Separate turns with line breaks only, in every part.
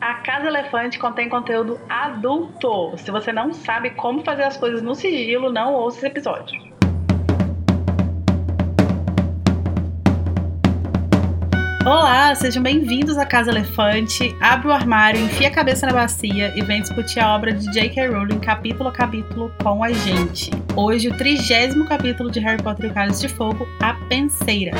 A Casa Elefante contém conteúdo adulto. Se você não sabe como fazer as coisas no sigilo, não ouça esse episódio. Olá, sejam bem-vindos à Casa Elefante. Abre o armário, enfia a cabeça na bacia e vem discutir a obra de J.K. Rowling capítulo a capítulo com a gente. Hoje, o 30º capítulo de Harry Potter e o Cálice de Fogo, A Penseira.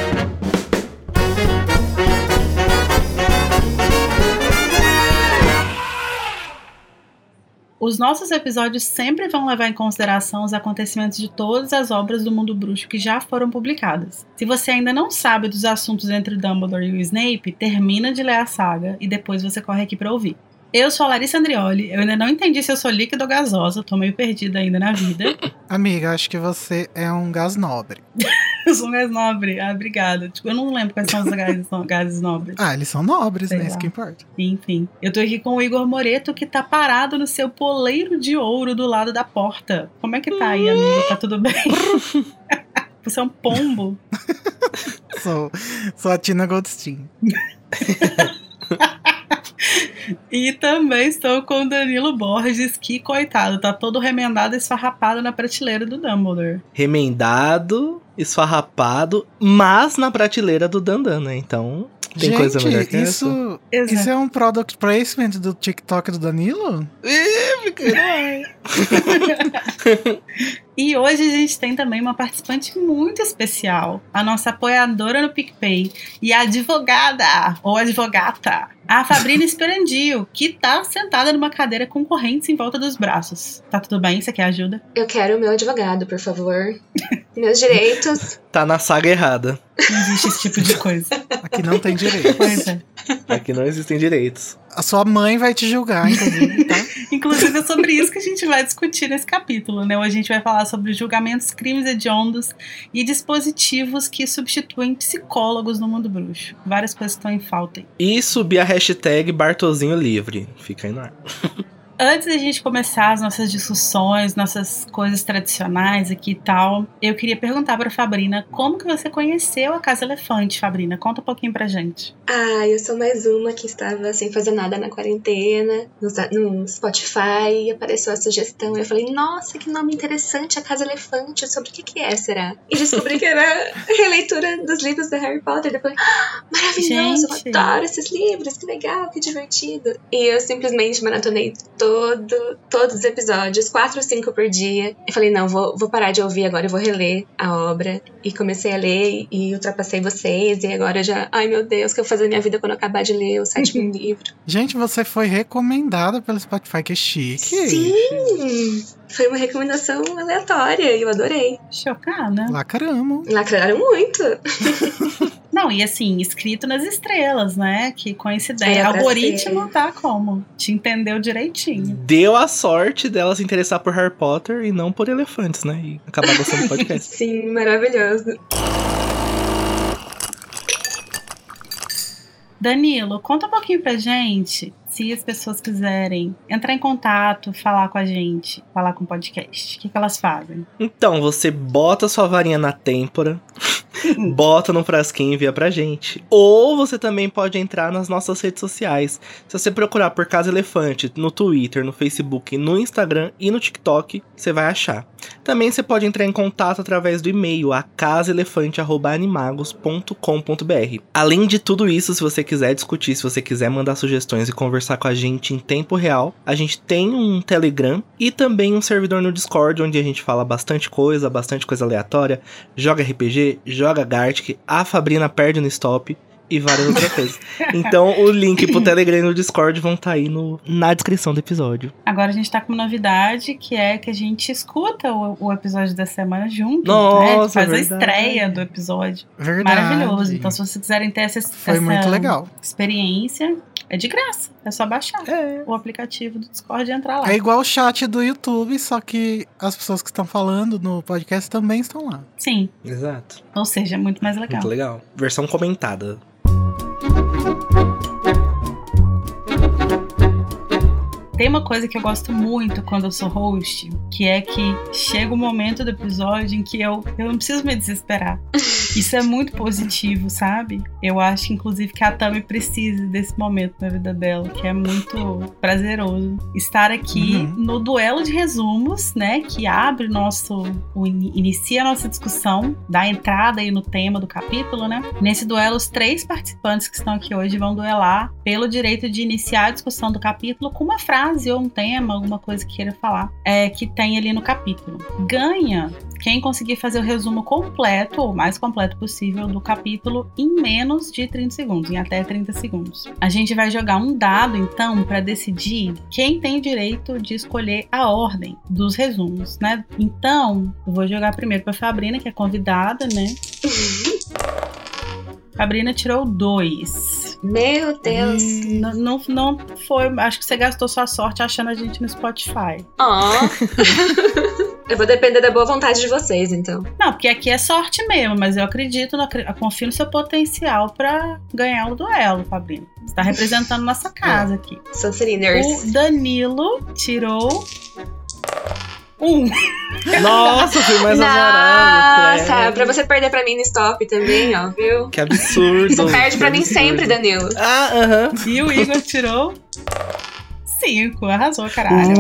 Os nossos episódios sempre vão levar em consideração os acontecimentos de todas as obras do mundo bruxo que já foram publicadas. Se você ainda não sabe dos assuntos entre o Dumbledore e o Snape, termina de ler a saga e depois você corre aqui pra ouvir. Eu sou a Larissa Andrioli, eu ainda não entendi se eu sou líquido ou gasosa, tô meio perdida ainda na vida.
Amiga, acho que você é um gás nobre.
Eu sou um gás nobre, obrigada. Tipo, eu não lembro quais são os gases nobres.
Ah, eles são nobres,
Sei
né?
lá.
Isso que importa.
Enfim, eu tô aqui com o Igor Moreto, que tá parado no seu poleiro de ouro do lado da porta. Como é que tá aí, amigo? Tá tudo bem? Você é um pombo?
Sou a Tina Goldstein.
E também estou com o Danilo Borges, que, coitado, tá todo remendado e esfarrapado na prateleira do Dumbledore.
Remendado, esfarrapado, mas na prateleira do Dandan, né? Então, tem coisa melhor que essa.
Isso é um product placement do TikTok do Danilo?
E hoje a gente tem também uma participante muito especial, a nossa apoiadora no PicPay e a advogada, ou advogata, a Fabrina Esperandio, que tá sentada numa cadeira com correntes em volta dos braços. Tá tudo bem? Você quer ajuda?
Eu quero o meu advogado, por favor. Meus direitos.
Tá na saga errada.
Não existe esse tipo de coisa.
Aqui não tem direito.
Pois é.
Aqui não existem direitos.
A sua mãe vai te julgar, inclusive, tá?
Inclusive é sobre isso que a gente vai discutir nesse capítulo, né? Hoje a gente vai falar sobre julgamentos, crimes hediondos e dispositivos que substituem psicólogos no mundo bruxo. Várias coisas que estão em falta aí.
E subir a hashtag Bartozinho Livre. Fica aí no ar.
Antes da gente começar as nossas discussões, nossas coisas tradicionais aqui e tal, eu queria perguntar pra Fabrina como que você conheceu a Casa Elefante, Fabrina? Conta um pouquinho pra gente.
Ah, eu sou mais uma que estava sem fazer nada na quarentena, no Spotify, e apareceu a sugestão. Eu falei, nossa, que nome interessante, a Casa Elefante, sobre o que é, será? E descobri que era a releitura dos livros do Harry Potter. Depois, maravilhoso,
Gente.
eu adoro esses livros, que legal, que divertido. E eu simplesmente maratonei todos os episódios, 4 ou 5 por dia. Eu falei, não, vou parar de ouvir agora, eu vou reler a obra. E comecei a ler e ultrapassei vocês. E agora já, ai meu Deus, o que eu vou fazer na minha vida quando eu acabar de ler o 7º livro?
Gente, você foi recomendada pelo Spotify, que chique.
Sim! Foi uma recomendação aleatória e eu adorei.
Chocada.
Lacramos.
Lacraram muito.
Não, e assim, escrito nas estrelas, né? Que coincidência.
Era pra
Algoritmo
ser.
tá como? Te entendeu direitinho.
Deu a sorte dela se interessar por Harry Potter e não por elefantes, né? E acabar gostando do podcast.
Sim, maravilhoso.
Danilo, conta um pouquinho pra gente, se as pessoas quiserem entrar em contato, falar com a gente, falar com o podcast, o que elas fazem?
Então, você bota sua varinha na têmpora, bota num frasquinho e envia pra gente. Ou você também pode entrar nas nossas redes sociais. Se você procurar por Casa Elefante no Twitter, no Facebook, no Instagram e no TikTok, você vai achar. Também você pode entrar em contato através do e-mail a casaelefante@animagos.com.br. Além de tudo isso, se você quiser discutir, se você quiser mandar sugestões e conversar com a gente em tempo real, a gente tem um Telegram e também um servidor no Discord, onde a gente fala bastante coisa aleatória, joga RPG, joga Gartic, a Fabrina perde no stop e várias outras coisas. Então o link pro Telegram e no Discord vão estar aí na descrição do episódio.
Agora a gente tá com uma novidade, que é que a gente escuta o episódio da semana junto,
Nossa,
né? A gente faz
verdade.
a estreia do episódio.
Verdade.
Maravilhoso. Então se vocês quiserem ter essa
Foi muito legal.
experiência, é de graça. É só baixar o aplicativo do Discord e entrar lá.
É igual o chat do YouTube, só que as pessoas que estão falando no podcast também estão lá.
Sim.
Exato.
Ou seja, é muito mais legal.
Muito legal. Versão comentada.
Tem uma coisa que eu gosto muito quando eu sou host, que é que chega o momento do episódio em que eu não preciso me desesperar. Isso é muito positivo, sabe? Eu acho, inclusive, que a Tami precisa desse momento na vida dela, que é muito prazeroso. Estar aqui no duelo de resumos, né? Que abre inicia a nossa discussão, dá entrada aí no tema do capítulo, né? Nesse duelo, os 3 participantes que estão aqui hoje vão duelar pelo direito de iniciar a discussão do capítulo com uma frase ou um tema, alguma coisa que queira falar, que tem ali no capítulo. Ganha quem conseguir fazer o resumo completo, ou o mais completo possível, do capítulo em menos de 30 segundos, em até 30 segundos. A gente vai jogar um dado, então, para decidir quem tem o direito de escolher a ordem dos resumos, né? Então, eu vou jogar primeiro para Fabrina, que é convidada, né? Fabrina tirou 2.
Meu Deus.
Não foi. Acho que você gastou sua sorte achando a gente no Spotify.
Eu vou depender da boa vontade de vocês, então.
Não, porque aqui é sorte mesmo, mas eu acredito, eu confio no seu potencial pra ganhar o duelo, Fabrina. Você tá representando nossa casa aqui.
Sonserinders.
O Danilo tirou 1.
Nossa, fui mais azarado.
Nossa, pra você perder pra mim no stop também, ó, viu?
Que absurdo.
Você perde pra mim sempre, Danilo.
E o Igor tirou 5, arrasou, caralho.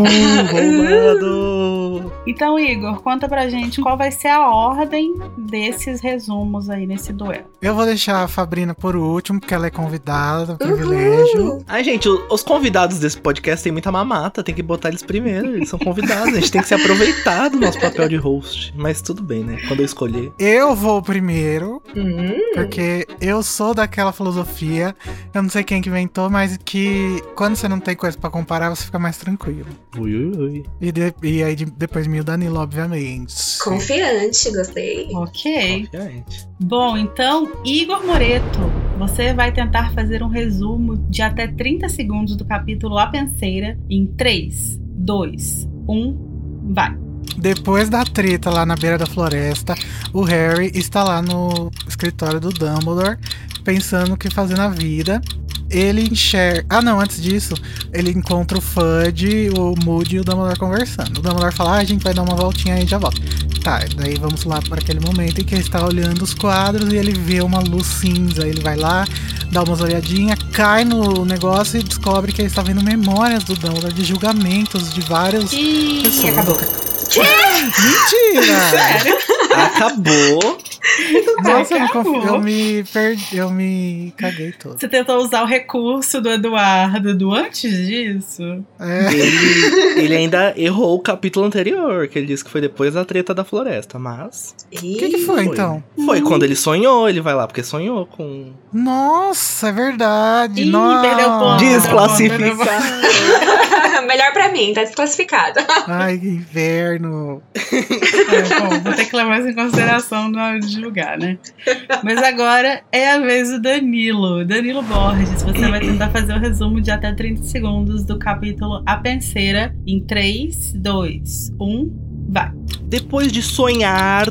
Roubado.
Então, Igor, conta pra gente qual vai ser a ordem desses resumos aí nesse duelo.
Eu vou deixar a Fabrina por último, porque ela é convidada, privilégio.
Ai, gente, os convidados desse podcast tem muita mamata, tem que botar eles primeiro, eles são convidados, a gente tem que se aproveitar do nosso papel de host. Mas tudo bem, né? Quando eu escolher.
Eu vou primeiro, porque eu sou daquela filosofia, eu não sei quem que inventou, mas que quando você não tem coisa pra comparar, você fica mais tranquilo.
Ui.
E aí depois o Danilo, obviamente.
Confiante, gostei.
Ok.
Confiante.
Bom, então, Igor Moreto, você vai tentar fazer um resumo de até 30 segundos do capítulo A Penseira em 3, 2, 1, vai.
Depois da treta lá na beira da floresta, o Harry está lá no escritório do Dumbledore, pensando o que fazer na vida. Ele enxerga... antes disso, ele encontra o Fudge, o Moody e o Dumbledore conversando. O Dumbledore fala, a gente vai dar uma voltinha aí e já volta. Tá, daí vamos lá para aquele momento em que ele está olhando os quadros e ele vê uma luz cinza. Ele vai lá, dá umas olhadinhas, cai no negócio e descobre que ele está vendo memórias do Dumbledore de julgamentos de várias pessoas.
Acabou.
Mentira!
Sério?
Acabou.
Nossa, eu me caguei todo.
Você tentou usar o recurso do Eduardo antes disso?
Ele ainda errou o capítulo anterior, que ele disse que foi depois da treta da floresta, mas...
O que foi então?
Foi quando ele sonhou, ele vai lá, porque sonhou com...
Nossa, é verdade.
Perdeu o ponto.
Desclassificado.
Melhor pra mim, tá desclassificado.
Ai, que inverno.
Bom, vou ter que levar isso em consideração na hora de julgar, né? Mas agora é a vez do Danilo. Danilo Borges, você vai tentar fazer o resumo de até 30 segundos do capítulo A Penseira em 3, 2, 1, vai.
Depois de sonhar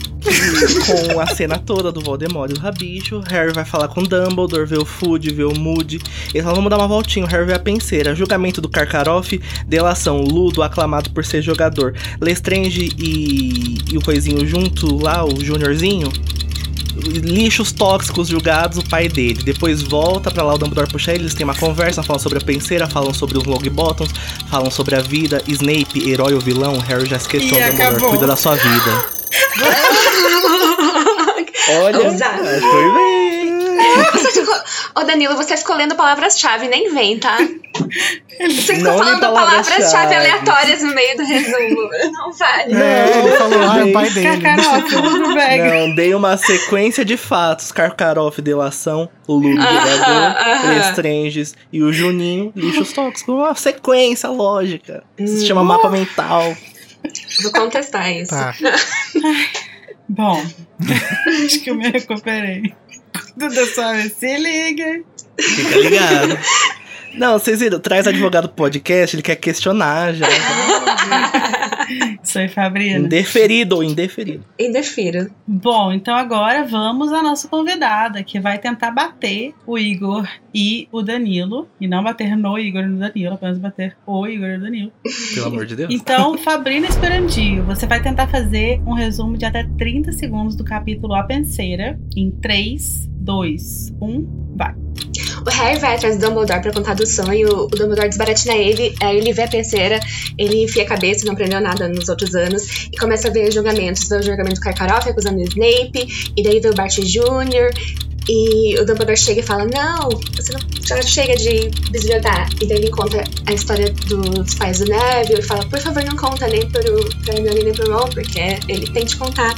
com a cena toda do Voldemort e do Rabicho, Harry vai falar com Dumbledore, vê o Fudge, vê o Moody. Eles falam, vamos dar uma voltinha, o Harry vê a Penseira. Julgamento do Karkaroff, delação, Ludo, aclamado por ser jogador. Lestrange e o coisinho junto lá, o Juniorzinho. Lixos tóxicos julgados, o pai dele. Depois volta pra lá, o Dumbledore puxa eles tem uma conversa, falam sobre a Penseira, falam sobre os Longbottoms, falam sobre a vida. Snape, herói ou vilão, Harry já esqueceu, o Dumbledore cuida da sua vida. Olha, foi bem.
Ô Danilo, você ficou lendo palavras-chave, nem vem, tá? Você ficou
Não
falando palavras-chave aleatórias no meio do resumo. Não vale.
Ele falou, o pai dele.
Não, dei uma sequência de fatos. Karkaroff, delação, Ludo, jogador, Lestranges e o Juninho, lixos tóxicos. Uma sequência lógica. Isso se chama mapa mental.
Vou contestar isso.
Tá.
Bom, acho que eu me recuperei. Duda Suave, se liga.
Fica ligado. Não, vocês viram, traz advogado podcast, ele quer questionar já.
Isso aí, Fabrina.
Indeferido.
Indefiro.
Bom, então agora vamos à nossa convidada, que vai tentar bater o Igor e o Danilo. E não bater no Igor e no Danilo, apenas bater o Igor e o Danilo.
Pelo amor de Deus.
Então, Fabrina Esperandio, você vai tentar fazer um resumo de até 30 segundos do capítulo A Penseira. Em 3, 2, 1, vai.
O Harry vai atrás do Dumbledore pra contar do sonho, o Dumbledore desbaratina ele, aí ele vê a penseira, ele enfia a cabeça, não aprendeu nada nos outros anos, e começa a ver julgamentos. Vê o julgamento do Karkaroff acusando o Snape, e daí vê o Bart Jr., e o Dumbledore chega e fala, não, você não já chega de bisbilhotar. E daí ele conta a história dos pais do Neville e fala, por favor, não conta nem pra Hermione nem pro Ron, porque ele tem que contar.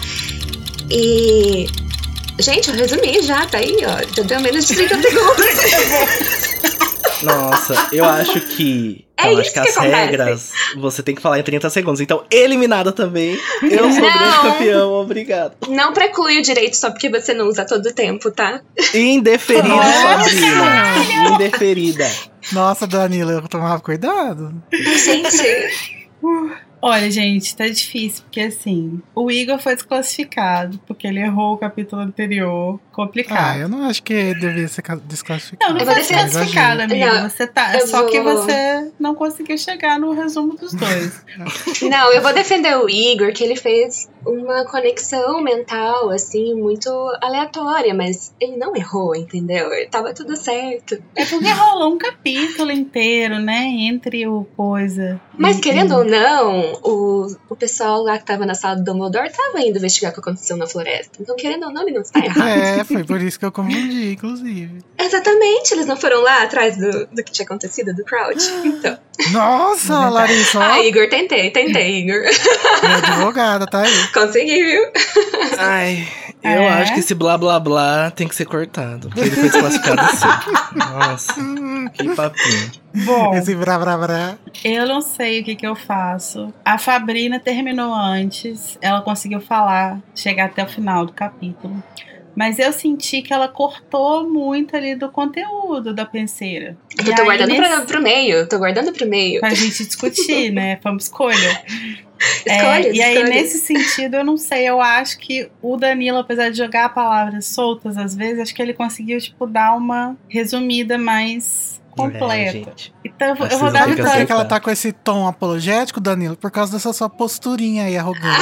E... gente, eu resumi já, tá aí, ó. Já deu menos de 30 segundos.
Nossa, eu acho que...
É
eu acho
isso
que
que
as
acontece.
regras você tem que falar em 30 segundos. Então, eliminada também. Eu sou o grande campeão, obrigado.
Não preclui o direito só porque você não usa todo o tempo, tá?
Indeferida, Fabrina. Indeferida.
Nossa, Danilo, eu tomava cuidado.
Gente...
Olha, gente, tá difícil, porque assim, o Igor foi desclassificado, porque ele errou o capítulo anterior. Complicado.
Eu não acho que devia ser desclassificado.
Não
Eu vou
foi
defender-
desclassificado, amigo.
Não,
Você tá.
eu
Só
vou-
que você não conseguiu chegar no resumo dos dois.
Não, eu vou defender o Igor, que ele fez uma conexão mental, assim, muito aleatória, mas ele não errou, entendeu? Tava tudo certo.
É porque rolou um capítulo inteiro, né? Entre o coisa.
Mas querendo ou não, o pessoal lá que tava na sala do Dumbledore tava indo investigar o que aconteceu na floresta. Então, querendo ou não, ele não está errado.
Foi por isso que eu confundi, inclusive.
Exatamente, eles não foram lá atrás do que tinha acontecido, do Crouch. Então.
Nossa, Larissa, ó,
Igor, tentei, Igor.
minha advogada, tá aí.
Consegui, viu?
Ai, eu acho que esse blá blá blá tem que ser cortado. Porque ele foi desclassificado assim. Nossa, que papinho.
Bom,
Esse brá, brá, brá.
eu não sei o que eu faço. A Fabrina terminou antes. Ela conseguiu falar, chegar até o final do capítulo. Mas eu senti que ela cortou muito ali do conteúdo da penseira.
Eu tô guardando pro meio. Tô guardando pro meio.
Pra gente discutir, né? Foi uma escolha.
Escolhas,
e aí,
escolhas.
nesse sentido, eu não sei. Eu acho que o Danilo, apesar de jogar palavras soltas às vezes, acho que ele conseguiu, tipo, dar uma resumida mais completa.
gente.
Então eu vou
Vocês
dar
vão ter
Sabe
que
por que
vitória.
ela tá com esse tom apologético, Danilo? Por causa dessa sua posturinha aí arrogante.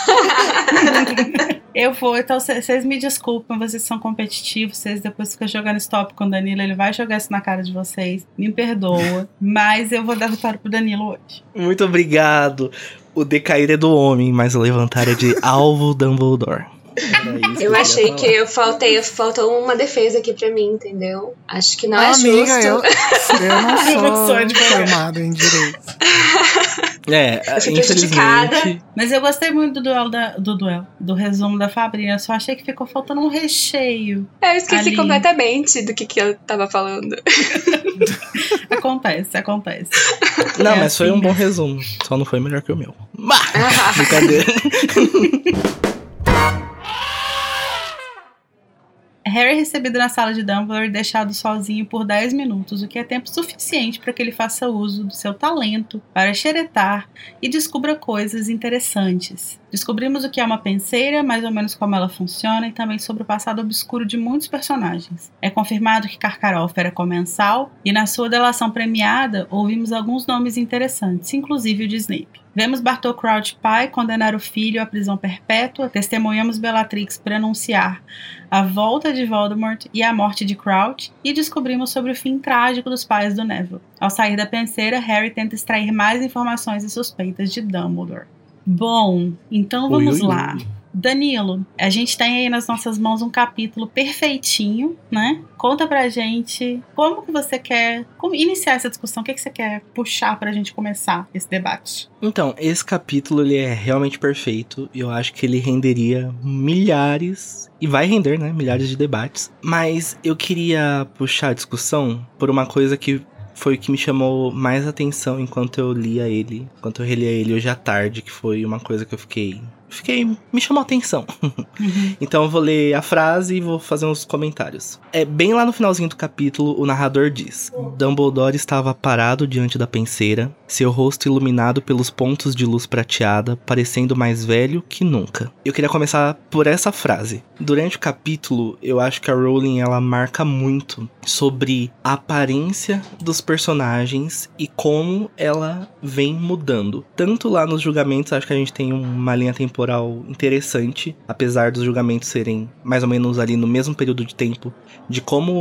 Eu vou, então vocês me desculpem, vocês são competitivos, vocês depois ficam jogando stop com o Danilo, ele vai jogar isso na cara de vocês, me perdoa, mas eu vou dar vitória pro Danilo hoje.
Muito obrigado. O decair é do homem, mas o levantar é de Alvo Dumbledore. Era isso
Eu
ia
achei
falar.
que faltou uma defesa aqui pra mim, entendeu? Acho que não é
Amiga,
justo.
eu não
Eu não sou
sou
advogada.
formado em direito.
Eu fui prejudicada.
Infelizmente.
Mas eu gostei muito do resumo da Fabrina, eu só achei que ficou faltando um recheio.
Eu esqueci
Ali.
completamente do que eu tava falando.
Acontece.
Não,
É
mas foi
assim.
um bom resumo. Só não foi melhor que o meu. Brincadeira.
Harry é recebido na sala de Dumbledore e deixado sozinho por 10 minutos, o que é tempo suficiente para que ele faça uso do seu talento para xeretar e descubra coisas interessantes. Descobrimos o que é uma penseira, mais ou menos como ela funciona, e também sobre o passado obscuro de muitos personagens. É confirmado que Karkaroff era comensal, e na sua delação premiada, ouvimos alguns nomes interessantes, inclusive o de Snape. Vemos Bartol Crouch pai condenar o filho à prisão perpétua, testemunhamos Bellatrix pronunciar a volta de Voldemort e a morte de Crouch, e descobrimos sobre o fim trágico dos pais do Neville. Ao sair da penseira, Harry tenta extrair mais informações e suspeitas de Dumbledore. Bom, então vamos lá. Danilo, a gente tem aí nas nossas mãos um capítulo perfeitinho, né? Conta pra gente como que você quer iniciar essa discussão, o que você quer puxar pra gente começar esse debate.
Então, esse capítulo ele é realmente perfeito. E eu acho que ele renderia milhares, e vai render, né? Milhares de debates. Mas eu queria puxar a discussão por uma coisa que foi o que me chamou mais atenção enquanto eu relia ele hoje à tarde, que foi uma coisa que eu fiquei me chamou a atenção. Então eu vou ler a frase e vou fazer uns comentários. Bem lá no finalzinho do capítulo, o narrador diz: Dumbledore estava parado diante da penseira, seu rosto iluminado pelos pontos de luz prateada, parecendo mais velho que nunca. Eu queria começar por essa frase. Durante o capítulo, eu acho que a Rowling, ela marca muito sobre a aparência dos personagens e como ela vem mudando. Tanto lá nos julgamentos, acho que a gente tem uma linha temporal interessante, apesar dos julgamentos serem mais ou menos ali no mesmo período de tempo, de como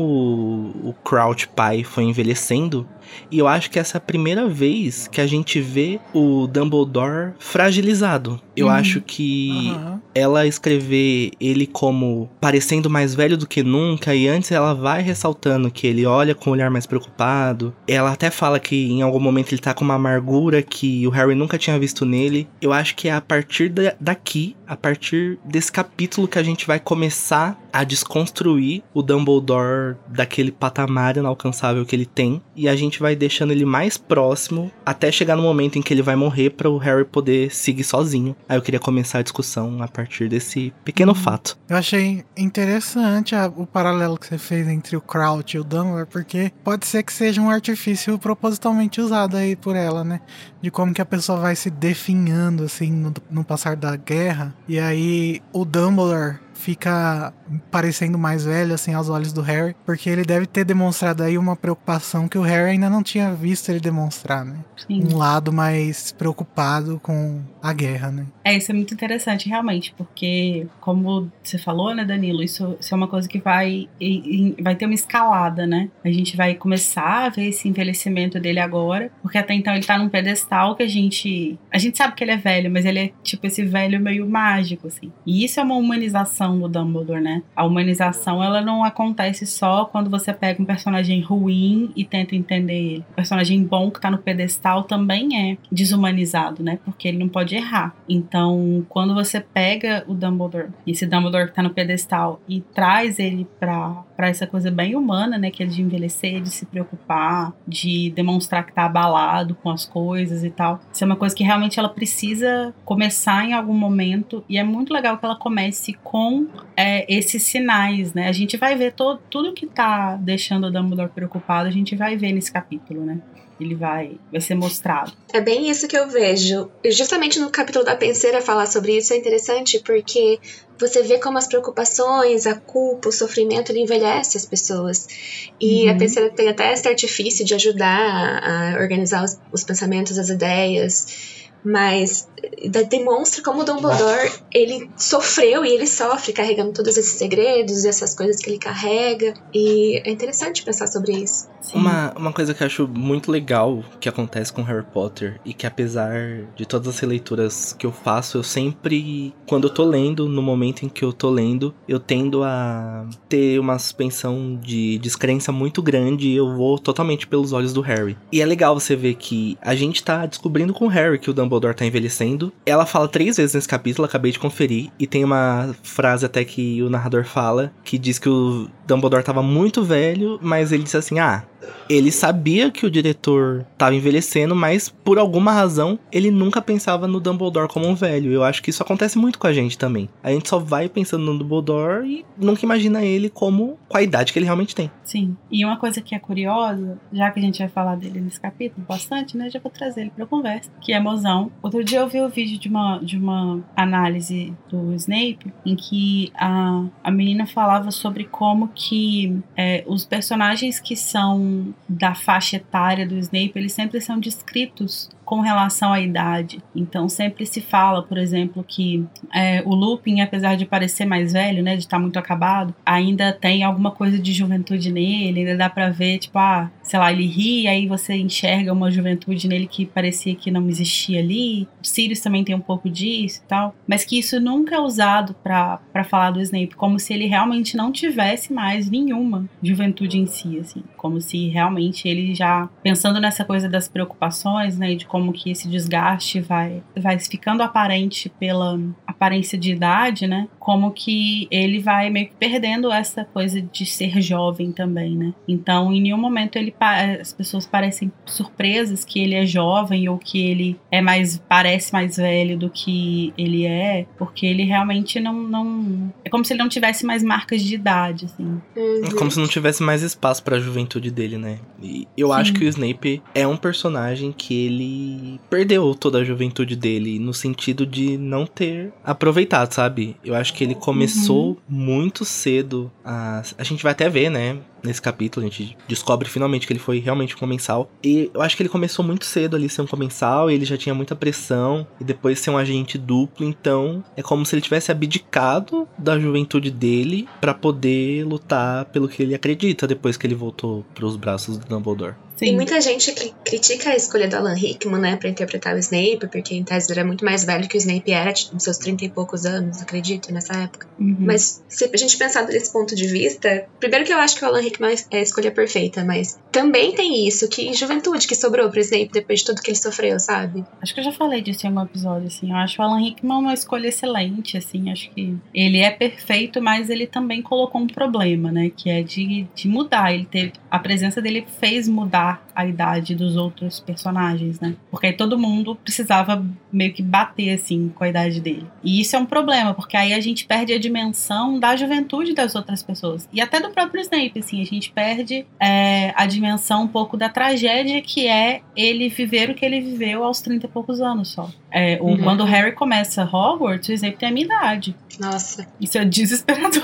o Crouch pai foi envelhecendo. E eu acho que essa é a primeira vez que a gente vê o Dumbledore fragilizado. Eu acho que ela escrever ele como parecendo mais velho do que nunca, e antes ela vai ressaltando que ele olha com um olhar mais preocupado. Ela até fala que em algum momento ele tá com uma amargura que o Harry nunca tinha visto nele. Eu acho que é a partir daqui, a partir desse capítulo, que a gente vai começar a desconstruir o Dumbledore daquele patamar inalcançável que ele tem, e a gente vai deixando ele mais próximo até chegar no momento em que ele vai morrer para o Harry poder seguir sozinho. Aí eu queria começar a discussão a partir desse pequeno fato.
Eu achei interessante o paralelo que você fez entre o Crouch e o Dumbledore, porque pode ser que seja um artifício propositalmente usado aí por ela, né? De como que a pessoa vai se definhando, assim, no passar da guerra. E aí o Dumbledore fica parecendo mais velho, assim, aos olhos do Harry, porque ele deve ter demonstrado aí uma preocupação que o Harry ainda não tinha visto ele demonstrar, né? Sim. Um lado mais preocupado com a guerra, né?
Isso é muito interessante, realmente, porque, como você falou, né, Danilo, isso é uma coisa que vai ter uma escalada, né? A gente vai começar a ver esse envelhecimento dele agora, porque até então ele tá num pedestal que a gente sabe que ele é velho, mas ele é tipo esse velho meio mágico, assim. E isso é uma humanização do Dumbledore, né? A humanização, ela não acontece só quando você pega um personagem ruim e tenta entender ele. O personagem bom que tá no pedestal também é desumanizado, né? Porque ele não pode errar. Então, quando você pega o Dumbledore, esse Dumbledore que tá no pedestal, e traz ele pra essa coisa bem humana, né? Que é de envelhecer, de se preocupar, de demonstrar que tá abalado com as coisas e tal. Isso é uma coisa que realmente ela precisa começar em algum momento, e é muito legal que ela comece com esses sinais, né? A gente vai ver tudo que tá deixando o Dumbledore preocupado, a gente vai ver nesse capítulo, né? Ele vai ser mostrado.
É bem isso que eu vejo. Justamente no capítulo da Penseira falar sobre isso é interessante, porque você vê como as preocupações, a culpa, o sofrimento, ele envelhece as pessoas. E a Penseira tem até esse artifício de ajudar a organizar os pensamentos, as ideias, mas demonstra como o Dumbledore, ele sofreu e ele sofre carregando todos esses segredos, essas coisas que ele carrega, e é interessante pensar sobre isso.
Uma coisa que eu acho muito legal que acontece com Harry Potter, e que apesar de todas as releituras que eu faço, eu sempre, quando eu tô lendo, no momento em que eu tô lendo, eu tendo a ter uma suspensão de descrença muito grande, e eu vou totalmente pelos olhos do Harry. E é legal você ver que a gente tá descobrindo com o Harry que o Dumbledore tá envelhecendo. Ela fala 3 vezes nesse capítulo, acabei de conferir, e tem uma frase até que o narrador fala, que diz que o Dumbledore tava muito velho, mas ele disse assim, ele sabia que o diretor tava envelhecendo, mas por alguma razão ele nunca pensava no Dumbledore como um velho. Eu acho que isso acontece muito com a gente também. A gente só vai pensando no Dumbledore e nunca imagina ele com a idade que ele realmente tem.
Sim. E uma coisa que é curiosa, já que a gente vai falar dele nesse capítulo bastante, né? Já vou trazer ele pra conversa, que é mozão. Outro dia eu vi o vídeo de uma análise do Snape, em que a menina falava sobre como que os personagens que são da faixa etária do Snape, eles sempre são descritos com relação à idade. Então sempre se fala, por exemplo, que o Lupin, apesar de parecer mais velho, né, de estar muito acabado, ainda tem alguma coisa de juventude nele, ainda dá pra ver, tipo, sei lá, ele ri, aí você enxerga uma juventude nele que parecia que não existia ali. O Sirius também tem um pouco disso e tal, mas que isso nunca é usado pra falar do Snape, como se ele realmente não tivesse mais nenhuma juventude em si, assim, como se realmente ele já, pensando nessa coisa das preocupações, né, e de como que esse desgaste vai ficando aparente pela aparência de idade, né? Como que ele vai meio que perdendo essa coisa de ser jovem também, né? Então, em nenhum momento as pessoas parecem surpresas que ele é jovem ou que ele parece mais velho do que ele é, porque ele realmente não... É como se ele não tivesse mais marcas de idade, assim.
É como se não tivesse mais espaço pra juventude dele, né? E eu acho que o Snape é um personagem que ele perdeu toda a juventude dele, no sentido de não ter aproveitado, sabe? Eu acho que ele começou muito cedo a gente vai até ver, né? Nesse capítulo, a gente descobre finalmente que ele foi realmente um comensal. E eu acho que ele começou muito cedo ali ser um comensal, e ele já tinha muita pressão, e depois ser um agente duplo, então é como se ele tivesse abdicado da juventude dele pra poder lutar pelo que ele acredita depois que ele voltou pros braços do Dumbledore.
Sim. E muita gente critica a escolha do Alan Rickman, né, pra interpretar o Snape, porque em tese ele era muito mais velho que o Snape era, nos seus 30 e poucos anos, acredito, nessa época. Mas se a gente pensar desse ponto de vista, primeiro que eu acho que o Alan Rickman é a escolha perfeita, mas também tem isso, que juventude que sobrou pro Snape depois de tudo que ele sofreu, sabe?
Acho que eu já falei disso em algum episódio, assim. Eu acho o Alan Rickman uma escolha excelente, assim. Acho que ele é perfeito, mas ele também colocou um problema, né, que é de mudar. A presença dele fez mudar a idade dos outros personagens, né? Porque aí todo mundo precisava meio que bater, assim, com a idade dele. E isso é um problema, porque aí a gente perde a dimensão da juventude das outras pessoas. E até do próprio Snape, assim, a gente perde a dimensão um pouco da tragédia que é ele viver o que ele viveu aos 30 e poucos anos só. Quando o Harry começa Hogwarts, o Snape tem a minha idade.
Nossa.
Isso é desesperador.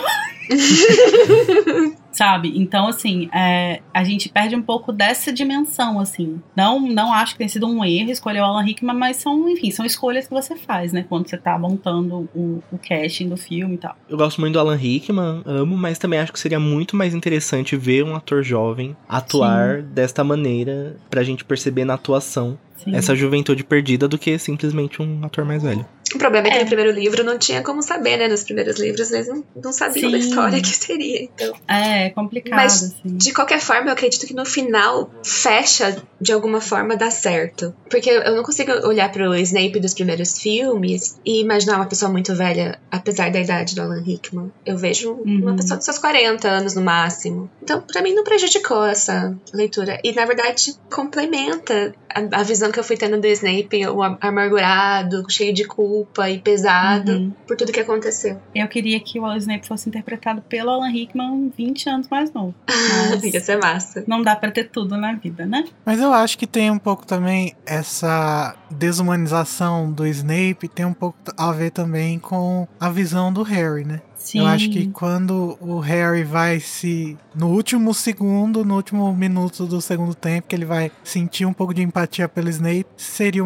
Sabe? Então, assim, a gente perde um pouco dessa dimensão, assim. Não acho que tenha sido um erro escolher o Alan Rickman, mas são escolhas que você faz, né? Quando você tá montando o casting do filme e tal.
Eu gosto muito do Alan Rickman, amo, mas também acho que seria muito mais interessante ver um ator jovem atuar desta maneira, pra gente perceber na atuação essa juventude perdida do que simplesmente um ator mais velho.
O problema é que no primeiro livro não tinha como saber, né? Nos primeiros livros eles não sabiam da história que seria, então...
É complicado,
mas,
assim.
De qualquer forma, eu acredito que no final fecha, de alguma forma, dá certo. Porque eu não consigo olhar pro Snape dos primeiros filmes e imaginar uma pessoa muito velha, apesar da idade do Alan Rickman. Eu vejo uma pessoa de seus 40 anos no máximo. Então, pra mim, não prejudicou essa leitura. E, na verdade, complementa a visão que eu fui tendo do Snape, o amargurado, cheio de culpa e pesado por tudo que aconteceu.
Eu queria que o Snape fosse interpretado pelo Alan Rickman 20 anos mais novo.
Ia ser massa.
Não dá pra ter tudo na vida, né?
Mas eu acho que tem um pouco também essa desumanização do Snape, tem um pouco a ver também com a visão do Harry, né?
Sim.
Eu acho que quando o Harry vai no último segundo, no último minuto do segundo tempo, que ele vai sentir um pouco de empatia pelo Snape, seria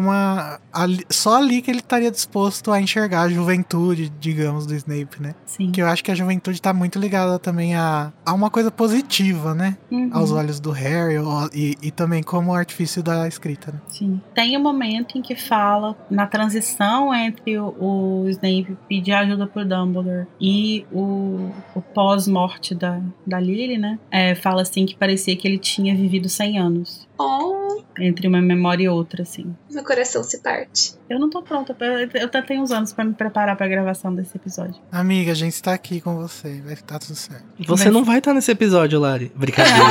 só ali que ele estaria disposto a enxergar a juventude, digamos, do Snape, né?
Sim.
Que eu acho que a juventude tá muito ligada também a uma coisa positiva, né? Aos olhos do Harry e também como artifício da escrita, né?
Sim. Tem um momento em que fala, na transição entre o Snape pedir ajuda pro Dumbledore e o pós-morte da Lily, né? Fala assim que parecia que ele tinha vivido 100 anos.
Oh.
Entre uma memória e outra, assim.
Meu coração se parte.
Eu não tô pronta. Eu tenho uns anos pra me preparar pra gravação desse episódio.
Amiga, a gente está aqui com você. Vai estar tudo certo.
Você não vai estar nesse episódio, Lari. Brincadeira.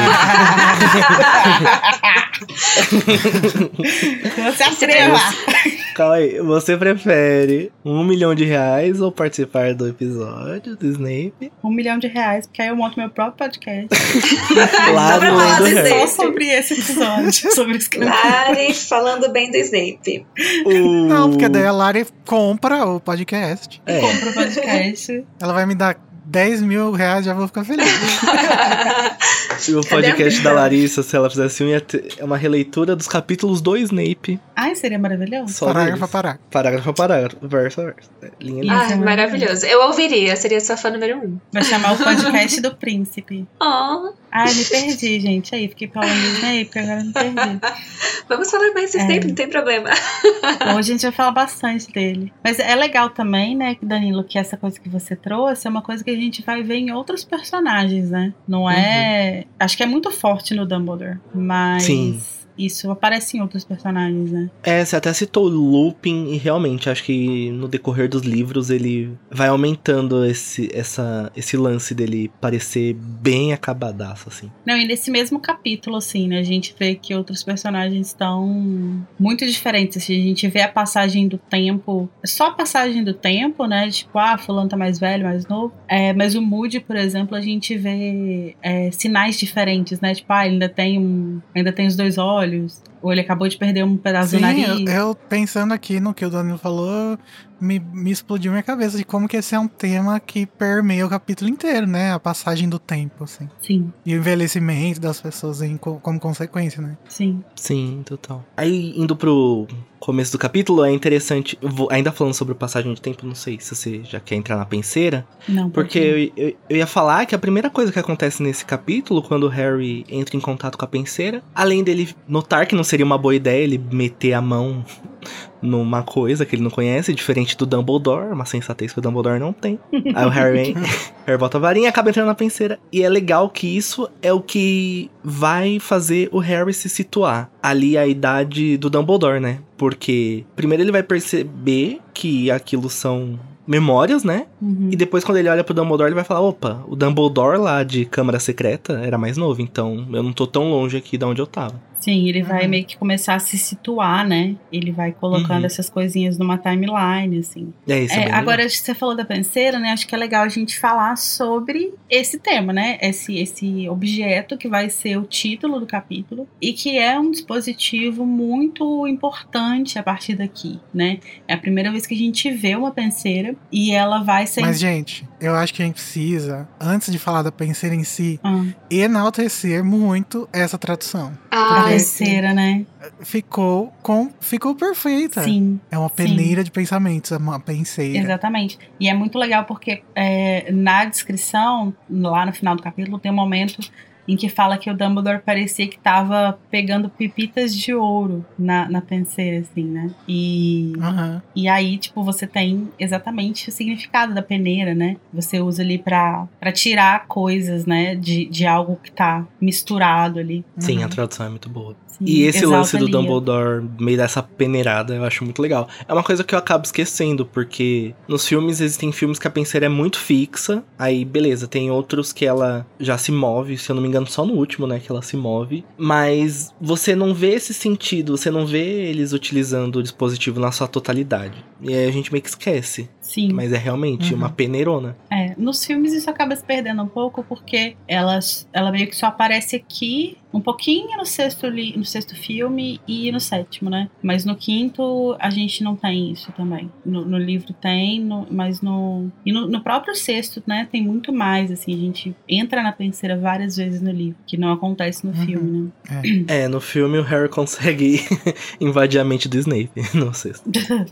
Você atreva.
Calma aí. Você prefere R$1 milhão ou participar do episódio do Snape?
R$1 milhão, porque aí eu monto meu próprio podcast.
Lá no
Só
Harry.
sobre esse episódio. Sobre esse
Lari falando bem do Snape.
Não, porque daí a Lari compra o podcast.
Compra o podcast.
Ela vai me dar R$10 mil, já vou ficar feliz.
E o podcast da Larissa, se ela fizesse uma releitura dos capítulos do Snape.
Ai, seria maravilhoso.
Só parágrafo a parágrafo.
Parágrafo a parágrafo. Verso a verso. Linha.
Ai, maravilhoso. Eu ouviria, seria sua fã número 1.
Vai chamar o podcast do Príncipe.
Oh.
Ai, me perdi, gente. Aí, fiquei falando do Snape, agora me perdi.
Vamos falar mais do Snape, não tem problema.
Hoje a gente vai falar bastante dele. Mas é legal também, né, Danilo, que essa coisa que você trouxe é uma coisa que a gente vai ver em outros personagens, né? Não é... Acho que é muito forte no Dumbledore, mas...
Sim.
isso aparece em outros personagens, né?
Você até citou Lupin, e realmente, acho que no decorrer dos livros ele vai aumentando esse lance dele parecer bem acabadaço, assim.
Não, e nesse mesmo capítulo, assim, né, a gente vê que outros personagens estão muito diferentes, assim, a gente vê a passagem do tempo, só a passagem do tempo, né, tipo, fulano tá mais velho, mais novo, mas o Moody, por exemplo, a gente vê sinais diferentes, né, tipo, ele ainda tem os 2 olhos, ou ele acabou de perder um pedaço do nariz.
Eu pensando aqui no que o Danilo falou, me explodiu minha cabeça de como que esse é um tema que permeia o capítulo inteiro, né? A passagem do tempo, assim.
Sim.
E o envelhecimento das pessoas como consequência, né?
Sim.
Sim, total. Aí, indo pro começo do capítulo, é interessante, ainda falando sobre a passagem de tempo, não sei se você já quer entrar na penseira.
Não,
porque eu ia falar que a primeira coisa que acontece nesse capítulo, quando o Harry entra em contato com a penseira, além dele notar que não seria uma boa ideia ele meter a mão numa coisa que ele não conhece, diferente do Dumbledore, uma sensatez que o Dumbledore não tem. Aí o Harry bota a varinha e acaba entrando na penseira. E é legal que isso é o que vai fazer o Harry se situar ali à idade do Dumbledore, né? Porque primeiro ele vai perceber que aquilo são memórias, né?
Uhum.
E depois, quando ele olha pro Dumbledore, ele vai falar: opa, o Dumbledore lá de Câmara Secreta era mais novo, então eu não tô tão longe aqui de onde eu tava.
Sim, ele vai meio que começar a se situar, né? Ele vai colocando essas coisinhas numa timeline, assim.
Isso é
agora, acho que você falou da penseira, né? Acho que é legal a gente falar sobre esse tema, né? Esse objeto que vai ser o título do capítulo e que é um dispositivo muito importante a partir daqui, né? É a primeira vez que a gente vê uma penseira e ela vai ser...
Mas, gente, eu acho que a gente precisa, antes de falar da penseira em si, enaltecer muito essa tradução.
A penseira, né?
Ficou perfeita.
Sim.
É uma peneira de pensamentos, é uma penseira.
Exatamente. E é muito legal porque na descrição, lá no final do capítulo, tem um momento em que fala que o Dumbledore parecia que tava pegando pepitas de ouro na penseira, assim, né? E aí, tipo, você tem exatamente o significado da peneira, né? Você usa ali pra tirar coisas, né? De algo que tá misturado ali.
Sim, a tradução é muito boa. Sim, e esse lance do Dumbledore, meio dessa peneirada, eu acho muito legal. É uma coisa que eu acabo esquecendo, porque nos filmes, existem filmes que a penseira é muito fixa, aí beleza, tem outros que ela já se move, se eu não me engano, só no último, né, que ela se move, mas você não vê esse sentido, você não vê eles utilizando o dispositivo na sua totalidade. E aí a gente meio que esquece.
Sim.
Mas é realmente uma peneirona.
Nos filmes isso acaba se perdendo um pouco, porque ela meio que só aparece aqui, um pouquinho no sexto filme e no sétimo, né? Mas no quinto a gente não tem isso também. No livro tem, mas no próprio sexto, né? Tem muito mais, assim, a gente entra na penseira várias vezes no livro, que não acontece no filme, né?
No filme o Harry consegue invadir a mente do Snape, no sexto.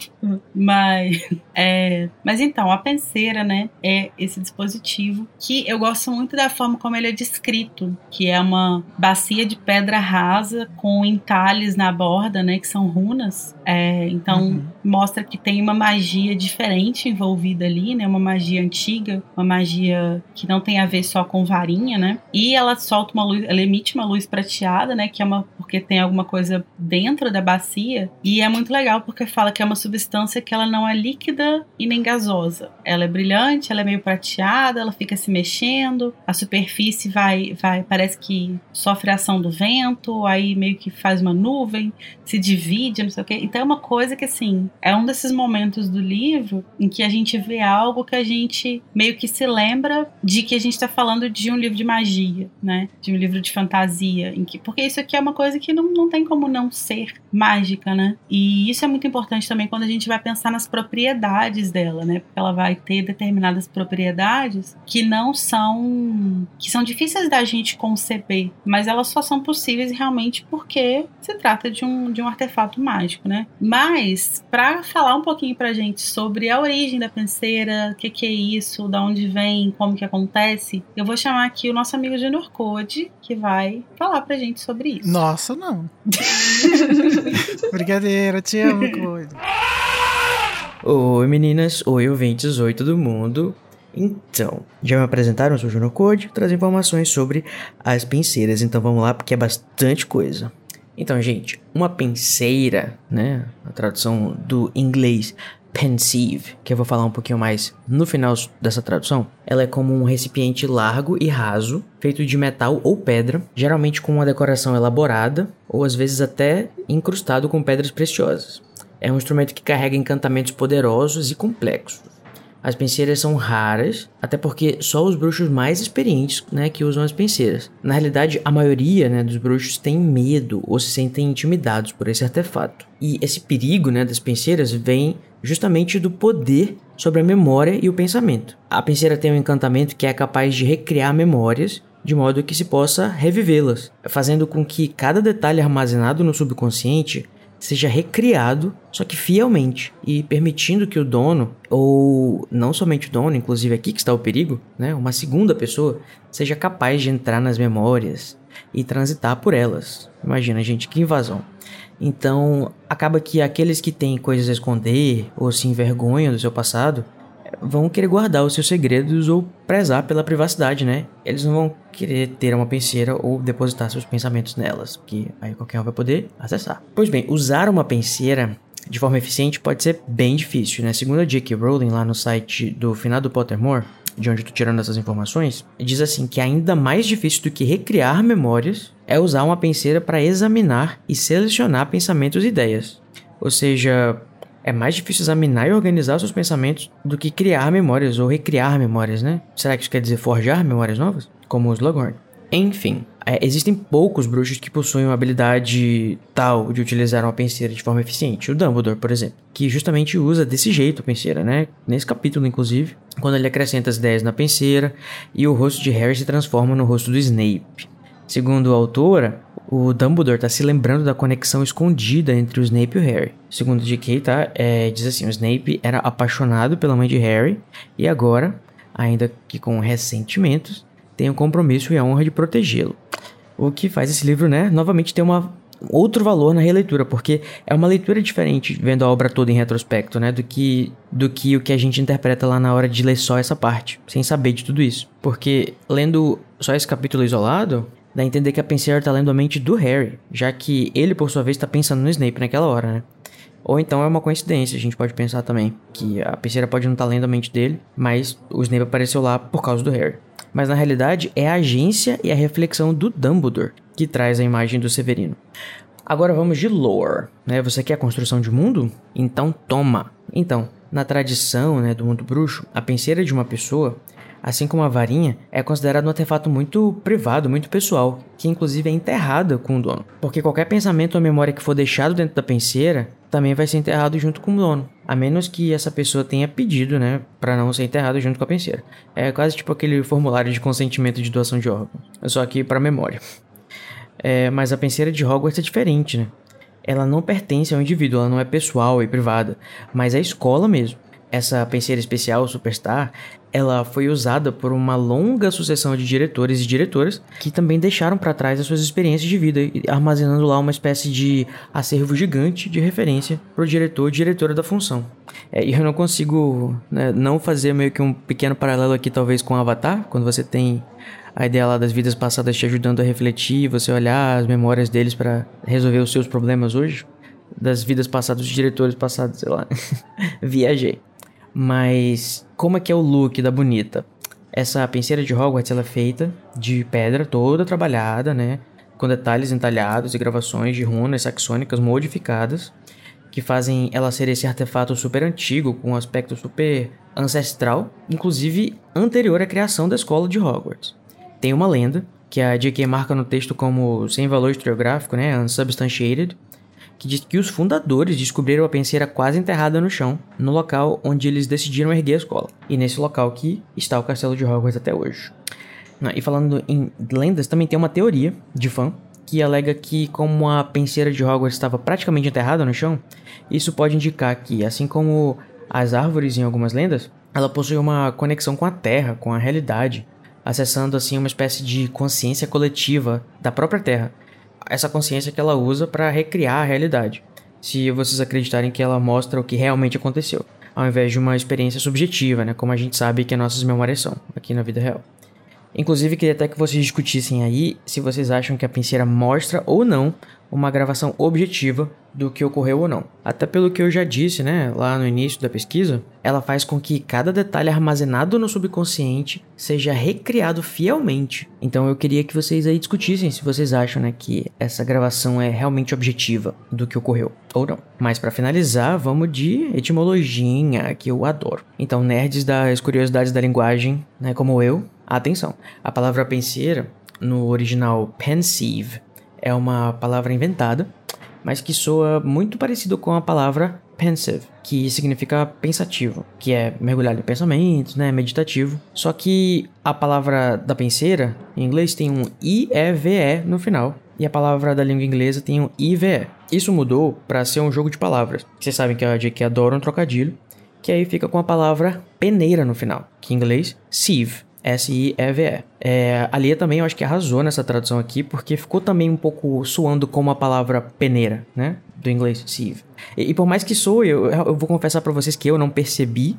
Mas então, a penseira, né, é esse dispositivo que eu gosto muito da forma como ele é descrito, que é uma bacia de pedra rasa com entalhes na borda, né, que são runas. Então, mostra que tem uma magia diferente envolvida ali, né, uma magia antiga, uma magia que não tem a ver só com varinha, né, e ela solta uma luz, ela emite uma luz prateada, né, que é porque tem alguma coisa dentro da bacia, e é muito legal porque fala que é uma substância que ela não é líquida e nem gasosa. Ela é brilhante, ela é meio prateada, ela fica se mexendo, a superfície parece que sofre a ação do vento, aí meio que faz uma nuvem, se divide, não sei o quê. Então é uma coisa que, assim, é um desses momentos do livro em que a gente vê algo que a gente meio que se lembra de que a gente tá falando de um livro de magia, né? De um livro de fantasia, porque isso aqui é uma coisa que não tem como não ser mágica, né? E isso é muito importante também quando a gente vai pensar nas propriedades dela, né? Porque ela vai ter determinadas propriedades que são difíceis da gente conceber, mas elas só são possíveis realmente porque se trata de um artefato mágico, né? Mas, pra falar um pouquinho pra gente sobre a origem da penseira, o que é isso, da onde vem, como que acontece, eu vou chamar aqui o nosso amigo Junior Code, que vai falar pra gente sobre isso.
Nossa, não. Brincadeira, te amo, Code.
Oi meninas, oi ouvintes, oi todo mundo. Então, já me apresentaram, eu sou o Junior Code, trazer informações sobre as penseiras, então vamos lá porque é bastante coisa. Então, gente, uma penseira, né, a tradução do inglês pensive, que eu vou falar um pouquinho mais no final dessa tradução, ela é como um recipiente largo e raso, feito de metal ou pedra, geralmente com uma decoração elaborada, ou às vezes até incrustado com pedras preciosas. É um instrumento que carrega encantamentos poderosos e complexos. As penseiras são raras, até porque só os bruxos mais experientes, né, que usam as penseiras. Na realidade, a maioria, né, dos bruxos tem medo ou se sentem intimidados por esse artefato. E esse perigo, né, das penseiras vem justamente do poder sobre a memória e o pensamento. A penseira tem um encantamento que é capaz de recriar memórias de modo que se possa revivê-las, fazendo com que cada detalhe armazenado no subconsciente seja recriado, só que fielmente, e permitindo que o dono, ou não somente o dono, inclusive aqui que está o perigo, né, uma segunda pessoa, seja capaz de entrar nas memórias e transitar por elas. Imagina, gente, que invasão. Então, acaba que aqueles que têm coisas a esconder ou se envergonham do seu passado vão querer guardar os seus segredos ou prezar pela privacidade, né? Eles não vão querer ter uma penseira ou depositar seus pensamentos nelas, porque aí qualquer um vai poder acessar. Pois bem, usar uma penseira de forma eficiente pode ser bem difícil, né? Segundo a J.K. Rowling, lá no site do finado Pottermore, de onde eu tô tirando essas informações, diz assim que ainda mais difícil do que recriar memórias é usar uma penseira para examinar e selecionar pensamentos e ideias. Ou seja, é mais difícil examinar e organizar seus pensamentos do que criar memórias ou recriar memórias, né? Será que isso quer dizer forjar memórias novas? Como o Slughorn. Enfim, existem poucos bruxos que possuem uma habilidade tal de utilizar uma penseira de forma eficiente. O Dumbledore, por exemplo, que justamente usa desse jeito a penseira, né? Nesse capítulo, inclusive, quando ele acrescenta as ideias na penseira e o rosto de Harry se transforma no rosto do Snape. Segundo a autora, o Dumbledore está se lembrando da conexão escondida entre o Snape e o Harry. Segundo J.K., diz assim, o Snape era apaixonado pela mãe de Harry e agora, ainda que com ressentimentos, tem o compromisso e a honra de protegê-lo. O que faz esse livro, né, novamente ter outro valor na releitura, porque é uma leitura diferente vendo a obra toda em retrospecto, né, do que o que a gente interpreta lá na hora de ler só essa parte, sem saber de tudo isso. Porque lendo só esse capítulo isolado, dá a entender que a penseira está lendo a mente do Harry, já que ele, por sua vez, está pensando no Snape naquela hora, né? Ou então é uma coincidência, a gente pode pensar também, que a penseira pode não estar lendo a mente dele, mas o Snape apareceu lá por causa do Harry. Mas na realidade é a agência e a reflexão do Dumbledore que traz a imagem do Severino. Agora vamos de lore, né? Você quer a construção de mundo? Então toma! Então, na tradição, né, do mundo bruxo, a penseira de uma pessoa, assim como a varinha, é considerado um artefato muito privado, muito pessoal, que inclusive é enterrada com o dono. Porque qualquer pensamento ou memória que for deixado dentro da penseira também vai ser enterrado junto com o dono. A menos que essa pessoa tenha pedido, né, para não ser enterrado junto com a penseira. É quase tipo aquele formulário de consentimento de doação de órgãos, só que para memória. Mas a penseira de Hogwarts é diferente, né? Ela não pertence ao indivíduo, ela não é pessoal e privada, mas é a escola mesmo. Essa penseira especial, Superstar, ela foi usada por uma longa sucessão de diretores e diretoras que também deixaram para trás as suas experiências de vida, armazenando lá uma espécie de acervo gigante de referência para o diretor e diretora da função. E eu não consigo, né, não fazer meio que um pequeno paralelo aqui talvez com o Avatar, quando você tem a ideia lá das vidas passadas te ajudando a refletir, você olhar as memórias deles para resolver os seus problemas hoje, das vidas passadas, dos diretores passados, sei lá, viajei. Mas como é que é o look da bonita? Essa penseira de Hogwarts ela é feita de pedra toda trabalhada, né? Com detalhes entalhados e gravações de runas saxônicas modificadas, que fazem ela ser esse artefato super antigo, com um aspecto super ancestral, inclusive anterior à criação da escola de Hogwarts. Tem uma lenda, que a J.K. marca no texto como sem valor historiográfico, né? Unsubstantiated, que diz que os fundadores descobriram a penseira quase enterrada no chão, no local onde eles decidiram erguer a escola. E nesse local que está o castelo de Hogwarts até hoje. E falando em lendas, também tem uma teoria de fã que alega que, como a penseira de Hogwarts estava praticamente enterrada no chão, isso pode indicar que, assim como as árvores em algumas lendas, ela possui uma conexão com a terra, com a realidade, acessando assim uma espécie de consciência coletiva da própria terra. Essa consciência que ela usa para recriar a realidade, se vocês acreditarem que ela mostra o que realmente aconteceu, ao invés de uma experiência subjetiva, né, como a gente sabe que nossas memórias são, aqui na vida real. Inclusive, queria até que vocês discutissem aí se vocês acham que a penseira mostra ou não uma gravação objetiva do que ocorreu ou não. Até pelo que eu já disse, né, lá no início da pesquisa, ela faz com que cada detalhe armazenado no subconsciente seja recriado fielmente. Então eu queria que vocês aí discutissem se vocês acham, né, que essa gravação é realmente objetiva do que ocorreu ou não. Mas para finalizar, vamos de etimologia, que eu adoro. Então, nerds das curiosidades da linguagem, né, como eu, atenção. A palavra penseira, no original pensive, é uma palavra inventada, mas que soa muito parecido com a palavra pensive, que significa pensativo, que é mergulhado em pensamentos, né, meditativo. Só que a palavra da penseira, em inglês, tem um IEVE no final, e a palavra da língua inglesa tem um IVE. Isso mudou para ser um jogo de palavras. Vocês sabem que a JK adora um trocadilho, que aí fica com a palavra peneira no final, que em inglês, sieve. S-I-E-V-E. A Lia também eu acho que arrasou nessa tradução aqui, porque ficou também um pouco soando como a palavra peneira, né? Do inglês, sieve. E por mais que soe, eu vou confessar pra vocês que eu não percebi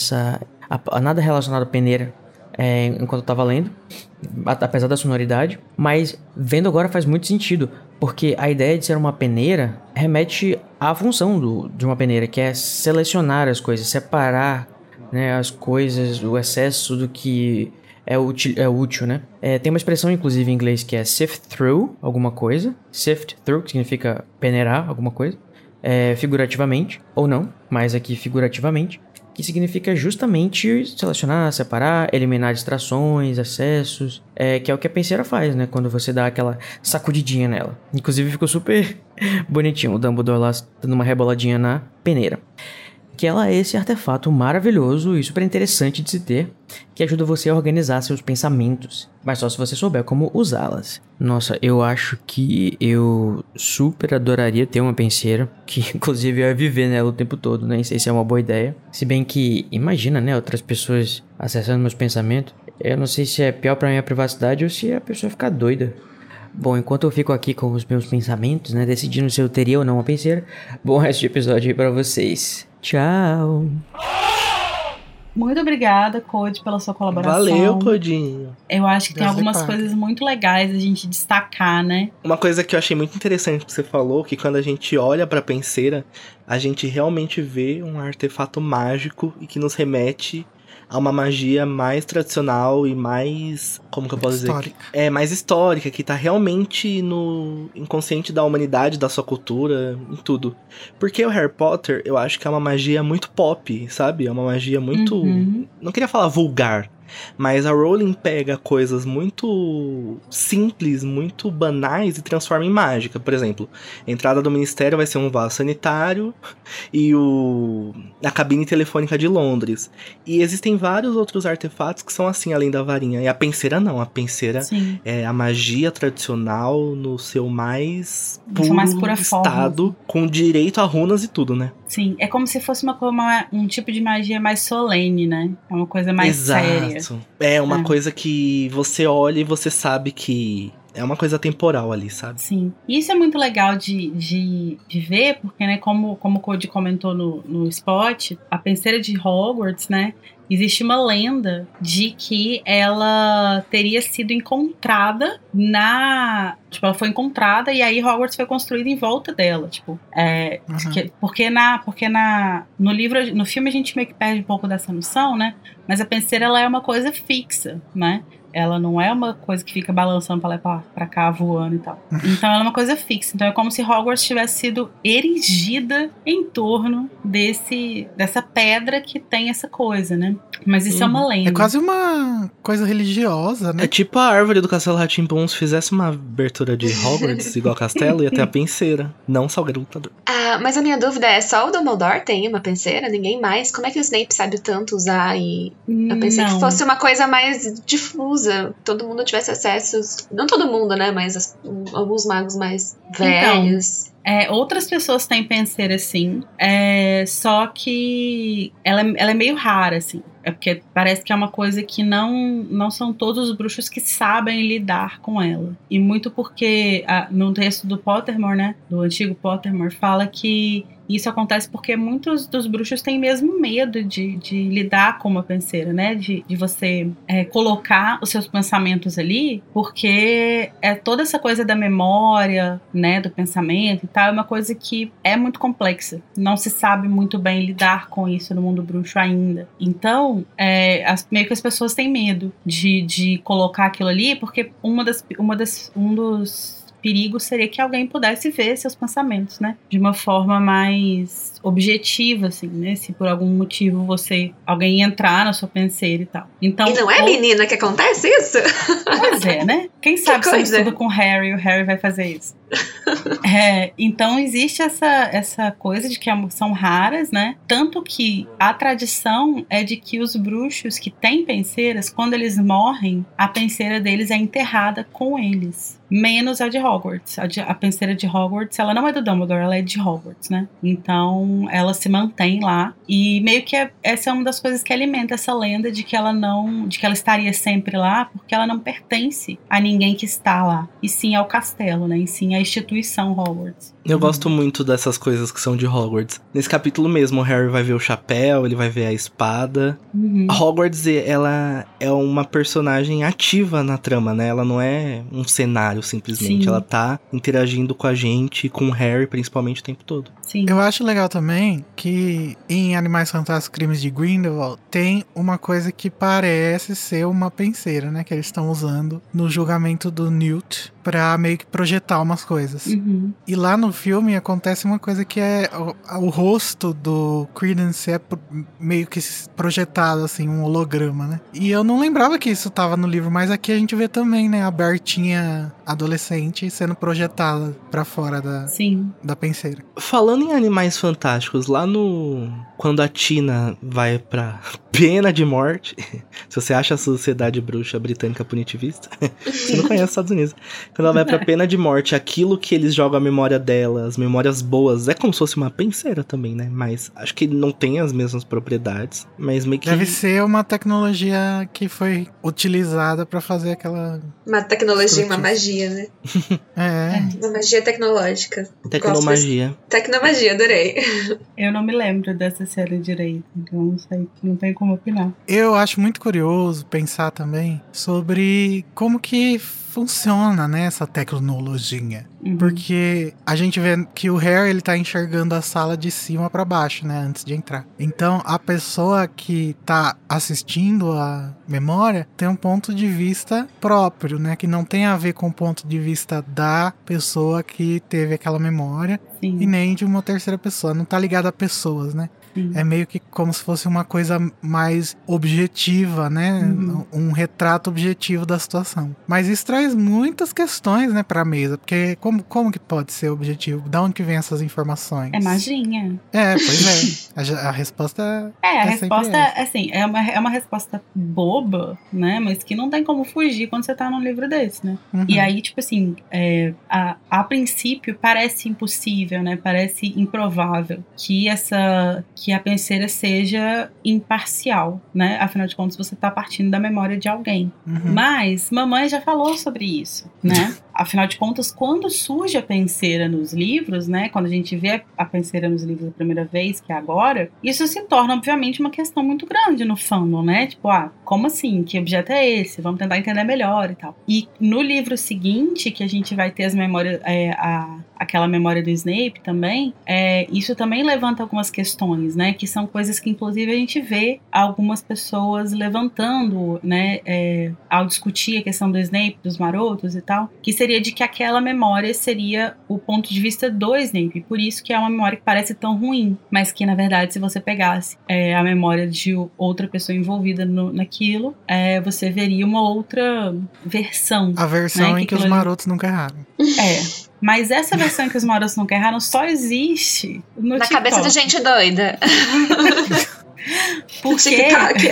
nada relacionado a peneira enquanto eu tava lendo, apesar da sonoridade, mas vendo agora faz muito sentido, porque a ideia de ser uma peneira remete à função de uma peneira, que é selecionar as coisas, separar, né, as coisas, o excesso do que é útil, né? Tem uma expressão, inclusive, em inglês que é sift through alguma coisa. Sift through, que significa peneirar alguma coisa. Figurativamente, ou não, mas aqui figurativamente. Que significa justamente selecionar, separar, eliminar distrações, excessos. Que é o que a penseira faz, né? Quando você dá aquela sacudidinha nela. Inclusive, ficou super bonitinho o Dumbledore lá dando uma reboladinha na peneira. Que ela é esse artefato maravilhoso e super interessante de se ter, que ajuda você a organizar seus pensamentos, mas só se você souber como usá-las. Nossa, eu acho que eu super adoraria ter uma penseira, que inclusive eu ia viver nela o tempo todo, nem sei se é uma boa ideia. Se bem que, imagina, né, outras pessoas acessando meus pensamentos, eu não sei se é pior pra minha privacidade ou se a pessoa ficar doida. Bom, enquanto eu fico aqui com os meus pensamentos, né, decidindo se eu teria ou não uma penseira, bom resto de episódio aí pra vocês. Tchau!
Muito obrigada, Code, pela sua colaboração.
Valeu, Codinho.
Eu acho que tem algumas coisas muito legais a gente destacar, né?
Uma coisa que eu achei muito interessante que você falou, que quando a gente olha pra penseira, a gente realmente vê um artefato mágico e que nos remete a uma magia mais tradicional e mais, como que eu posso dizer? Mais histórica, que tá realmente no inconsciente da humanidade, da sua cultura, em tudo. Porque o Harry Potter, eu acho que é uma magia muito pop, sabe? É uma magia muito... Não queria falar vulgar, mas a Rowling pega coisas muito simples, muito banais e transforma em mágica. Por exemplo, a entrada do ministério vai ser um vaso sanitário e a cabine telefônica de Londres. E existem vários outros artefatos que são assim, além da varinha. E a penseira não. A penseira é a magia tradicional no seu mais puro estado, forma, com direito a runas e tudo, né?
Sim, é como se fosse um tipo de magia mais solene, né? É uma coisa mais séria.
É uma coisa que você olha e você sabe que é uma coisa temporal ali, sabe?
Sim. E isso é muito legal de ver, porque, né, como o Cody comentou no spot, a penseira de Hogwarts, né, existe uma lenda de que ela teria sido encontrada Tipo, ela foi encontrada e aí Hogwarts foi construída em volta dela, tipo... Porque no filme a gente meio que perde um pouco dessa noção, né? Mas a penseira, ela é uma coisa fixa, né? Ela não é uma coisa que fica balançando pra lá pra cá, voando e tal. Então ela é uma coisa fixa. Então é como se Hogwarts tivesse sido erigida em torno dessa pedra que tem essa coisa, né? Mas isso é uma lenda.
É quase uma coisa religiosa, né?
É tipo a árvore do Castelo Rá-Tim-Bum, se fizesse uma abertura de Hogwarts igual castelo, ia ter a penseira, não só o garotador.
Mas a minha dúvida é, só o Dumbledore tem uma penseira? Ninguém mais? Como é que o Snape sabe tanto usar? E eu pensei que fosse uma coisa mais difusa, todo mundo tivesse acesso, não todo mundo, né, mas alguns magos mais velhos.
Então, outras pessoas têm penseira, sim, só que ela é meio rara, assim. É porque parece que é uma coisa que não são todos os bruxos que sabem lidar com ela. E muito porque no texto do Pottermore, né, do antigo Pottermore, fala que isso acontece porque muitos dos bruxos têm mesmo medo de lidar com uma penseira, né? De você colocar os seus pensamentos ali, porque toda essa coisa da memória, né? Do pensamento e tal, é uma coisa que é muito complexa. Não se sabe muito bem lidar com isso no mundo bruxo ainda. Então, meio que as pessoas têm medo de colocar aquilo ali, porque um dos perigo seria que alguém pudesse ver seus pensamentos, né? De uma forma mais objetiva, assim, né? Se por algum motivo alguém entrar na sua penseira e tal. Então,
e não é, menina, que acontece isso?
Pois é, né? Quem sabe se eu estudo com o Harry vai fazer isso. Então existe essa coisa de que são raras, né? Tanto que a tradição é de que os bruxos que têm penseiras, quando eles morrem, a penseira deles é enterrada com eles. Menos a de Hogwarts. A penseira de Hogwarts, ela não é do Dumbledore, ela é de Hogwarts, né? Então, ela se mantém lá. E meio que essa é uma das coisas que alimenta essa lenda de que ela estaria sempre lá, porque ela não pertence a ninguém que está lá. E sim ao castelo, né? E sim à instituição Hogwarts.
Eu gosto muito dessas coisas que são de Hogwarts. Nesse capítulo mesmo, o Harry vai ver o chapéu, ele vai ver a espada. Hogwarts, ela é uma personagem ativa na trama, né? Ela não é um cenário, simplesmente. Sim. Ela tá interagindo com a gente, com o Harry, principalmente, o tempo todo.
Sim.
Eu acho legal também que em Animais Fantásticos Crimes de Grindelwald tem uma coisa que parece ser uma penseira, né? Que eles estão usando no julgamento do Newt pra meio que projetar umas coisas. E lá no filme acontece uma coisa que é o rosto do Credence é meio que projetado, assim, um holograma, né? E eu não lembrava que isso tava no livro, mas aqui a gente vê também, né? A Bertinha adolescente sendo projetada pra fora da penseira.
Falando em Animais Fantásticos, lá quando a Tina vai pra pena de morte, se você acha a Sociedade Bruxa Britânica punitivista, você não conhece os Estados Unidos. Quando ela vai pra pena de morte, aquilo que eles jogam a memória dela, as memórias boas, é como se fosse uma penseira também, né? Mas acho que não tem as mesmas propriedades, mas meio que...
Deve ser uma tecnologia que foi utilizada pra fazer aquela...
Uma tecnologia, uma magia, né? Uma magia tecnológica.
Tecnomagia.
Tecnomagia, adorei.
Eu não me lembro dessa série direito, então não sei, não tem como opinar.
Eu acho muito curioso pensar também sobre como que funciona, né, essa tecnologia. Porque a gente vê que o Harry, ele tá enxergando a sala de cima pra baixo, né, antes de entrar. Então, a pessoa que tá assistindo a memória tem um ponto de vista próprio, né, que não tem a ver com o ponto de vista da pessoa que teve aquela memória. Sim. E nem de uma terceira pessoa, não tá ligado a pessoas, né? Sim. É meio que como se fosse uma coisa mais objetiva, né? Um retrato objetivo da situação. Mas isso traz muitas questões, né, pra mesa. Porque como que pode ser objetivo? Da onde que vem essas informações?
É magia.
Pois é. A resposta
a resposta, assim, é uma resposta boba, né? Mas que não tem como fugir quando você tá num livro desse, né? E aí, tipo assim, a princípio parece impossível, né? Parece improvável que a penseira seja imparcial, né? Afinal de contas, você tá partindo da memória de alguém. Mas mamãe já falou sobre isso, né? Afinal de contas, quando surge a penseira nos livros, né? Quando a gente vê a penseira nos livros a primeira vez, que é agora, isso se torna, obviamente, uma questão muito grande no fandom, né? Tipo, como assim? Que objeto é esse? Vamos tentar entender melhor e tal. E no livro seguinte, que a gente vai ter as memórias, aquela memória do Snape também, isso também levanta algumas questões, né? Que são coisas que, inclusive, a gente vê algumas pessoas levantando, né? Ao discutir a questão do Snape, dos marotos e tal, que seria de que aquela memória seria o ponto de vista do Snape. Por isso que é uma memória que parece tão ruim, mas que, na verdade, se você pegasse a memória de outra pessoa envolvida naquilo, você veria uma outra versão.
A versão, né, em que os marotos nunca erraram.
Mas essa versão que os marotos nunca erraram só existe no
na
TikTok.
Cabeça de gente doida.
Porque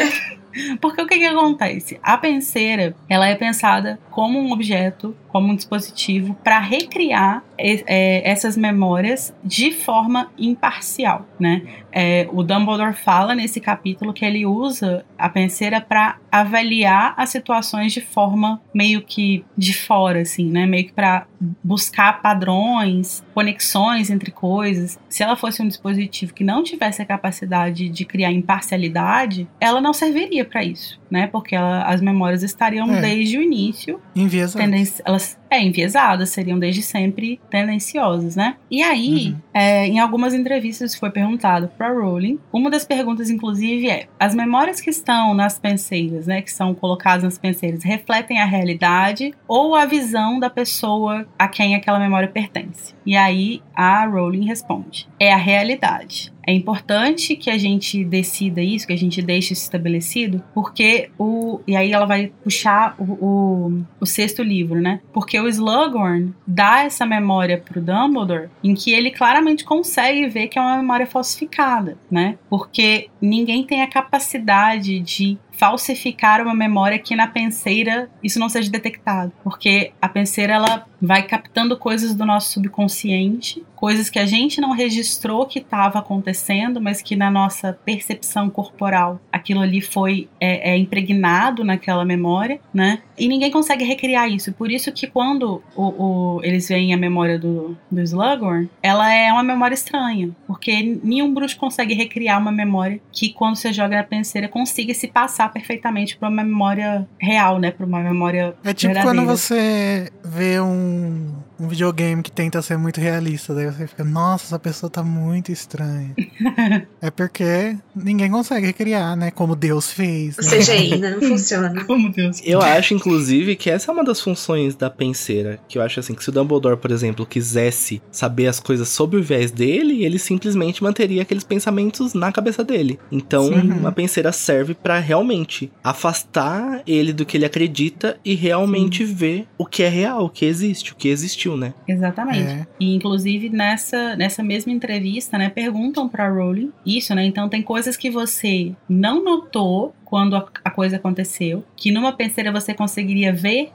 Porque o que acontece? A penseira, ela é pensada como um objeto, como um dispositivo para recriar essas memórias de forma imparcial, né? O Dumbledore fala nesse capítulo que ele usa a penseira para avaliar as situações de forma meio que de fora, assim, né? Meio que para buscar padrões, conexões entre coisas. Se ela fosse um dispositivo que não tivesse a capacidade de criar imparcialidade, ela não serviria para isso, né? Porque as memórias estariam desde o início
enviesadas.
Elas enviesadas, seriam desde sempre tendenciosas, né? E aí, em algumas entrevistas foi perguntado para Rowling, uma das perguntas, inclusive, as memórias que estão nas penseiras, né, que são colocadas nas penseiras, refletem a realidade ou a visão da pessoa a quem aquela memória pertence? E aí, a Rowling responde, é a realidade. É importante que a gente decida isso, que a gente deixe isso estabelecido, porque e aí ela vai puxar o sexto livro, né? Porque o Slughorn dá essa memória pro Dumbledore, em que ele claramente consegue ver que é uma memória falsificada, né? Porque ninguém tem a capacidade de falsificar uma memória que na penseira isso não seja detectado, porque a penseira ela vai captando coisas do nosso subconsciente, coisas que a gente não registrou que estava acontecendo, mas que na nossa percepção corporal aquilo ali foi impregnado naquela memória, né? E ninguém consegue recriar isso. Por isso que quando eles veem a memória do Slughorn, ela é uma memória estranha, porque nenhum bruxo consegue recriar uma memória que quando você joga na penseira consiga se passar perfeitamente para uma memória real, né? Para uma memória
tipo
verdadeira.
Quando você vê um videogame que tenta ser muito realista, daí você fica, nossa, essa pessoa tá muito estranha. É porque ninguém consegue recriar, né? Como Deus fez.
O CGI ainda não funciona.
Como Deus fez.
Eu acho, inclusive, que essa é uma das funções da penseira. Que eu acho assim, que se o Dumbledore, por exemplo, quisesse saber as coisas sobre o viés dele, ele simplesmente manteria aqueles pensamentos na cabeça dele. Então, uma penseira serve pra realmente afastar ele do que ele acredita e realmente ver o que é real, o que existe, o que existiu, né?
Exatamente. E, inclusive, nessa mesma entrevista, né, perguntam pra Rowling isso, né? Então, tem coisas que você não notou quando a coisa aconteceu, que numa penseira você conseguiria ver,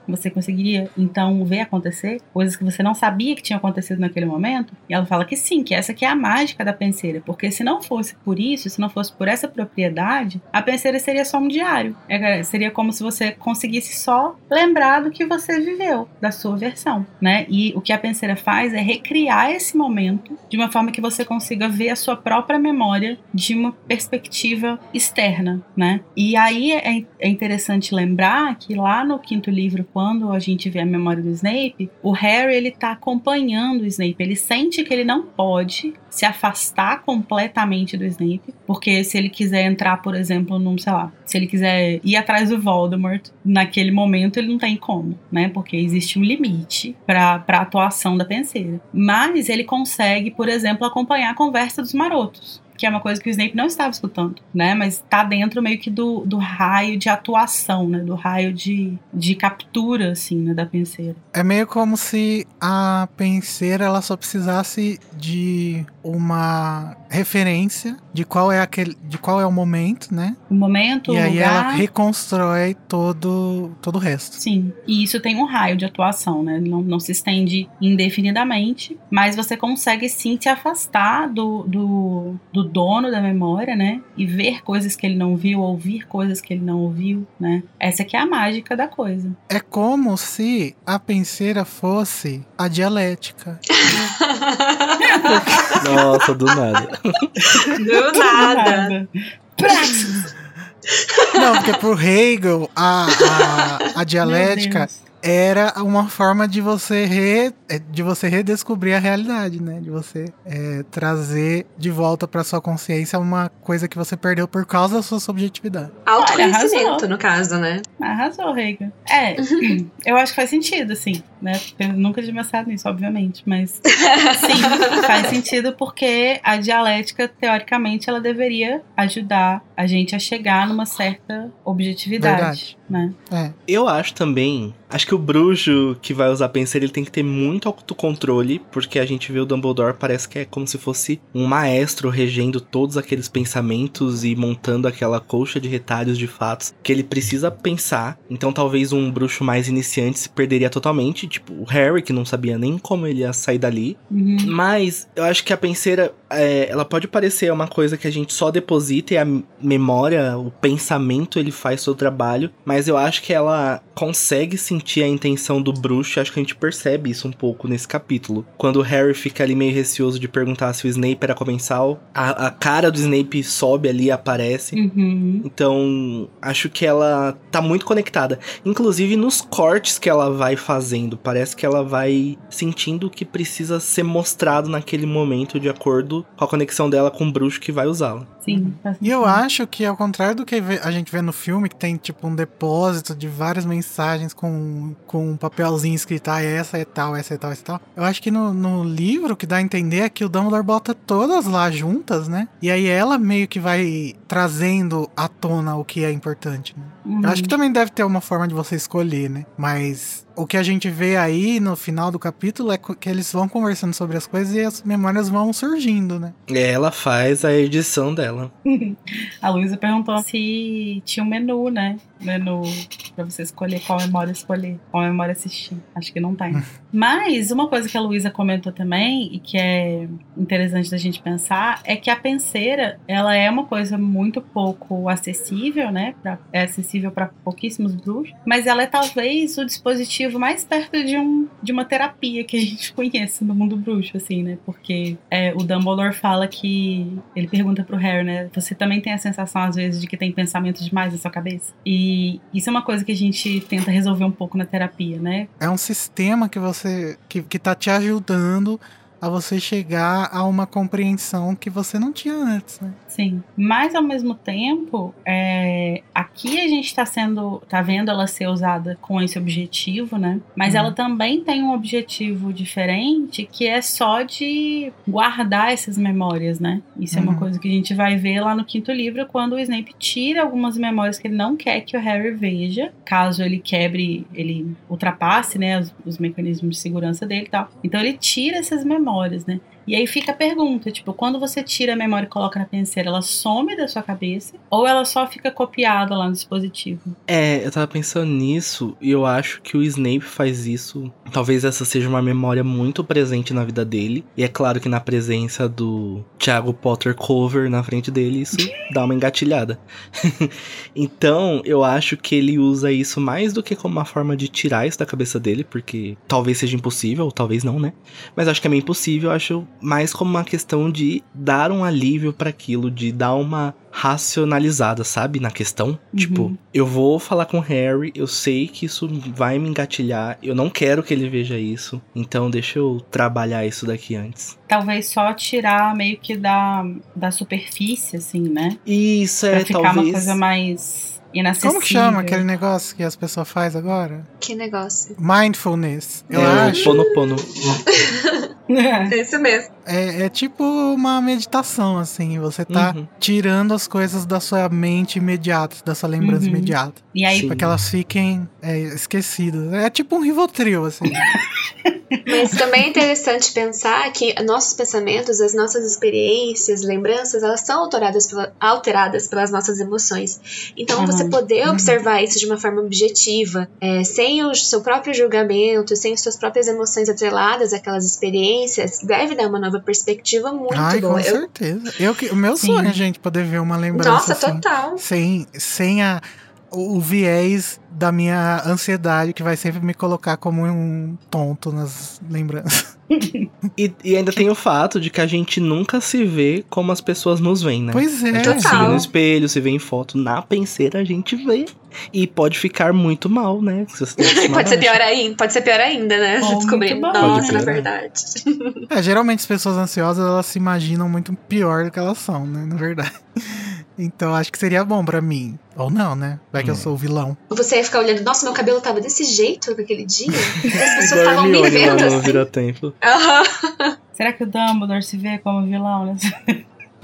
então ver acontecer, coisas que você não sabia que tinham acontecido naquele momento, e ela fala que sim, que essa que é a mágica da penseira, porque se não fosse por isso, se não fosse por essa propriedade, a penseira seria só um diário, seria como se você conseguisse só lembrar do que você viveu, da sua versão, né, e o que a penseira faz é recriar esse momento de uma forma que você consiga ver a sua própria memória de uma perspectiva externa, né. E aí é interessante lembrar que lá no quinto livro, quando a gente vê a memória do Snape, o Harry ele tá acompanhando o Snape. Ele sente que ele não pode se afastar completamente do Snape, porque se ele quiser entrar, por exemplo, se ele quiser ir atrás do Voldemort, naquele momento ele não tem como, né? Porque existe um limite para a atuação da penseira. Mas ele consegue, por exemplo, acompanhar a conversa dos marotos, que é uma coisa que o Snape não estava escutando, né? Mas tá dentro meio que do raio de atuação, né? Do raio de captura, assim, né? Da penseira.
É meio como se a penseira, ela só precisasse de uma referência de qual é o momento, né?
O momento,
e
o
aí
lugar.
Ela reconstrói todo o resto.
Sim, e isso tem um raio de atuação, né? Não se estende indefinidamente, mas você consegue sim se afastar do dono da memória, né? E ver coisas que ele não viu, ouvir coisas que ele não ouviu, né? Essa que é a mágica da coisa.
É como se a penseira fosse a dialética.
Nossa, do nada.
Do nada.
Praxis!
Não, porque pro Hegel, a dialética era uma forma de você redescobrir a realidade, né? De você trazer de volta pra sua consciência uma coisa que você perdeu por causa da sua subjetividade.
Autoconhecimento, no caso, né?
Arrasou, Hegel. Eu acho que faz sentido, assim, né? Eu nunca tinha pensado nisso, obviamente, mas sim, faz sentido porque a dialética, teoricamente, ela deveria ajudar a gente a chegar numa certa objetividade, né?
Eu acho também... Acho que o bruxo que vai usar penseira, ele tem que ter muito autocontrole, porque a gente vê o Dumbledore, parece que é como se fosse um maestro regendo todos aqueles pensamentos e montando aquela colcha de retalhos de fatos que ele precisa pensar. Então talvez um bruxo mais iniciante se perderia totalmente, tipo o Harry, que não sabia nem como ele ia sair dali. Mas eu acho que a penseira, ela pode parecer uma coisa que a gente só deposita e a memória, o pensamento, ele faz seu trabalho, mas eu acho que ela consegue sentir a intenção do bruxo, acho que a gente percebe isso um pouco nesse capítulo. Quando o Harry fica ali meio receoso de perguntar se o Snape era comensal, a cara do Snape sobe ali, aparece. Então, acho que ela tá muito conectada. Inclusive nos cortes que ela vai fazendo, parece que ela vai sentindo o que precisa ser mostrado naquele momento de acordo com a conexão dela com o bruxo que vai usá-la.
Sim.
E eu acho que, ao contrário do que a gente vê no filme, que tem tipo um depósito de várias mensagens com um papelzinho escrito, essa é tal, essa é tal, essa é tal. Eu acho que no livro, o que dá a entender é que o Dumbledore bota todas lá juntas, né? E aí ela meio que vai trazendo à tona o que é importante, né? Eu acho que também deve ter uma forma de você escolher, né? Mas o que a gente vê aí no final do capítulo é que eles vão conversando sobre as coisas e as memórias vão surgindo, né?
Ela faz a edição dela.
A Luísa perguntou se tinha um menu, né? Menu pra você escolher qual memória escolher, qual memória assistir. Acho que não tem. Mas uma coisa que a Luísa comentou também, e que é interessante da gente pensar, é que a penseira, ela é uma coisa muito pouco acessível, né? É acessível para pouquíssimos bruxos, mas ela é talvez o dispositivo mais perto de uma terapia que a gente conhece no mundo bruxo, assim, né? Porque o Dumbledore fala que... Ele pergunta pro Harry, né? Você também tem a sensação, às vezes, de que tem pensamentos demais na sua cabeça? E isso é uma coisa que a gente tenta resolver um pouco na terapia, né?
É um sistema que você... que tá te ajudando a você chegar a uma compreensão que você não tinha antes, né?
Sim, mas ao mesmo tempo, aqui a gente tá vendo ela ser usada com esse objetivo, né? Mas ela também tem um objetivo diferente, que é só de guardar essas memórias, né? Isso é uma coisa que a gente vai ver lá no 5º livro, quando o Snape tira algumas memórias que ele não quer que o Harry veja, caso ele quebre, ele ultrapasse, né, os mecanismos de segurança dele e tal. Então ele tira essas memórias, né? E aí fica a pergunta, tipo, quando você tira a memória e coloca na penseira, ela some da sua cabeça ou ela só fica copiada lá no dispositivo?
Eu tava pensando nisso e eu acho que o Snape faz isso. Talvez essa seja uma memória muito presente na vida dele. E é claro que na presença do Thiago Potter cover na frente dele, isso dá uma engatilhada. Então, eu acho que ele usa isso mais do que como uma forma de tirar isso da cabeça dele, porque talvez seja impossível, ou talvez não, né? Mas acho que é meio impossível, acho mais como uma questão de dar um alívio para aquilo, de dar uma racionalizada, sabe, na questão. Tipo, eu vou falar com o Harry, eu sei que isso vai me engatilhar, eu não quero que ele veja isso, então deixa eu trabalhar isso daqui antes.
Talvez só tirar meio que da superfície, assim, né?
Isso,
pra ficar
talvez...
uma coisa mais inacessível.
Como que chama aquele negócio que as pessoas fazem agora?
Que negócio?
Mindfulness. Eu
o
acho.
Ponopono.
É isso mesmo.
É tipo uma meditação, assim. Você tá tirando as coisas da sua mente imediata, da sua lembrança imediata.
E aí,
Sim.
Pra que elas fiquem esquecidas. É tipo um Rivotril, assim.
Mas também é interessante pensar que nossos pensamentos, as nossas experiências, lembranças, elas são alteradas pelas nossas emoções. Então, você poder observar isso de uma forma objetiva, sem o seu próprio julgamento, sem as suas próprias emoções atreladas àquelas experiências, deve dar uma nova perspectiva muito boa.
Com certeza. O meu sonho é, gente, poder ver uma lembrança.
Nossa,
assim,
total.
Sem o viés da minha ansiedade, que vai sempre me colocar como um tonto nas lembranças.
E ainda tem o fato de que a gente nunca se vê como as pessoas nos veem, né?
Pois é.
A gente se vê no espelho, se vê em foto, na penseira a gente vê. E pode ficar muito mal, né?
Pode ser pior ainda, né?
Oh,
descobrir, nossa, na verdade.
Geralmente as pessoas ansiosas, elas se imaginam muito pior do que elas são, né? Na verdade. Então acho que seria bom pra mim. Ou não, né? Vai que eu sou o vilão.
Você ia ficar olhando, nossa, meu cabelo tava desse jeito naquele dia. As pessoas estavam me vendo assim.
Vira-tempo.
Será que o Dumbledore se vê como vilão, né?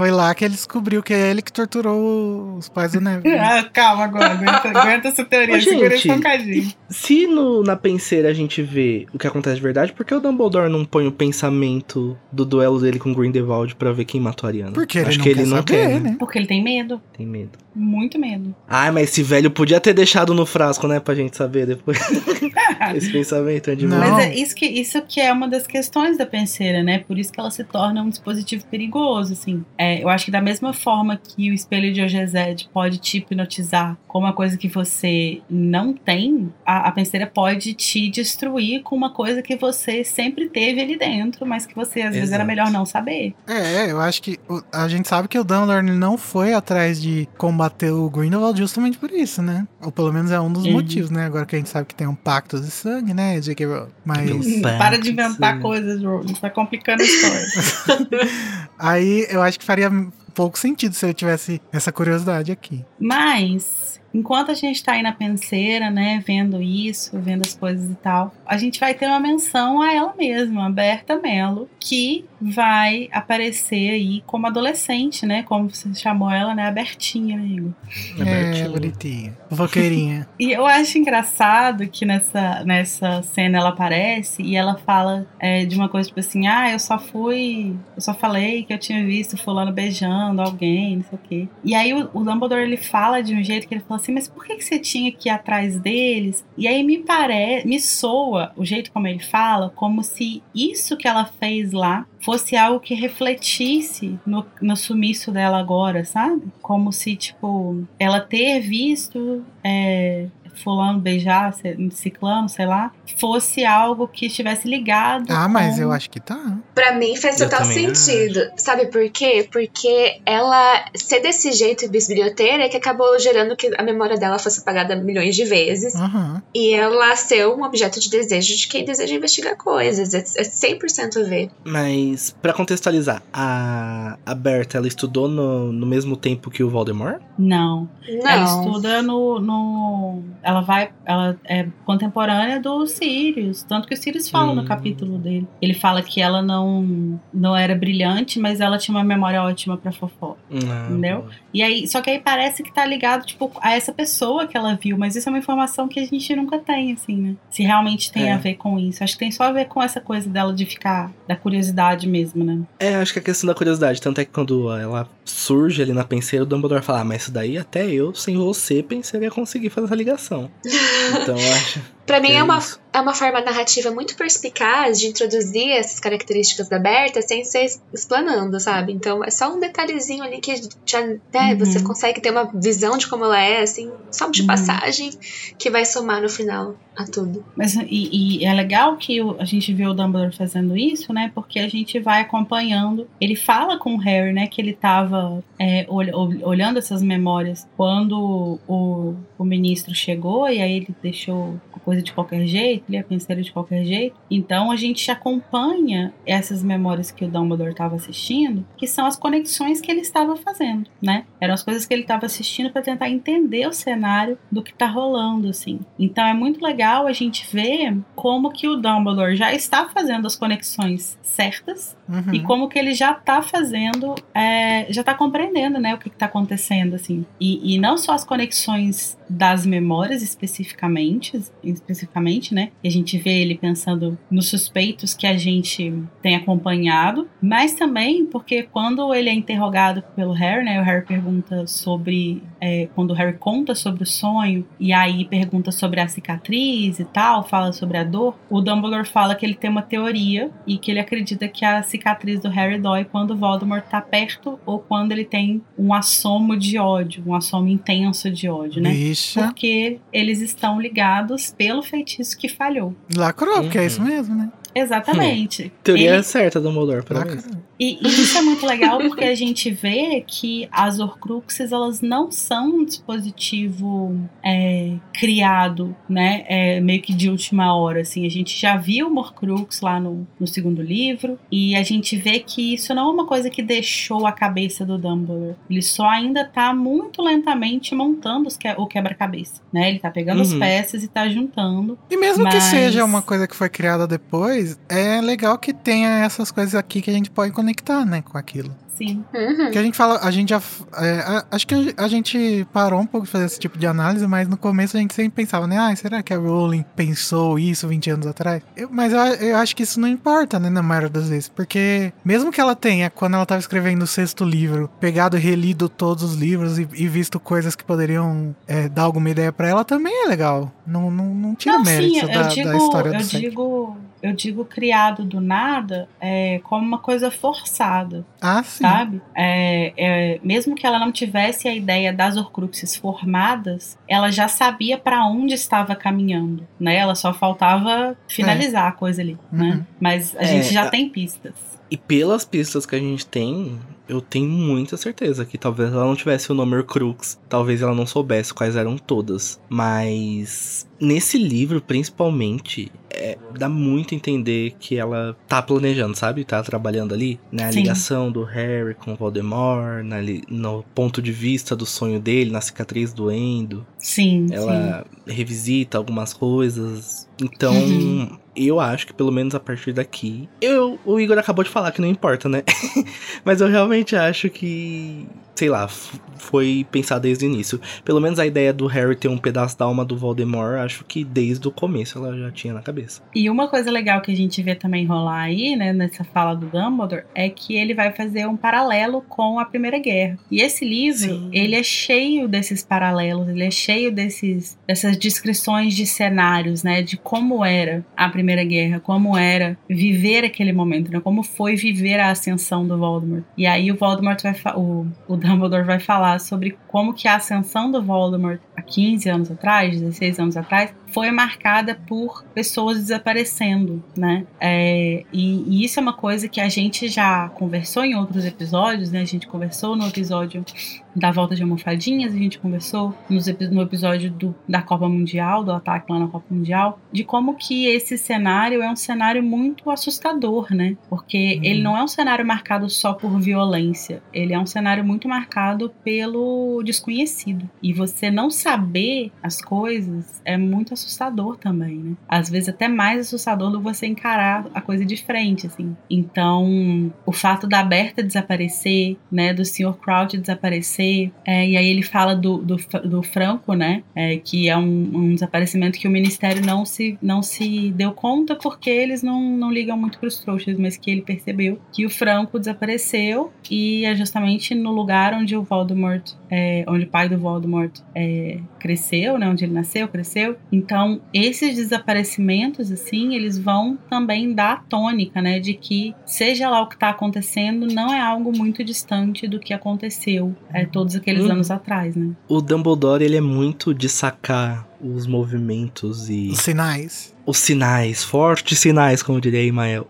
Foi lá que ele descobriu que é ele que torturou os pais do Neville.
Calma agora, aguenta essa teoria,
Ô,
segura
gente,
esse bocadinho.
Se na penseira a gente vê o que acontece de verdade, por que o Dumbledore não põe o pensamento do duelo dele com Grindelwald pra ver quem matou a Ariana?
Porque
Acho
ele
que
não quer
ele não
saber,
quer,
né?
Porque ele tem medo,
Tem medo.
muito medo.
Ai, mas esse velho podia ter deixado no frasco, né? Pra gente saber depois. Esse pensamento é demais.
Não.
Mas é isso que é uma das questões da penseira, né? Por isso que ela se torna um dispositivo perigoso, assim. Eu acho que da mesma forma que o espelho de Ogezed pode te hipnotizar como uma coisa que você não tem, a penseira pode te destruir com uma coisa que você sempre teve ali dentro, mas que você às vezes era melhor não saber.
Eu acho que a gente sabe que o Dumbledore não foi atrás de combater o Grindelwald justamente por isso, né? Ou pelo menos é um dos motivos, né? Agora que a gente sabe que tem um pacto de sangue, né, J.K. Rowling? Mas...
Para de inventar coisas, Rowling. Tá complicando a história.
Aí eu acho que faria pouco sentido se eu tivesse essa curiosidade aqui.
Mas, enquanto a gente tá aí na penseira, né, vendo isso, vendo as coisas e tal, a gente vai ter uma menção a ela mesma, a Berta Mello, que vai aparecer aí como adolescente, né, como você chamou ela, né, a Bertinha, amigo.
Bonitinha. Fofoqueirinha.
E eu acho engraçado que nessa cena ela aparece e ela fala de uma coisa tipo assim, eu só falei que eu tinha visto fulano beijando alguém, não sei o quê. E aí o Dumbledore, ele fala de um jeito que ele fala assim, mas por que você tinha que ir atrás deles? E aí me soa, o jeito como ele fala, como se isso que ela fez lá fosse algo que refletisse no sumiço dela agora, sabe? Como se, tipo, ela ter visto fulano beijar, ciclano, sei lá, fosse algo que estivesse ligado.
Mas eu acho que tá.
Pra mim faz total sentido. Sabe por quê? Porque ela ser desse jeito bisbilhoteira é que acabou gerando que a memória dela fosse apagada milhões de vezes.
Uhum.
E ela ser um objeto de desejo de quem deseja investigar coisas. É 100% a ver.
Mas, pra contextualizar, a Berta, ela estudou no mesmo tempo que o Voldemort?
Não. Ela estuda ela é contemporânea do Sirius, tanto que o Sirius fala no capítulo dele. Ele fala que ela não era brilhante, mas ela tinha uma memória ótima pra fofoca, entendeu? E aí, só que aí parece que tá ligado, tipo, a essa pessoa que ela viu, mas isso é uma informação que a gente nunca tem, assim, né? Se realmente tem a ver com isso. Acho que tem só a ver com essa coisa dela de ficar, da curiosidade mesmo, né?
Acho que é a questão da curiosidade, tanto é que quando ela surge ali na penseira, o Dumbledore fala, mas isso daí até eu, sem você, pensei ia conseguir fazer essa ligação. Então, eu acho...
Pra mim é uma forma narrativa muito perspicaz de introduzir essas características da Berta sem ser explanando, sabe? Então é só um detalhezinho ali que já você consegue ter uma visão de como ela é, assim, só de passagem, que vai somar no final a tudo.
Mas e é legal que a gente vê o Dumbledore fazendo isso, né? Porque a gente vai acompanhando. Ele fala com o Harry, né? Que ele tava olhando essas memórias quando o ministro chegou e aí ele deixou a coisa de qualquer jeito, ele ia pensar de qualquer jeito. Então a gente acompanha essas memórias que o Dumbledore estava assistindo, que são as conexões que ele estava fazendo, né? Eram as coisas que ele estava assistindo para tentar entender o cenário do que tá rolando, assim. Então é muito legal a gente ver como que o Dumbledore já está fazendo as conexões certas e como que ele já tá fazendo, já tá compreendendo, né, o que tá acontecendo, assim. E não só as conexões das memórias especificamente, né? E a gente vê ele pensando nos suspeitos que a gente tem acompanhado, mas também porque quando ele é interrogado pelo Harry, né? O Harry pergunta sobre... quando o Harry conta sobre o sonho, e aí pergunta sobre a cicatriz e tal, fala sobre a dor, o Dumbledore fala que ele tem uma teoria e que ele acredita que a cicatriz do Harry dói quando o Voldemort tá perto ou quando ele tem um assomo de ódio, um assomo intenso de ódio, né? Porque eles estão ligados pelo feitiço que falhou.
Lacrou, porque é isso mesmo, né?
Exatamente.
Teoria certa do Dumbledore, pelo menos.
E isso é muito legal porque a gente vê que as Horcruxes, elas não são um dispositivo criado, né, meio que de última hora, assim. A gente já viu o Horcrux lá no segundo livro e a gente vê que isso não é uma coisa que deixou a cabeça do Dumbledore. Ele só ainda tá muito lentamente montando o quebra-cabeça, né? Ele tá pegando as peças e tá juntando.
E mesmo que seja uma coisa que foi criada depois, é legal que tenha essas coisas aqui que a gente pode conectar, né, com aquilo.
Sim.
Que a gente fala, a gente já. Acho que a gente parou um pouco de fazer esse tipo de análise, mas no começo a gente sempre pensava, né? Será que a Rowling pensou isso 20 anos atrás? Mas eu acho que isso não importa, né? Na maioria das vezes. Porque mesmo que ela tenha, quando ela tava escrevendo o 6º livro, pegado e relido todos os livros e visto coisas que poderiam dar alguma ideia pra ela, também é legal. Não tira mérito da história do set.
Eu digo criado do nada como uma coisa forçada.
Ah, sim.
Sabe? Mesmo que ela não tivesse a ideia das Horcruxes formadas, ela já sabia para onde estava caminhando, né? Ela só faltava finalizar a coisa ali, né? Mas a gente já tem pistas.
E pelas pistas que a gente tem, eu tenho muita certeza que talvez ela não tivesse o nome Horcrux, talvez ela não soubesse quais eram todas. Mas nesse livro, principalmente, dá muito a entender que ela tá planejando, sabe? Tá trabalhando ali na ligação do Harry com o Voldemort, no ponto de vista do sonho dele, na cicatriz do Endo.
Sim,
ela revisita algumas coisas. Então, eu acho que pelo menos a partir daqui... O Igor acabou de falar que não importa, né? Mas eu realmente acho que... Sei lá, foi pensado desde o início. Pelo menos a ideia do Harry ter um pedaço da alma do Voldemort, acho que desde o começo ela já tinha na cabeça.
E uma coisa legal que a gente vê também rolar aí, né, nessa fala do Dumbledore, é que ele vai fazer um paralelo com a Primeira Guerra. E esse livro, ele é cheio desses paralelos, ele é cheio dessas descrições de cenários, né, de como era a Primeira Guerra, como era viver aquele momento, né, como foi viver a ascensão do Voldemort. E aí o Voldemort o Dumbledore vai falar sobre como que a ascensão do Voldemort há 15 anos atrás, 16 anos atrás, foi marcada por pessoas desaparecendo, né? E isso é uma coisa que a gente já conversou em outros episódios, né? A gente conversou no episódio da Volta de Almofadinhas, a gente conversou no episódio da Copa Mundial, do ataque lá na Copa Mundial, de como que esse cenário é um cenário muito assustador, né? Porque ele não é um cenário marcado só por violência, ele é um cenário muito marcado pelo desconhecido. E você não saber as coisas é muito assustador também, né? Às vezes até mais assustador do que você encarar a coisa de frente, assim. Então, o fato da Berta desaparecer, né, do Sr. Crouch desaparecer, e aí ele fala do Franco, né, que é um desaparecimento que o Ministério não se deu conta porque eles não ligam muito pros trouxas, mas que ele percebeu que o Franco desapareceu e é justamente no lugar onde o Voldemort, onde o pai do Voldemort cresceu, né, onde ele nasceu, cresceu. Então, esses desaparecimentos, assim, eles vão também dar a tônica, né, de que seja lá o que está acontecendo, não é algo muito distante do que aconteceu todos aqueles anos atrás, né.
O Dumbledore, ele é muito de sacar os movimentos e...
Os sinais.
Os sinais, fortes sinais, como diria Emael.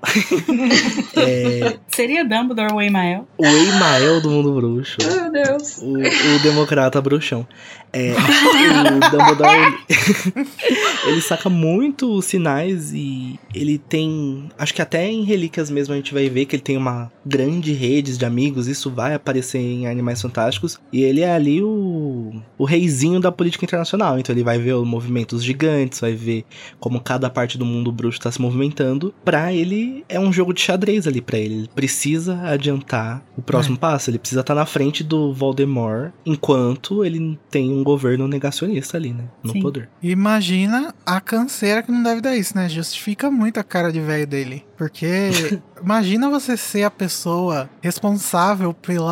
Seria Dumbledore o Emael?
O Emael do mundo bruxo.
Meu Deus.
O democrata bruxão. O Dumbledore, ele saca muito os sinais e ele tem... Acho que até em Relíquias mesmo a gente vai ver que ele tem uma grande rede de amigos. Isso vai aparecer em Animais Fantásticos. E ele é ali o reizinho da política internacional. Então ele vai ver os movimentos gigantes, vai ver como cada parte do mundo bruxo tá se movimentando. Pra ele, é um jogo de xadrez ali pra ele. Ele precisa adiantar o próximo passo. Ele precisa estar na frente do Voldemort, enquanto ele tem um governo negacionista ali, né? No poder.
Imagina a canseira que não deve dar isso, né? Justifica muito a cara de velho dele. Porque imagina você ser a pessoa responsável pelo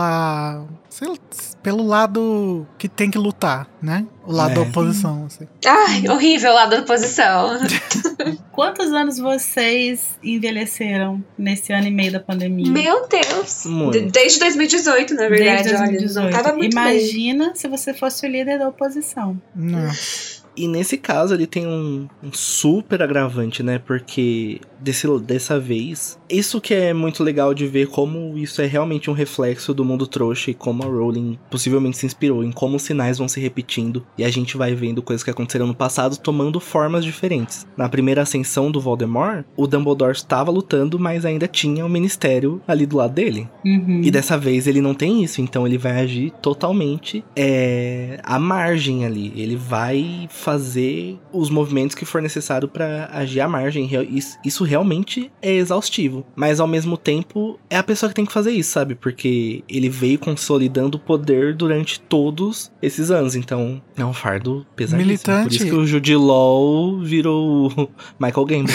lado que tem que lutar, né? O lado da oposição, assim.
Ai, horrível o lado da oposição.
Quantos anos vocês envelheceram nesse ano e meio da pandemia?
Meu Deus! Desde 2018, na verdade.
Desde 2018.
Olha, não tava muito
Imagina
bem.
se você fosse o líder da oposição.
Nossa.
E nesse caso ele tem um super agravante, né? Porque dessa vez, isso que é muito legal de ver como isso é realmente um reflexo do mundo trouxa e como a Rowling possivelmente se inspirou em como os sinais vão se repetindo e a gente vai vendo coisas que aconteceram no passado tomando formas diferentes. Na primeira ascensão do Voldemort, o Dumbledore estava lutando, mas ainda tinha o Ministério ali do lado dele. E dessa vez ele não tem isso, então ele vai agir totalmente à margem ali. Ele vai fazer os movimentos que for necessário pra agir à margem. Isso realmente é exaustivo. Mas ao mesmo tempo, é a pessoa que tem que fazer isso, sabe? Porque ele veio consolidando o poder durante todos esses anos. Então, é um fardo pesadíssimo.
Militante.
Por isso que o Jude Law virou o Michael Gambon.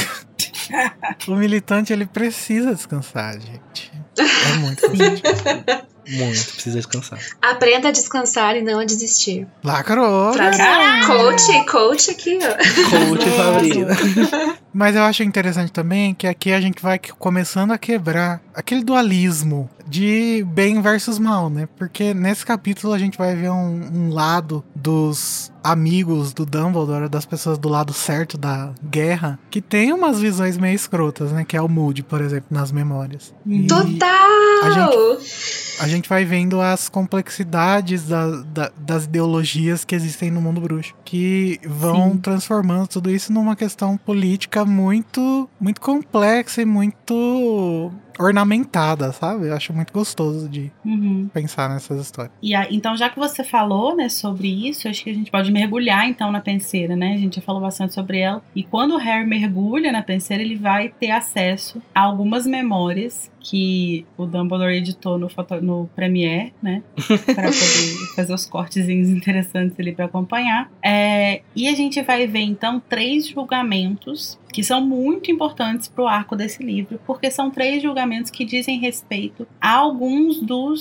O militante, ele precisa descansar, gente. É muito cansativo.
Muito, precisa descansar.
Aprenda a descansar e não a desistir.
Lacrou.
Coach aqui, ó.
Coach favorito.
Mas eu acho interessante também que aqui a gente vai começando a quebrar aquele dualismo de bem versus mal, né? Porque nesse capítulo a gente vai ver um lado dos amigos do Dumbledore, das pessoas do lado certo da guerra, que tem umas visões meio escrotas, né? Que é o Moody, por exemplo, nas memórias.
Total!
A gente vai vendo as complexidades das ideologias que existem no mundo bruxo, que vão transformando tudo isso numa questão política muito, muito complexa e muito ornamentada, sabe? Eu acho muito gostoso de pensar nessas histórias.
Então, já que você falou, né, sobre isso, acho que a gente pode mergulhar, então, na penseira, né? A gente já falou bastante sobre ela. E quando o Harry mergulha na penseira, ele vai ter acesso a algumas memórias que o Dumbledore editou no Premiere, né? Para poder fazer os cortezinhos interessantes ali para acompanhar. E a gente vai ver, então, 3 julgamentos que são muito importantes pro arco desse livro, porque são 3 julgamentos que dizem respeito a alguns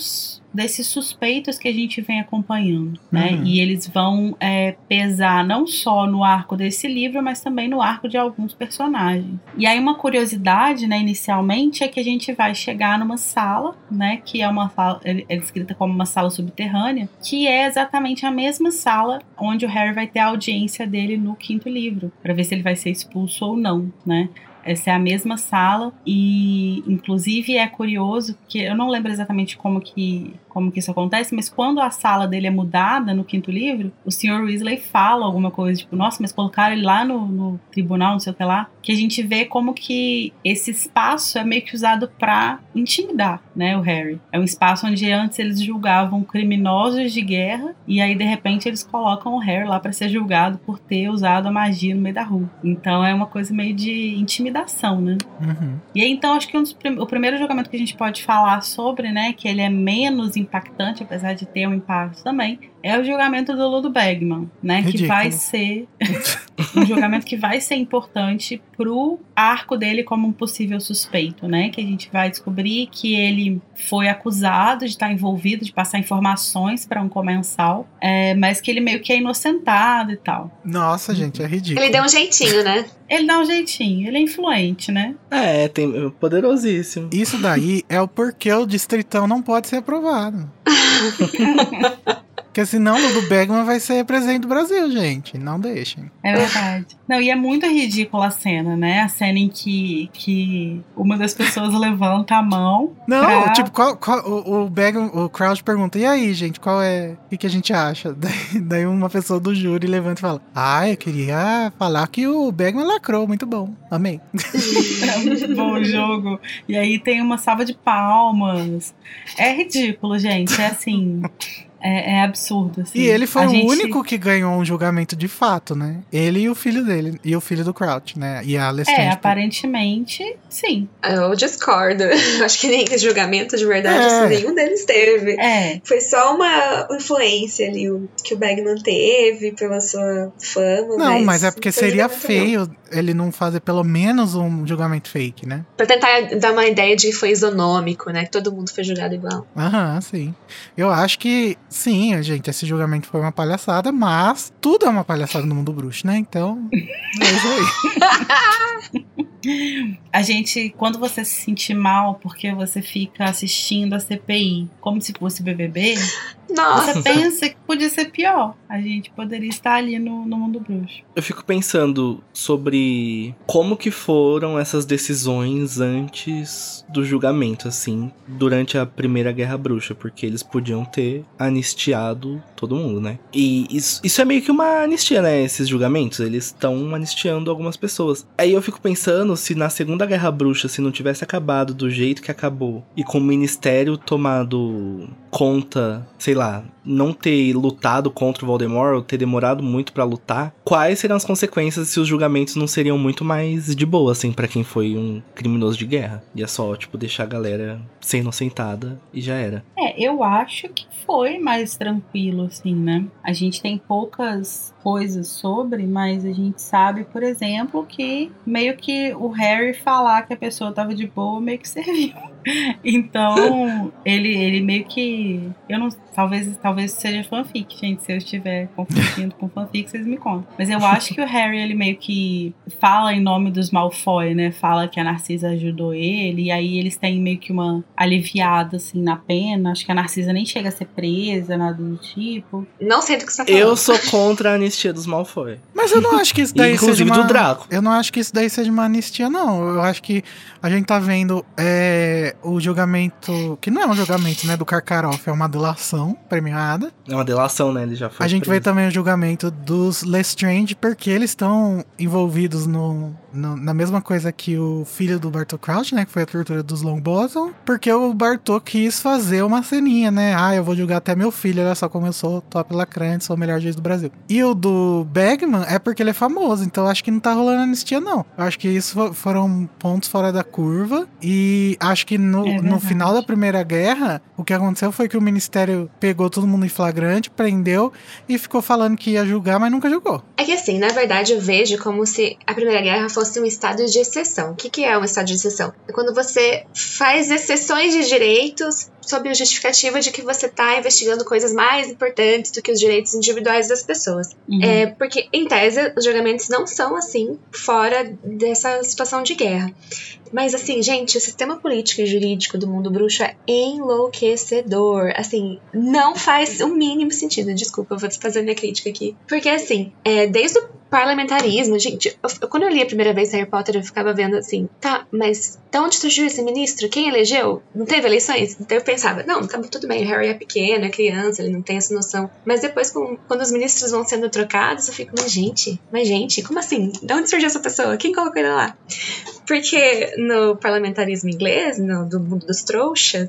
desses suspeitos que a gente vem acompanhando, né? E eles vão pesar não só no arco desse livro, mas também no arco de alguns personagens. E aí uma curiosidade, né, inicialmente, é que a gente vai chegar numa sala, né, que é uma sala, é descrita como uma sala subterrânea, que é exatamente a mesma sala onde o Harry vai ter a audiência dele no 5º livro, para ver se ele vai ser expulso ou não, né? Essa é a mesma sala e, inclusive, é curioso que eu não lembro exatamente como que isso acontece, mas quando a sala dele é mudada no 5º livro, o Sr. Weasley fala alguma coisa, tipo, nossa, mas colocaram ele lá no tribunal, não sei o que lá, que a gente vê como que esse espaço é meio que usado pra intimidar, né, o Harry. É um espaço onde antes eles julgavam criminosos de guerra e aí, de repente, eles colocam o Harry lá pra ser julgado por ter usado a magia no meio da rua. Então, é uma coisa meio de intimidação, né? E aí, então, acho que o primeiro julgamento que a gente pode falar sobre, né, que ele é menos impactante, apesar de ter um impacto também, é o julgamento do Ludo Bagman, né? Ridículo. Que vai ser um julgamento que vai ser importante pro arco dele como um possível suspeito, né? Que a gente vai descobrir que ele foi acusado de estar envolvido, de passar informações para um comensal, mas que ele meio que é inocentado e tal.
Nossa, gente, é ridículo.
Ele deu um jeitinho, né?
Ele dá um jeitinho, ele é influente, né?
Tem poderosíssimo.
Isso daí é o porquê o Distritão não pode ser aprovado. Porque senão o Ludo Bagman vai ser presidente do Brasil, gente. Não deixem.
É verdade. Não, e é muito ridícula a cena, né? A cena em que uma das pessoas levanta a mão.
Não, tipo, o Crouch pergunta, e aí, gente, qual é? O que a gente acha? Daí uma pessoa do júri levanta e fala, eu queria falar que o Bagman lacrou, muito bom. Amei.
É muito bom o jogo. E aí tem uma salva de palmas. É ridículo, gente. É assim... É absurdo, assim.
E ele foi o único que ganhou um julgamento de fato, né? Ele e o filho dele. E o filho do Crouch, né? E a Lestat.
Aparentemente, sim.
Eu discordo. Acho que nem esse julgamento de verdade, assim, nenhum deles teve. Foi só uma influência ali que o Bagman teve pela sua fama.
Não, mas é porque seria feio ele não fazer pelo menos um julgamento fake, né?
Pra tentar dar uma ideia de que foi isonômico, né? Que todo mundo foi julgado igual.
Sim. Eu acho que sim, gente, esse julgamento foi uma palhaçada, mas tudo é uma palhaçada no mundo bruxo, né? Então, é isso aí.
A gente, quando você se sentir mal porque você fica assistindo a CPI como se fosse BBB,
nossa,
você pensa que podia ser pior. A gente poderia estar ali no mundo bruxo.
Eu fico pensando sobre como que foram essas decisões antes do julgamento, assim, durante a Primeira Guerra Bruxa, porque eles podiam ter anistiado todo mundo, né? E isso é meio que uma anistia, né? Esses julgamentos, eles estão anistiando algumas pessoas. Aí eu fico pensando se na Segunda Guerra Bruxa, se não tivesse acabado do jeito que acabou, e com o Ministério tomado conta, sei sei lá, não ter lutado contra o Voldemort, ou ter demorado muito pra lutar, quais serão as consequências se os julgamentos não seriam muito mais de boa, assim, pra quem foi um criminoso de guerra? Ia só, tipo, deixar a galera ser inocentada e já era.
Eu acho que foi mais tranquilo, assim, né? A gente tem poucas coisas sobre, mas a gente sabe, por exemplo, que meio que o Harry falar que a pessoa tava de boa meio que serviu. Então, ele meio que... Eu não... Talvez seja fanfic, gente. Se eu estiver confundindo com fanfic, vocês me contam. Mas eu acho que o Harry, ele meio que fala em nome dos Malfoy, né? Fala que a Narcisa ajudou ele. E aí eles têm meio que uma aliviada, assim, na pena. Acho que a Narcisa nem chega a ser presa, nada do tipo.
Não sei do que você tá falando.
Eu sou contra a anistia dos Malfoy.
Mas eu não acho que isso daí
inclusive
seja
do Draco.
Eu não acho que isso daí seja uma anistia, não. Eu acho que a gente tá vendo o julgamento... Que não é um julgamento, né? Do Karkaroff. É uma delação premiada.
É uma delação, né? Ele já foi
A gente
preso.
vê também o julgamento dos Lestrange, porque eles estão envolvidos na mesma coisa que o filho do Bartô Crouch, né? Que foi a tortura dos Longbottom. Porque o Bartô quis fazer uma ceninha, né? Eu vou julgar até meu filho, olha só como eu sou top lacrante, sou o melhor juiz do Brasil. E o do Bagman é porque ele é famoso, então acho que não tá rolando anistia, não. Eu acho que isso foram pontos fora da curva. E acho que no final da Primeira Guerra, o que aconteceu foi que o Ministério pegou todo mundo em flagrante, prendeu e ficou falando que ia julgar, mas nunca julgou.
É que assim, na verdade eu vejo como se a Primeira Guerra fosse um estado de exceção. O que é um estado de exceção? É quando você faz exceções de direitos sob a justificativa de que você está investigando coisas mais importantes do que os direitos individuais das pessoas. Porque, em tese, os julgamentos não são assim fora dessa situação de guerra. Mas, assim, gente, o sistema político e jurídico do mundo bruxo é enlouquecedor. Assim, não faz o mínimo sentido. Desculpa, eu vou desfazer minha crítica aqui. Porque, assim, desde o parlamentarismo, gente, quando eu li a primeira vez Harry Potter, eu ficava vendo assim, tá, mas de onde surgiu esse ministro? Quem elegeu? Não teve eleições? Então eu pensava, não, tá tudo bem, o Harry é pequeno, é criança, ele não tem essa noção. Mas depois, quando os ministros vão sendo trocados, eu fico, mas gente, como assim? De onde surgiu essa pessoa? Quem colocou ele lá? Porque no parlamentarismo inglês, do mundo dos trouxas,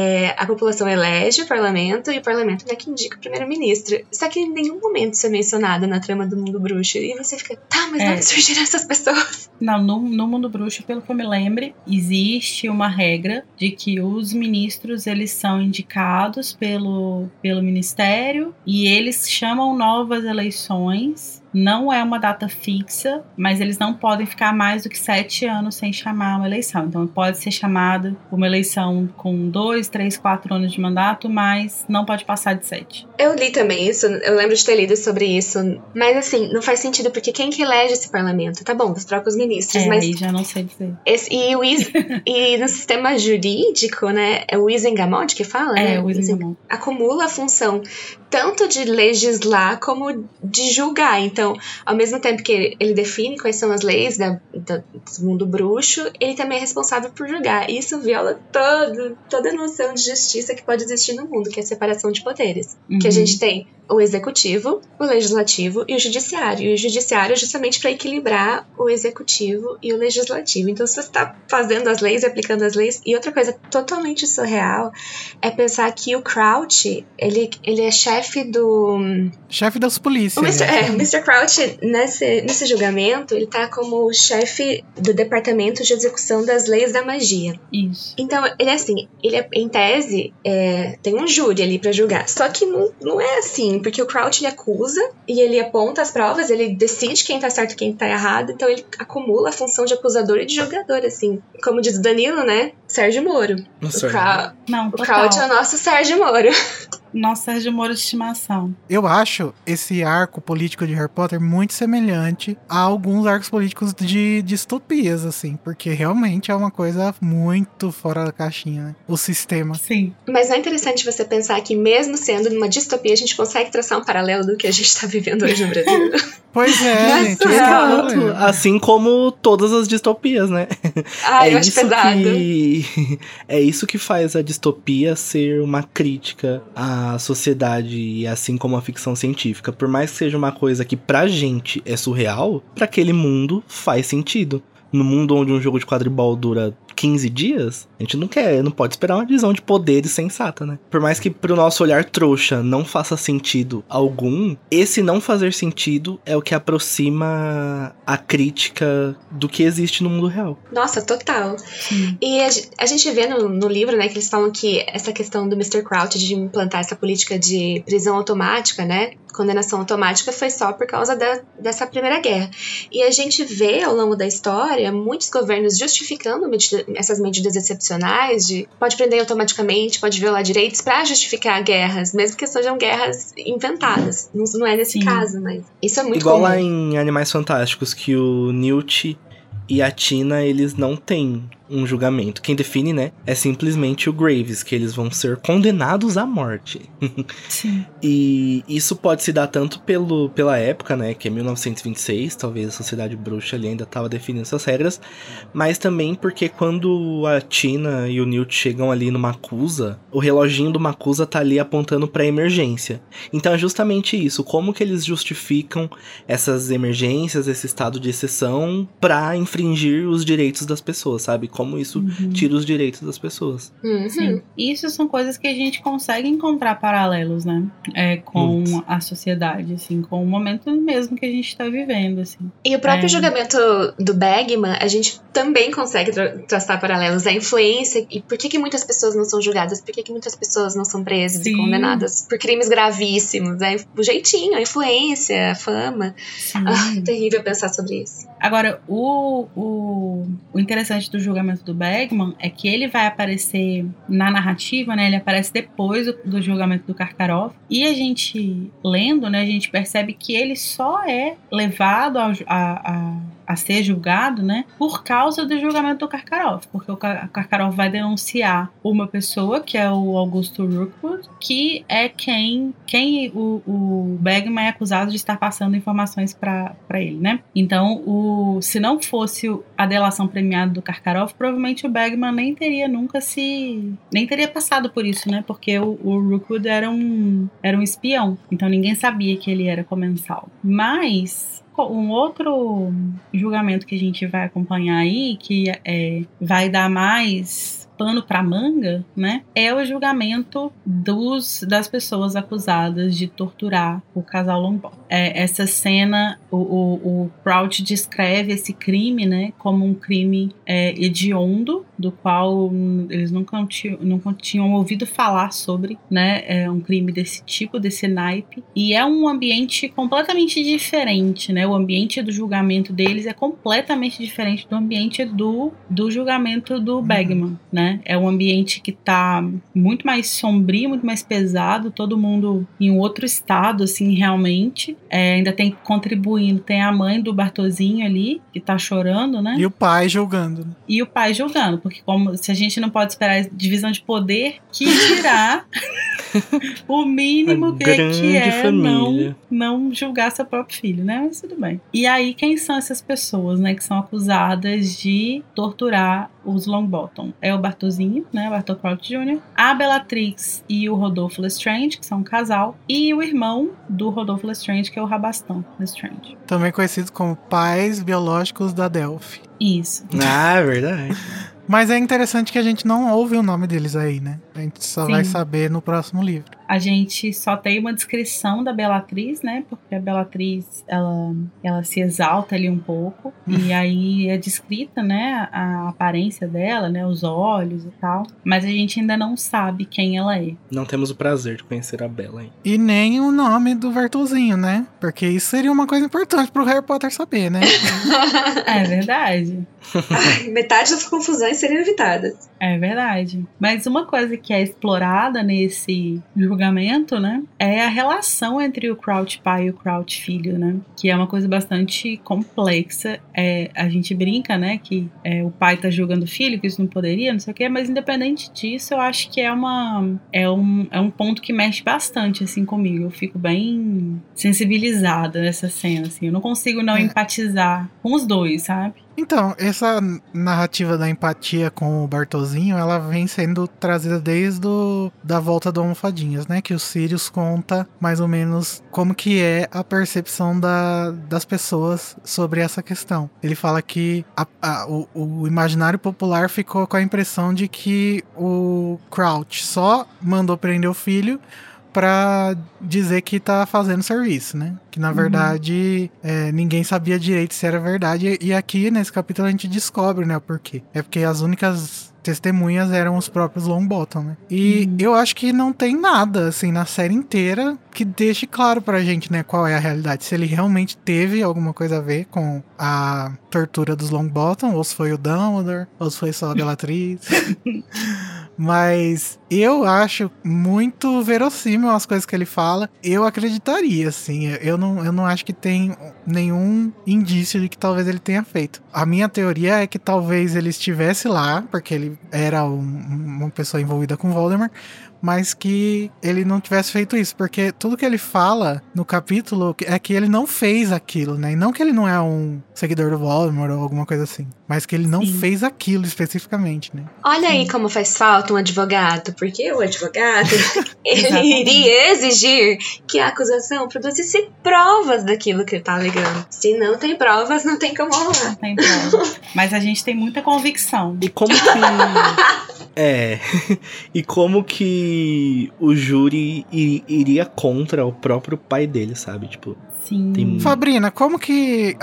a população elege o parlamento e o parlamento é que indica o primeiro-ministro. Só que em nenhum momento isso é mencionado na trama do mundo bruxo. E você fica, tá, mas de onde surgiram essas pessoas?
Não, no mundo bruxo, pelo que eu me lembre, existe uma regra de que os ministros, eles são indicados pelo ministério e eles chamam novas eleições. Não é uma data fixa, mas eles não podem ficar mais do que 7 anos sem chamar uma eleição. Então pode ser chamada uma eleição com 2, 3, 4 anos de mandato, mas não pode passar de 7.
Eu li também isso, eu lembro de ter lido sobre isso, mas assim, não faz sentido, porque quem que elege esse parlamento? Tá bom, você troca os ministros, mas...
aí já não sei dizer.
E no sistema jurídico, né, é o Wisengamot que fala, né?
O Wisengamot.
Acumula a função tanto de legislar como de julgar. Então, ao mesmo tempo que ele define quais são as leis do mundo bruxo, ele também é responsável por julgar. Isso viola toda a noção de justiça que pode existir no mundo, que é a separação de poderes. Que a gente tem o executivo, o legislativo e o judiciário. E o judiciário é justamente para equilibrar o executivo e o legislativo. Então, se você está fazendo as leis e aplicando as leis... E outra coisa totalmente surreal é pensar que o Crouch, ele é chefe
das polícias.
O Mr. Crouch, nesse julgamento, ele tá como chefe do departamento de execução das leis da magia.
Isso.
Então, ele é assim, em tese, tem um júri ali pra julgar. Só que não é assim, porque o Crouch, ele acusa e ele aponta as provas, ele decide quem tá certo e quem tá errado, então ele acumula a função de acusador e de julgador, assim. Como diz o Danilo, né? Sérgio Moro. O Crouch é o nosso Sérgio Moro.
Nosso Sérgio Moro de estimação.
Eu acho esse arco político de Harry Potter muito semelhante a alguns arcos políticos de distopias, assim, porque realmente é uma coisa muito fora da caixinha, né? O sistema.
Sim.
Mas não é interessante você pensar que mesmo sendo uma distopia, a gente consegue traçar um paralelo do que a gente tá vivendo hoje no Brasil.
Pois é, gente.
Exato. Assim como todas as distopias, né?
Eu acho pesado.
É isso que faz a distopia ser uma crítica à sociedade e assim como a ficção científica. Por mais que seja uma coisa que pra gente é surreal, pra aquele mundo faz sentido. No mundo onde um jogo de quadribol dura 15 dias, a gente não pode esperar uma visão de poderes sensata, né? Por mais que pro nosso olhar trouxa não faça sentido algum, esse não fazer sentido é o que aproxima a crítica do que existe no mundo real.
Nossa, total. E a gente vê no livro, né, que eles falam que essa questão do Mr. Crouch de implantar essa política de prisão automática, né, condenação automática, foi só por causa dessa Primeira Guerra. E a gente vê ao longo da história muitos governos justificando essas medidas excepcionais de pode prender automaticamente, pode violar direitos pra justificar guerras, mesmo que sejam guerras inventadas. Não é nesse caso, mas isso é muito
igual
comum.
Lá em Animais Fantásticos, que o Newt e a Tina, eles não têm um julgamento. Quem define, né, é simplesmente o Graves, que eles vão ser condenados à morte.
Sim.
E isso pode se dar tanto pela época, né, que é 1926, talvez a sociedade bruxa ali ainda estava definindo essas regras, mas também porque quando a Tina e o Newt chegam ali no Macusa, o reloginho do Macusa tá ali apontando pra emergência. Então é justamente isso, como que eles justificam essas emergências, esse estado de exceção, pra infringir os direitos das pessoas, sabe? Como isso tira os direitos das pessoas.
Sim. Isso são coisas que a gente consegue encontrar paralelos, né? Com a sociedade, assim, com o momento mesmo que a gente tá vivendo, assim.
E o próprio julgamento do Bagman, a gente também consegue traçar paralelos. A influência, e por que muitas pessoas não são julgadas, por que muitas pessoas não são presas e condenadas por crimes gravíssimos. O jeitinho, a influência, a fama. É terrível pensar sobre isso.
Agora, o interessante do julgamento do Bagman é que ele vai aparecer na narrativa, né? Ele aparece depois do julgamento do Karkaroff. E a gente, lendo, né? A gente percebe que ele só é levado a ser julgado, né? Por causa do julgamento do Karkaroff. Porque o Karkaroff vai denunciar uma pessoa, que é o Augusto Rookwood, que é quem o Bagman é acusado de estar passando informações para ele, né? Então, se não fosse a delação premiada do Karkaroff, provavelmente o Bagman nem teria passado por isso, né? Porque o Rookwood era um espião. Então, ninguém sabia que ele era comensal. Mas um outro julgamento que a gente vai acompanhar aí, que vai dar mais pano pra manga, né, é o julgamento das pessoas acusadas de torturar o casal Longbottom. Essa cena, o Crouch descreve esse crime, né, como um crime hediondo, do qual eles nunca tinham ouvido falar sobre, né, um crime desse tipo, desse naipe, e é um ambiente completamente diferente, né, o ambiente do julgamento deles é completamente diferente do ambiente do julgamento do Bagman, né. É um ambiente que tá muito mais sombrio, muito mais pesado, todo mundo em um outro estado, assim, realmente. Ainda tem contribuindo, tem a mãe do Bartozinho ali, que tá chorando, né?
E o pai julgando.
Porque se a gente não pode esperar divisão de poder, que dirá o mínimo que é não julgar seu próprio filho, né? Mas tudo bem. E aí, quem são essas pessoas, né, que são acusadas de torturar os Longbottom? É o Bartozinho, né, o Bartol Crouch Jr., a Bellatrix e o Rodolfo Lestrange, que são um casal, e o irmão do Rodolfo Lestrange, que é o Rabastan Lestrange.
Também conhecido como pais biológicos da Delphi.
Isso.
Ah, é verdade.
Mas é interessante que a gente não ouve o nome deles aí, né? A gente só vai saber no próximo livro.
A gente só tem uma descrição da Bellatrix, né? Porque a Bellatrix, ela se exalta ali um pouco. E aí é descrita, né? A aparência dela, né? Os olhos e tal. Mas a gente ainda não sabe quem ela é.
Não temos o prazer de conhecer a Bella, hein?
E nem o nome do Vertolzinho, né? Porque isso seria uma coisa importante pro Harry Potter saber, né?
É verdade.
Metade das confusões seriam evitadas.
É verdade. Mas uma coisa que é explorada nesse julgamento, né, é a relação entre o Crouch pai e o Crouch filho, né, que é uma coisa bastante complexa. A gente brinca, né, que o pai tá julgando o filho, que isso não poderia, não sei o quê, mas independente disso, eu acho que é um ponto que mexe bastante, assim, comigo. Eu fico bem sensibilizada nessa cena, assim. Eu não consigo não empatizar com os dois, sabe?
Então, essa narrativa da empatia com o Bartolzinho, ela vem sendo trazida desde da volta do Almofadinhas, né? Que o Sirius conta mais ou menos como que é a percepção das pessoas sobre essa questão. Ele fala que o imaginário popular ficou com a impressão de que o Crouch só mandou prender o filho pra dizer que tá fazendo serviço, né? Que na verdade ninguém sabia direito se era verdade. E aqui nesse capítulo a gente descobre, né, o porquê. É porque as únicas testemunhas eram os próprios Longbottom, né? E eu acho que não tem nada, assim, na série inteira que deixe claro pra gente, né, qual é a realidade. Se ele realmente teve alguma coisa a ver com a tortura dos Longbottom, ou se foi o Dumbledore, ou se foi só a Bellatrix. Mas eu acho muito verossímil as coisas que ele fala. Eu acreditaria, assim. Eu não acho que tem nenhum indício de que talvez ele tenha feito. A minha teoria é que talvez ele estivesse lá, porque ele era uma pessoa envolvida com Voldemort, mas que ele não tivesse feito isso, porque tudo que ele fala no capítulo é que ele não fez aquilo, né? E não que ele não é um seguidor do Voldemort ou alguma coisa assim, mas que ele não fez aquilo especificamente, né?
Olha aí como faz falta um advogado, porque o advogado, ele iria exigir que a acusação produzisse provas daquilo que ele tá alegando. Se não tem provas, não tem como rolar.
Não tem provas. Mas a gente tem muita convicção.
E como que... e como que o júri iria contra o próprio pai dele, sabe? Tipo,
sim.
Fabrina, como que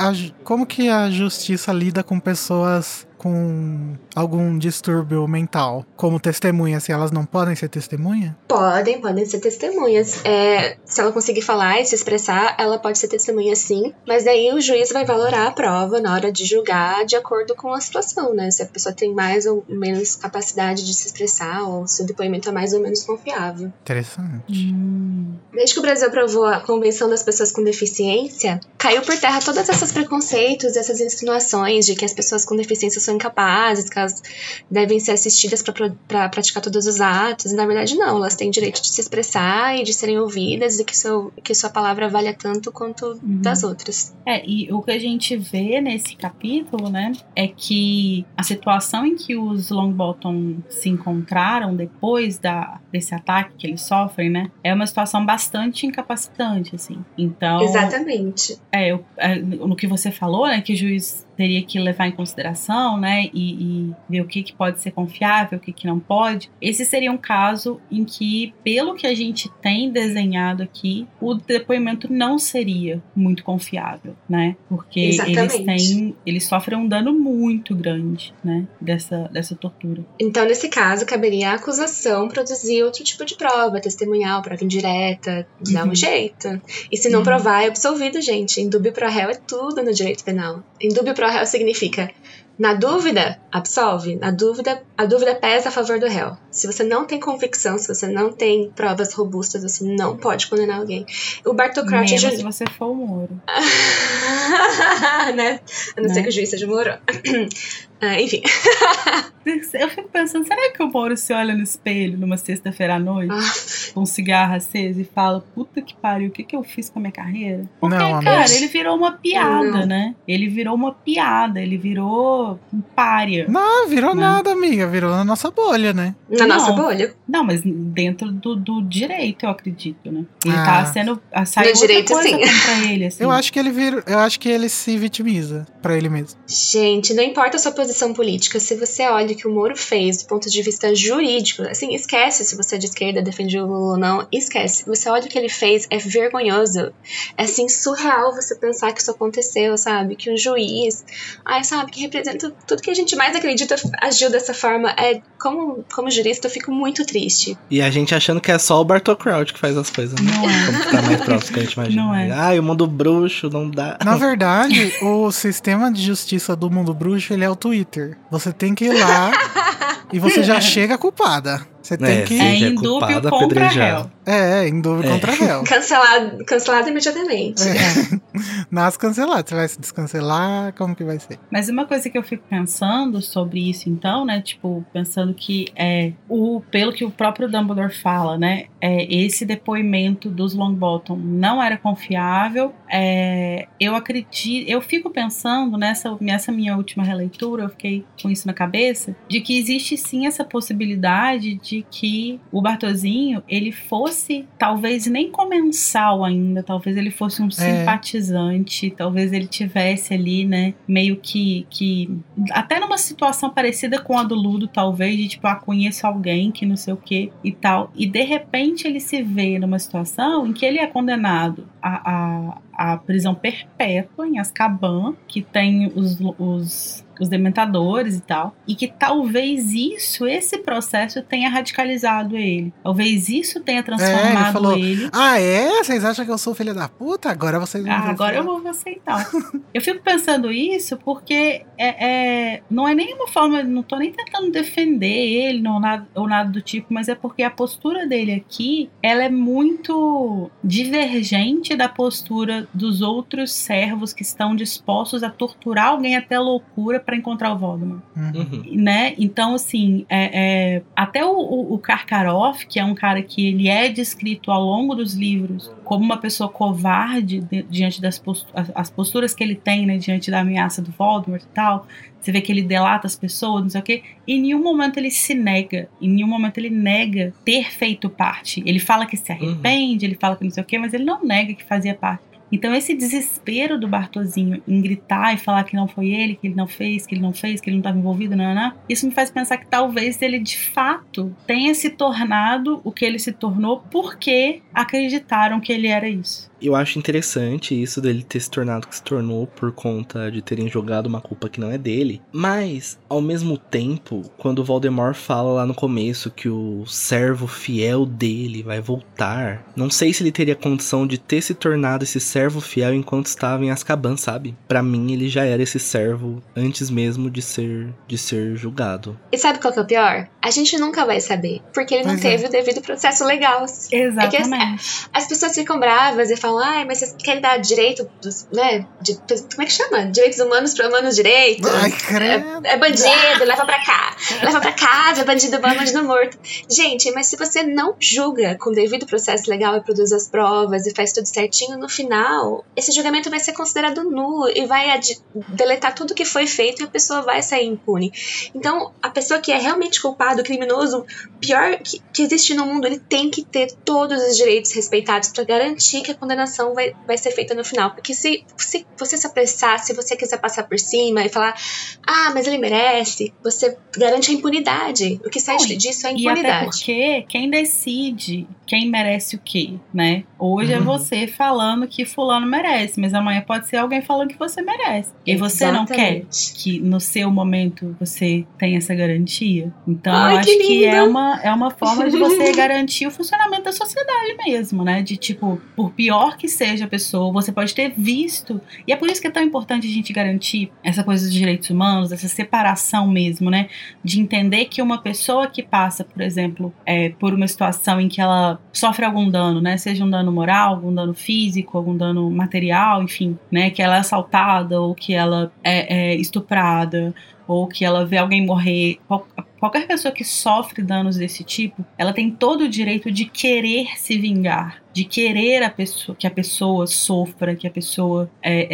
a justiça lida com pessoas com algum distúrbio mental, como testemunha, se elas não podem ser testemunha?
Podem ser testemunhas. Se ela conseguir falar e se expressar, ela pode ser testemunha sim, mas daí o juiz vai valorar a prova na hora de julgar de acordo com a situação, né? Se a pessoa tem mais ou menos capacidade de se expressar, ou se o depoimento é mais ou menos confiável.
Interessante.
Desde que o Brasil aprovou a Convenção das Pessoas com Deficiência, caiu por terra todos esses preconceitos, essas insinuações de que as pessoas com deficiência são incapazes, que elas devem ser assistidas para praticar todos os atos. E, na verdade, não. Elas têm direito de se expressar e de serem ouvidas e que sua palavra valha tanto quanto das outras.
E o que a gente vê nesse capítulo, né, é que a situação em que os Longbottom se encontraram depois desse ataque que eles sofrem, né, é uma situação bastante incapacitante, assim. Então...
Exatamente.
No que você falou, né, que o juiz teria que levar em consideração, né, e ver o que pode ser confiável, o que não pode. Esse seria um caso em que, pelo que a gente tem desenhado aqui, o depoimento não seria muito confiável, né, porque eles sofrem um dano muito grande, né, dessa tortura.
Então, nesse caso, caberia a acusação produzir outro tipo de prova, testemunhal, prova indireta, dar um jeito. E se não provar, é absolvido, gente. Indúbio pro réu é tudo no direito penal. Indúbio pro réu significa, na dúvida, absolve. A dúvida pesa a favor do réu. Se você não tem convicção, se você não tem provas robustas, você não pode condenar alguém. O Bartol Crouch...
Mesmo se você for o Moro.
Né? A não ser que o juiz seja o Moro. Enfim.
Eu fico pensando, será que o Moro se olha no espelho numa sexta-feira à noite, com um cigarro aceso e fala, puta que pariu, o que eu fiz com a minha carreira? Porque, cara, ele virou uma piada, né? Ele virou uma piada, ele virou um pária.
Não, virou nada, amiga. Virou na nossa bolha, né?
Na nossa bolha?
Não, mas dentro do direito, eu acredito, né? Ele tá sendo... Saiu
direito,
outra coisa
sim.
contra ele, assim.
Eu acho que ele se vitimiza pra ele mesmo.
Gente, não importa a sua posição política, se você olha o que o Moro fez do ponto de vista jurídico, assim, esquece se você é de esquerda, defende o Lula ou não, esquece. Você olha o que ele fez, é vergonhoso. É, assim, surreal você pensar que isso aconteceu, sabe? Que um juiz, sabe, que representa tudo que a gente mais acredita, agiu dessa forma. Como jurista, eu fico muito triste.
E a gente achando que é só o Bartol Crouch que faz as coisas, né?
Não é.
Como tá mais próximo que a gente imagina.
Não é.
O mundo bruxo não dá.
Na verdade, o sistema de justiça do mundo bruxo, ele é o Twitter. Você tem que ir lá e você já chega culpada. Você tem que...
seja
em dúvio
culpado,
contra
apedrejado.
réu.
Em dúvida contra réu.
Cancelado imediatamente.
Nas canceladas. Você vai se descancelar? Como que vai ser?
Mas uma coisa que eu fico pensando sobre isso, então, né? Tipo, pensando que pelo que o próprio Dumbledore fala, né? Esse depoimento dos Longbottom não era confiável. Eu fico pensando nessa minha última releitura, eu fiquei com isso na cabeça, de que existe sim essa possibilidade de que o Bartozinho, ele fosse talvez nem comensal ainda, talvez ele fosse um simpatizante, talvez ele tivesse ali, né, meio que até numa situação parecida com a do Ludo, talvez, de tipo, conheço alguém que não sei o que e tal, e de repente ele se vê numa situação em que ele é condenado a prisão perpétua em Azkaban, que tem os dementadores e tal, e que talvez esse processo tenha radicalizado ele. Talvez isso tenha transformado
ele falou,
ele.
Vocês acham que eu sou filha da puta? Agora vocês vão ver.
Agora eu vou aceitar. Eu fico pensando isso porque não é nenhuma forma, não tô nem tentando defender ele ou nada do tipo, mas é porque a postura dele aqui, ela é muito divergente da postura dos outros servos que estão dispostos a torturar alguém até a loucura para encontrar o Voldemort, né? Então, assim, até o Karkaroff, que é um cara que ele é descrito ao longo dos livros como uma pessoa covarde diante das as posturas que ele tem, né, diante da ameaça do Voldemort e tal. Você vê que ele delata as pessoas, não sei o quê. E em nenhum momento ele se nega. Em nenhum momento ele nega ter feito parte. Ele fala que se arrepende, ele fala que não sei o quê, mas ele não nega que fazia parte. Então esse desespero do Bartozinho em gritar e falar que não foi ele, que ele não fez, que ele não estava envolvido, isso me faz pensar que talvez ele de fato tenha se tornado o que ele se tornou porque acreditaram que ele era isso.
Eu acho interessante isso dele ter se tornado o que se tornou por conta de terem jogado uma culpa que não é dele. Mas, ao mesmo tempo, quando o Voldemort fala lá no começo que o servo fiel dele vai voltar, não sei se ele teria condição de ter se tornado esse servo fiel enquanto estava em Azkaban, sabe? Pra mim, ele já era esse servo antes mesmo de ser julgado.
E sabe qual que é o pior? A gente nunca vai saber, porque ele não teve o devido processo legal.
Exatamente.
As pessoas ficam bravas e falam, mas vocês querem dar direito, né? Como é que chama? Direitos humanos para humanos direitos. É bandido, leva pra cá. Leva pra casa, bandido bom, bandido morto. Gente, mas se você não julga com o devido processo legal e produz as provas e faz tudo certinho, no final, esse julgamento vai ser considerado nulo e vai deletar tudo que foi feito e a pessoa vai sair impune. Então, a pessoa que é realmente culpada, o criminoso, pior que existe no mundo, ele tem que ter todos os direitos respeitados para garantir que a condenação vai ser feita no final. Porque se você se apressar, se você quiser passar por cima e falar, mas ele merece, você garante a impunidade. O que sai disso é a impunidade.
E até porque quem decide quem merece o quê, né? Hoje é você falando que fulano merece, mas amanhã pode ser alguém falando que você merece. E você não quer que no seu momento você tenha essa garantia. Então eu acho que é uma forma de você garantir o funcionamento da sociedade mesmo, né? De tipo, por pior que seja a pessoa, você pode ter visto, e é por isso que é tão importante a gente garantir essa coisa dos direitos humanos, essa separação mesmo, né? De entender que uma pessoa que passa, por exemplo, por uma situação em que ela sofre algum dano, né? Seja um dano moral, algum dano físico, algum dano material, enfim, né? Que ela é assaltada ou que ela é estuprada ou que ela vê alguém morrer. Qualquer pessoa que sofre danos desse tipo, ela tem todo o direito de querer se vingar, de querer que a pessoa sofra, que a pessoa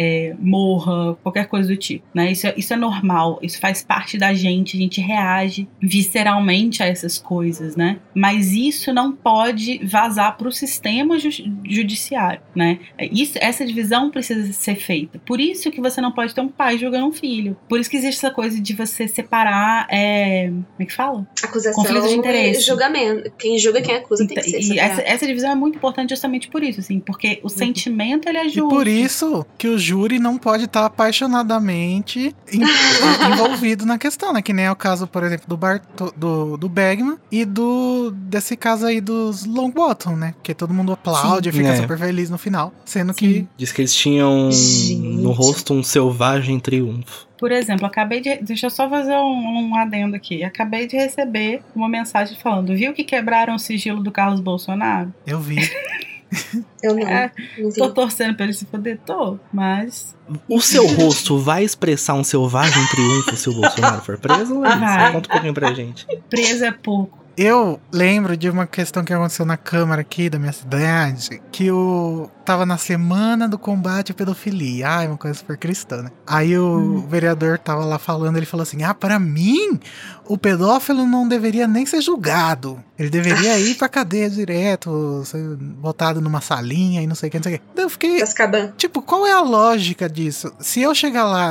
morra, qualquer coisa do tipo, né? Isso é normal, isso faz parte da gente, a gente reage visceralmente a essas coisas, né? Mas isso não pode vazar para o sistema judiciário, né? Essa divisão precisa ser feita. Por isso que você não pode ter um pai julgando um filho. Por isso que existe essa coisa de você separar... Como é que fala?
Acusação
conflito de interesse.
E julgamento. Quem julga, quem acusa tem que ser.
E essa divisão é muito importante justamente por isso, assim, porque o sentimento, ele é justo.
E por isso que o júri não pode estar apaixonadamente envolvido na questão, né? Que nem é o caso, por exemplo, do Bagman e desse caso aí dos Longbottom, né? Que todo mundo aplaude e fica super feliz no final. Sendo que...
Diz que eles tinham no rosto um selvagem triunfo.
Por exemplo, deixa eu só fazer um adendo aqui. Acabei de receber uma mensagem falando: viu que quebraram o sigilo do Carlos Bolsonaro?
Eu vi.
Eu não vi.
Tô torcendo pra ele se foder, mas...
O seu rosto vai expressar um selvagem triunfo se o Bolsonaro for preso?
Vai.
Conta um pouquinho pra gente.
Preso é pouco.
Eu lembro de uma questão que aconteceu na Câmara aqui da minha cidade, que tava na semana do combate à pedofilia. Ai, uma coisa super cristã, né? Aí o vereador tava lá falando, ele falou assim, para mim, o pedófilo não deveria nem ser julgado. Ele deveria ir pra cadeia direto, ser botado numa salinha e não sei o que, não sei o que. Daí eu fiquei, tipo, qual é a lógica disso? Se eu chegar lá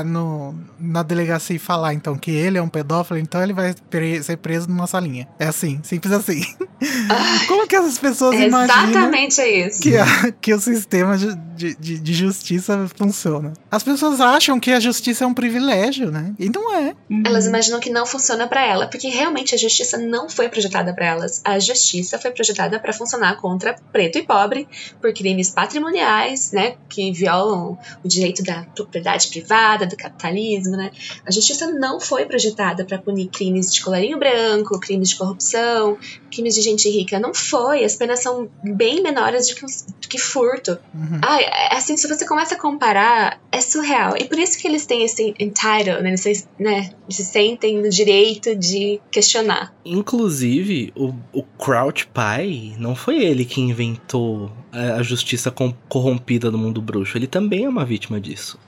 na delegacia e falar, então, que ele é um pedófilo, então ele vai ser preso numa salinha. É assim, simples assim. Como que essas pessoas imaginam
exatamente isso.
Que o sistema de justiça funciona? As pessoas acham que a justiça é um privilégio, né? E não é.
Elas imaginam que não funciona pra ela, porque realmente a justiça não foi projetada pra elas. A justiça foi projetada pra funcionar contra preto e pobre por crimes patrimoniais, né? Que violam o direito da propriedade privada, do capitalismo, né? A justiça não foi projetada pra punir crimes de colarinho branco, crimes de corrupção, crimes de gente rica. Não foi. As penas são bem menores do que furto. Assim, se você começa a comparar, é surreal. E por isso que eles têm esse entitled, né? Eles se sentem no direito de questionar.
Inclusive, o Crouch Pie, não foi ele que inventou a justiça corrompida do mundo bruxo. Ele também é uma vítima disso.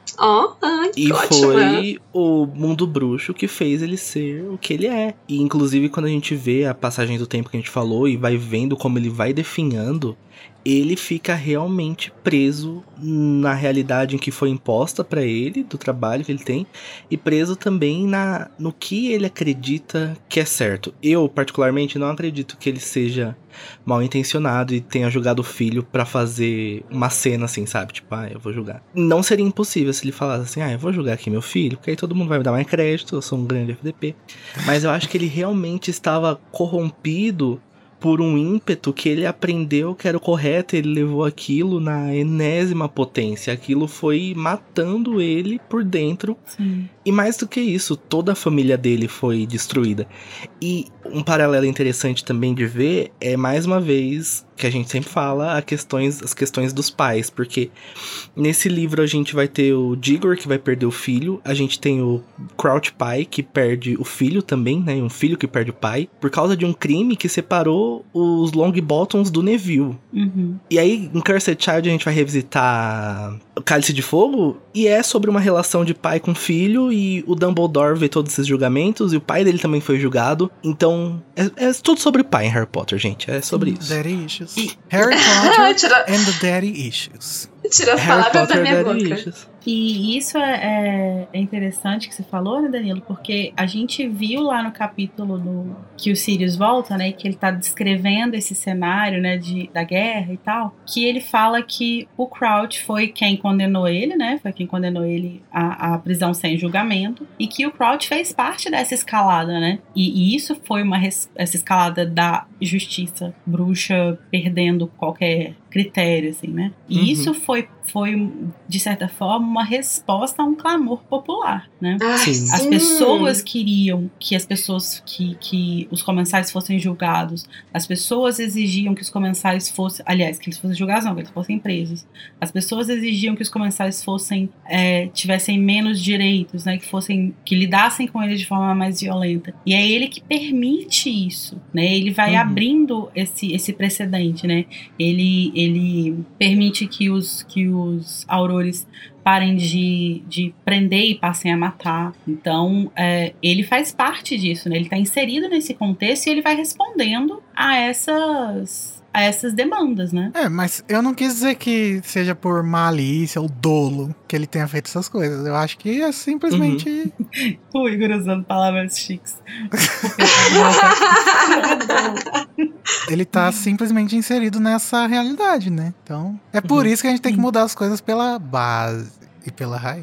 Que
e
ótimo.
Foi o mundo bruxo que fez ele ser o que ele é. E inclusive quando a gente vê a passagem do tempo que a gente falou e vai vendo como ele vai definhando, ele fica realmente preso na realidade em que foi imposta pra ele, do trabalho que ele tem, e preso também no que ele acredita que é certo. Eu, particularmente, não acredito que ele seja mal intencionado e tenha julgado o filho pra fazer uma cena assim, sabe? Tipo, eu vou julgar. Não seria impossível se ele falasse assim, eu vou julgar aqui meu filho, porque aí todo mundo vai me dar mais crédito, eu sou um grande FDP. Mas eu acho que ele realmente estava corrompido por um ímpeto que ele aprendeu que era o correto, ele levou aquilo na enésima potência. Aquilo foi matando ele por dentro.
Sim.
E mais do que isso, toda a família dele foi destruída. E um paralelo interessante também de ver é, mais uma vez, que a gente sempre fala, as questões dos pais. Porque nesse livro a gente vai ter o Diggory, que vai perder o filho. A gente tem o Crouch Pie, que perde o filho também, né? Um filho que perde o pai. Por causa de um crime que separou os Longbottoms do Neville. E aí, em Cursed Child, a gente vai revisitar o Cálice de Fogo. E é sobre uma relação de pai com filho. E o Dumbledore vê todos esses julgamentos. E o pai dele também foi julgado. Então, é tudo sobre o pai em Harry Potter, gente. É sobre isso.
Daddy Issues. Harry Potter and the Daddy Issues.
Tira as palavras da minha boca.
E isso é interessante que você falou, né, Danilo? Porque a gente viu lá no capítulo que o Sirius volta, né? Que ele tá descrevendo esse cenário, né? Da guerra e tal. Que ele fala que o Crouch foi quem condenou ele, né? Foi quem condenou ele à prisão sem julgamento. E que o Crouch fez parte dessa escalada, né? E isso foi essa escalada da justiça bruxa perdendo qualquer critério, assim, né? E isso foi, de certa forma, uma resposta a um clamor popular, né?
Sim.
As pessoas queriam que que os comensais fossem julgados. As pessoas exigiam que os comensais fossem... Aliás, que eles fossem julgados, não, que eles fossem presos. As pessoas exigiam que os comensais tivessem menos direitos, né? Que lidassem com eles de forma mais violenta. E é ele que permite isso, né? Ele vai abrindo esse precedente, né? Ele permite que os aurores parem de prender e passem a matar. Então, ele faz parte disso, né? Ele está inserido nesse contexto e ele vai respondendo a essas demandas, né?
Mas eu não quis dizer que seja por malícia ou dolo que ele tenha feito essas coisas. Eu acho que é simplesmente...
O Igor usando palavras chiques.
Ele tá simplesmente inserido nessa realidade, né? Então, é por isso que a gente tem que mudar as coisas pela base. E pela raiz.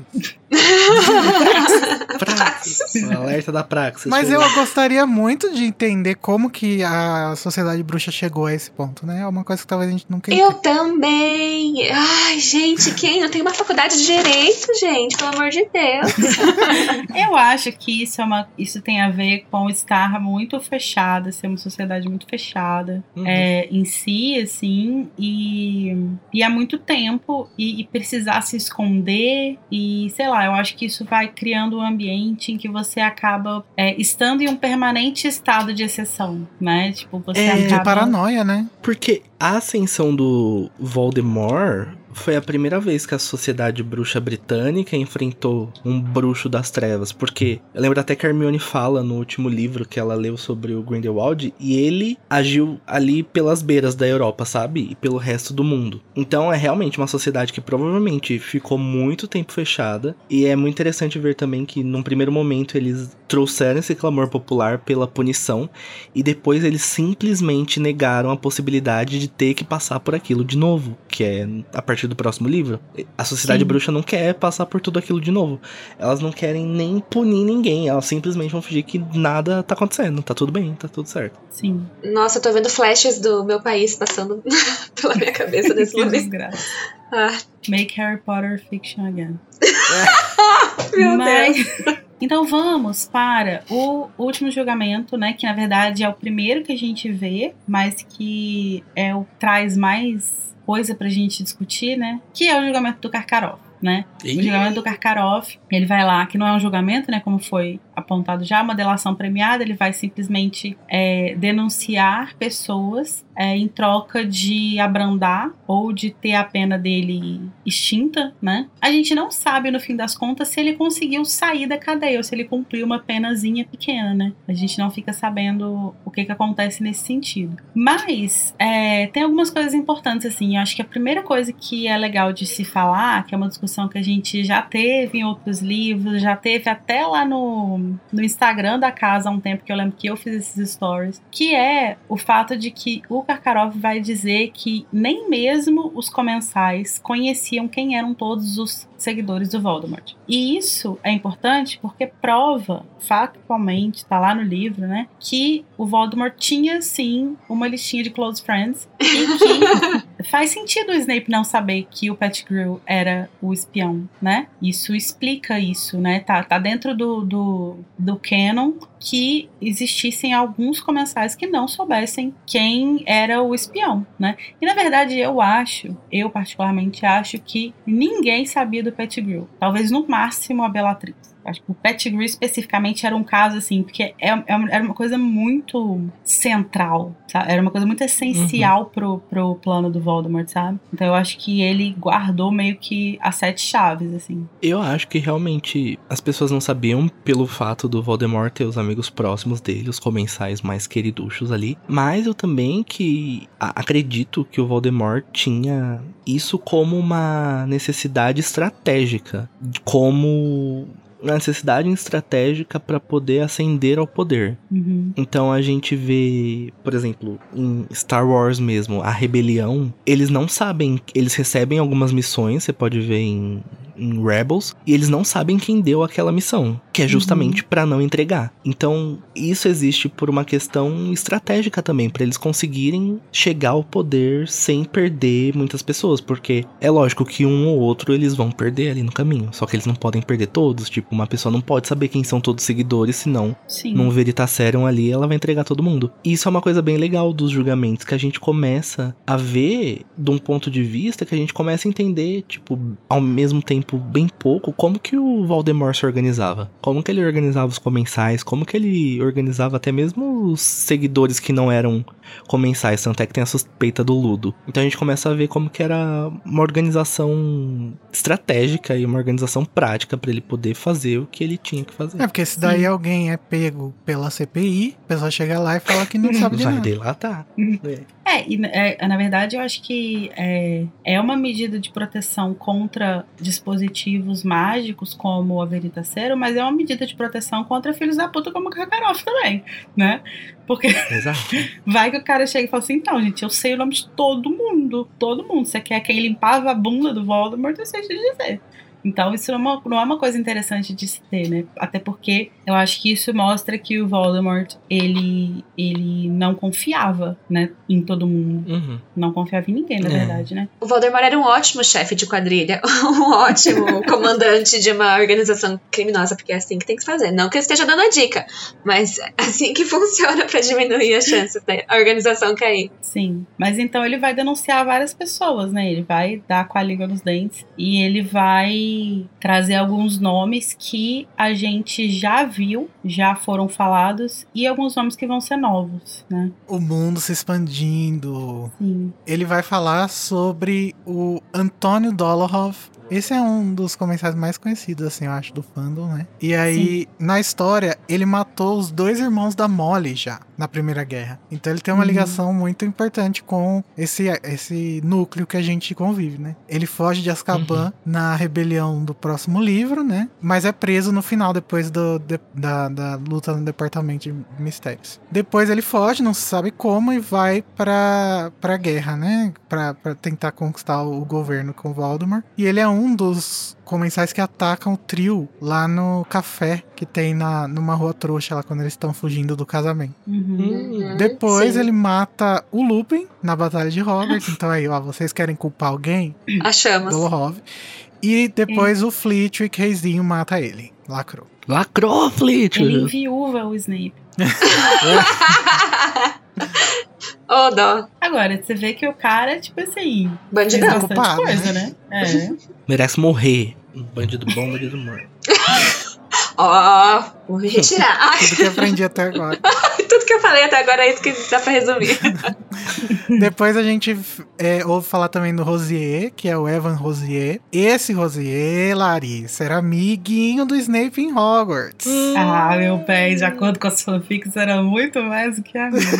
Praxis. O alerta da Praxis.
Mas eu gostaria muito de entender como que a sociedade bruxa chegou a esse ponto, né? É uma coisa que talvez a gente nunca
Eu também. Ai, gente, quem não tem uma faculdade de direito, gente? Pelo amor de Deus.
Eu acho que isso tem a ver com estar muito fechada, ser uma sociedade muito fechada em si, assim, e há muito tempo, e precisar se esconder, e sei lá, eu acho que isso vai criando um ambiente em que você acaba estando em um permanente estado de exceção, né? Tipo, você acaba...
de paranoia, né?
Porque a ascensão do Voldemort foi a primeira vez que a sociedade bruxa britânica enfrentou um bruxo das trevas. Porque eu lembro até que a Hermione fala no último livro que ela leu sobre o Grindelwald, e ele agiu ali pelas beiras da Europa, sabe? E pelo resto do mundo. Então é realmente uma sociedade que provavelmente ficou muito tempo fechada. E é muito interessante ver também que num primeiro momento eles trouxeram esse clamor popular pela punição, e depois eles simplesmente negaram a possibilidade de ter que passar por aquilo de novo, que é a partir do próximo livro. A sociedade bruxa não quer passar por tudo aquilo de novo. Elas não querem nem punir ninguém, elas simplesmente vão fingir que nada tá acontecendo, tá tudo bem, tá tudo certo.
Sim.
Nossa, eu tô vendo flashes do meu país passando pela minha cabeça nesse momento.
Make Harry Potter fiction again.
Meu Deus.
Então vamos para o último julgamento, né? Que na verdade é o primeiro que a gente vê, mas que traz mais coisa pra gente discutir, né? Que é o julgamento do Karkaroff, né? O julgamento do Karkaroff, ele vai lá, que não é um julgamento, né? Como foi apontado já, uma delação premiada, ele vai simplesmente denunciar pessoas em troca de abrandar ou de ter a pena dele extinta, né? A gente não sabe, no fim das contas, se ele conseguiu sair da cadeia ou se ele cumpriu uma penazinha pequena, né? A gente não fica sabendo o que acontece nesse sentido. Mas tem algumas coisas importantes, assim. Eu acho que a primeira coisa que é legal de se falar, que é uma discussão que a gente já teve em outros livros, já teve até lá no Instagram da casa há um tempo, que eu lembro que eu fiz esses stories, que é o fato de que o Karkaroff vai dizer que nem mesmo os comensais conheciam quem eram todos os seguidores do Voldemort. E isso é importante porque prova, factualmente, tá lá no livro, né, que o Voldemort tinha, sim, uma listinha de close friends e que faz sentido o Snape não saber que o Pettigrew era o espião, né? Isso explica isso, né? Tá dentro do canon que existissem alguns comensais que não soubessem quem era o espião, né? E na verdade eu particularmente acho que ninguém sabia do Pettigrew. Talvez no máximo a Bellatrix. Acho que o Pettigrew especificamente era um caso assim, porque era uma coisa muito central, sabe? Era uma coisa muito essencial pro plano do Voldemort, sabe? Então eu acho que ele guardou meio que as 7 chaves, assim.
Eu acho que realmente as pessoas não sabiam pelo fato do Voldemort ter os amigos próximos dele, os comensais mais queriduchos ali, mas eu também acredito que o Voldemort tinha isso como uma necessidade estratégica, como uma necessidade estratégica para poder ascender ao poder. Então a gente vê, por exemplo, em Star Wars mesmo, a rebelião, eles não sabem, eles recebem algumas missões, você pode ver em Rebels, e eles não sabem quem deu aquela missão, que é justamente pra não entregar. Então, isso existe por uma questão estratégica também, pra eles conseguirem chegar ao poder sem perder muitas pessoas, porque é lógico que um ou outro eles vão perder ali no caminho, só que eles não podem perder todos, tipo, uma pessoa não pode saber quem são todos os seguidores, senão num Veritaserum ali ela vai entregar todo mundo. E isso é uma coisa bem legal dos julgamentos, que a gente começa a ver de um ponto de vista que a gente começa a entender, tipo, ao mesmo tempo bem pouco, como que o Voldemort se organizava. Como que ele organizava os comensais, como que ele organizava até mesmo os seguidores que não eram comensais, tanto é que tem a suspeita do Ludo. Então a gente começa a ver como que era uma organização estratégica e uma organização prática pra ele poder fazer o que ele tinha que fazer.
Porque se daí alguém é pego pela CPI, a pessoa chega lá e fala que não sabe de nada.
Vai delatar.
Na verdade eu acho que é uma medida de proteção contra dispositivos mágicos como a Veritaserum, mas é uma medida de proteção contra filhos da puta como o Karkaroff também, né? Porque vai que o cara chega e fala assim, então, gente, eu sei o nome de todo mundo. Você quer quem limpava a bunda do Voldemort, eu sei te dizer. Então isso não é uma coisa interessante de se ter, né? Até porque eu acho que isso mostra que o Voldemort, ele não confiava, né, em todo mundo.
Uhum.
Não confiava em ninguém, na verdade, né?
O Voldemort era um ótimo chefe de quadrilha, um ótimo comandante de uma organização criminosa, porque é assim que tem que fazer. Não que eu esteja dando a dica, mas é assim que funciona pra diminuir as chances da organização cair.
Sim, mas então ele vai denunciar várias pessoas, né? Ele vai dar com a língua nos dentes e ele vai trazer alguns nomes que a gente já viu, já foram falados, e alguns nomes que vão ser novos, né?
O mundo se expandindo.
Sim.
Ele vai falar sobre o Antônio Dolohov. Esse é um dos comensais mais conhecidos, assim, eu acho, do fandom, né? E aí, na história, ele matou os 2 irmãos da Molly já, na Primeira Guerra. Então ele tem uma ligação muito importante com esse núcleo que a gente convive, né? Ele foge de Azkaban na rebelião do próximo livro, né? Mas é preso no final, depois da luta no Departamento de Mistérios. Depois ele foge, não se sabe como, e vai pra guerra, né? Pra tentar conquistar o governo com Voldemort. E ele é um dos comensais que atacam o trio lá no café que tem numa rua trouxa lá quando eles estão fugindo do casamento. Depois
sim.
ele mata o Lupin na Batalha de Hogwarts. Então aí, ó, vocês querem culpar alguém?
Achamos.
Dolohov. E depois o Flitwick Reizinho mata ele. Lacrou.
Lacrou, Flitwick!
Ele enviúva o Snape.
Ô, dó.
Agora, você vê que o cara, tipo assim, fez
Bandidão.
bastante
Culpado,
coisa, né? É.
Merece morrer. Um bandido bom, bandido morto.
Ó, vou me retirar. Ai,
Tudo que eu aprendi até agora.
tudo que eu falei até agora é isso que dá pra resumir.
Depois a gente ouve falar também do Rosier, que é o Evan Rosier. Esse Rosier, Larissa, era amiguinho do Snape em Hogwarts.
Ah, meu pé, de acordo com as fanfics, era muito mais do que a minha.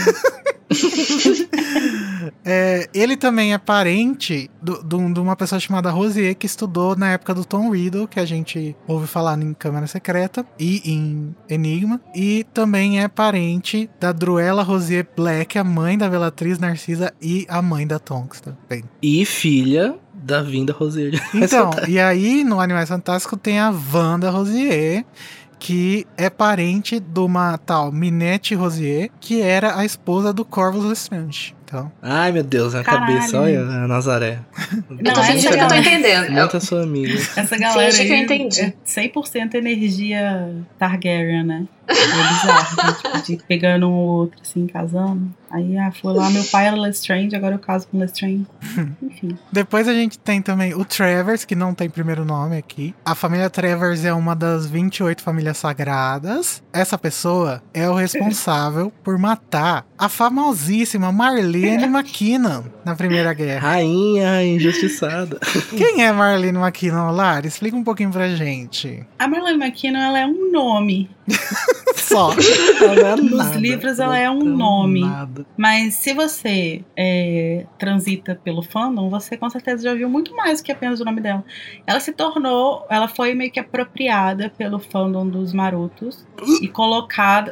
Ele também é parente de uma pessoa chamada Rosier, que estudou na época do Tom Riddle, que a gente ouve falar em Câmara Secreta e em Enigma. E também é parente da Druella Rosier Black, a mãe da Bellatrix Narcisa e a mãe da Tonks também.
E filha da vinda Rosier.
Então, e aí no Animais Fantásticos tem a Wanda Rosier, que é parente de uma tal Minette Rosier, que era a esposa do Corvus Lestrange. Então,
Ai, meu Deus, na
Caralho.
cabeça, olha a Nazaré.
Eu tô fingindo que eu tô entendendo.
Monta sua amiga.
Essa galera
Finge que eu
aí
entendi.
é 100% energia Targaryen, né? É bizarro, né? Tipo, de pegando um ou outro, assim, casando. Aí, foi lá, meu pai era Lestrange, agora eu caso com Lestrange. Enfim.
depois a gente tem também o Travers, que não tem primeiro nome aqui. A família Travers é uma das 28 famílias sagradas. Essa pessoa é o responsável por matar a famosíssima Marlene McKinnon na Primeira Guerra.
Rainha injustiçada.
Quem é Marlene McKinnon, Lara? Explica um pouquinho pra gente.
A Marlene McKinnon, ela é um nome.
Só.
Nos livros ela é um nome. Mas se você transita pelo fandom, você com certeza já viu muito mais do que apenas o nome dela. Ela foi meio que apropriada pelo fandom dos Marotos e colocada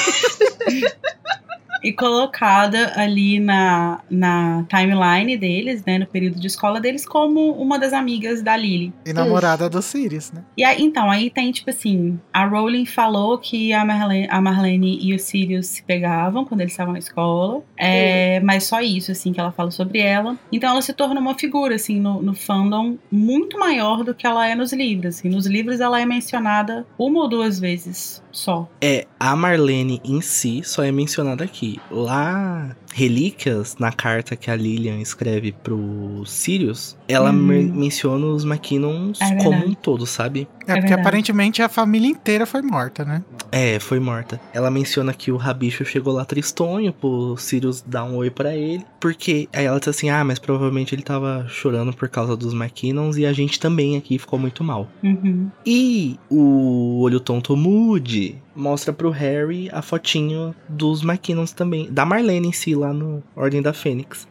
ali na timeline deles, né, no período de escola deles, como uma das amigas da Lily.
E namorada do Sirius, né?
E aí, então, aí tem, tipo assim, a Rowling falou que a Marlene e o Sirius se pegavam quando eles estavam na escola, mas só isso, assim, que ela fala sobre ela. Então ela se tornou uma figura, assim, no fandom muito maior do que ela é nos livros. Assim. Nos livros ela é mencionada 1 ou 2 vezes só.
A Marlene em si só é mencionada aqui. Lá, Relíquias, na carta que a Lilian escreve pro Sirius, ela menciona os McKinnons como um todo, sabe?
Porque
verdade.
aparentemente a família inteira foi morta, né?
Foi morta. Ela menciona que o Rabicho chegou lá tristonho pro Sirius dar um oi pra ele, porque aí ela diz assim, mas provavelmente ele tava chorando por causa dos McKinnons e a gente também aqui ficou muito mal. E o Olho Tonto Moody mostra pro Harry a fotinho dos McKinnons também, da Marlene em si, lá no Ordem da Fênix.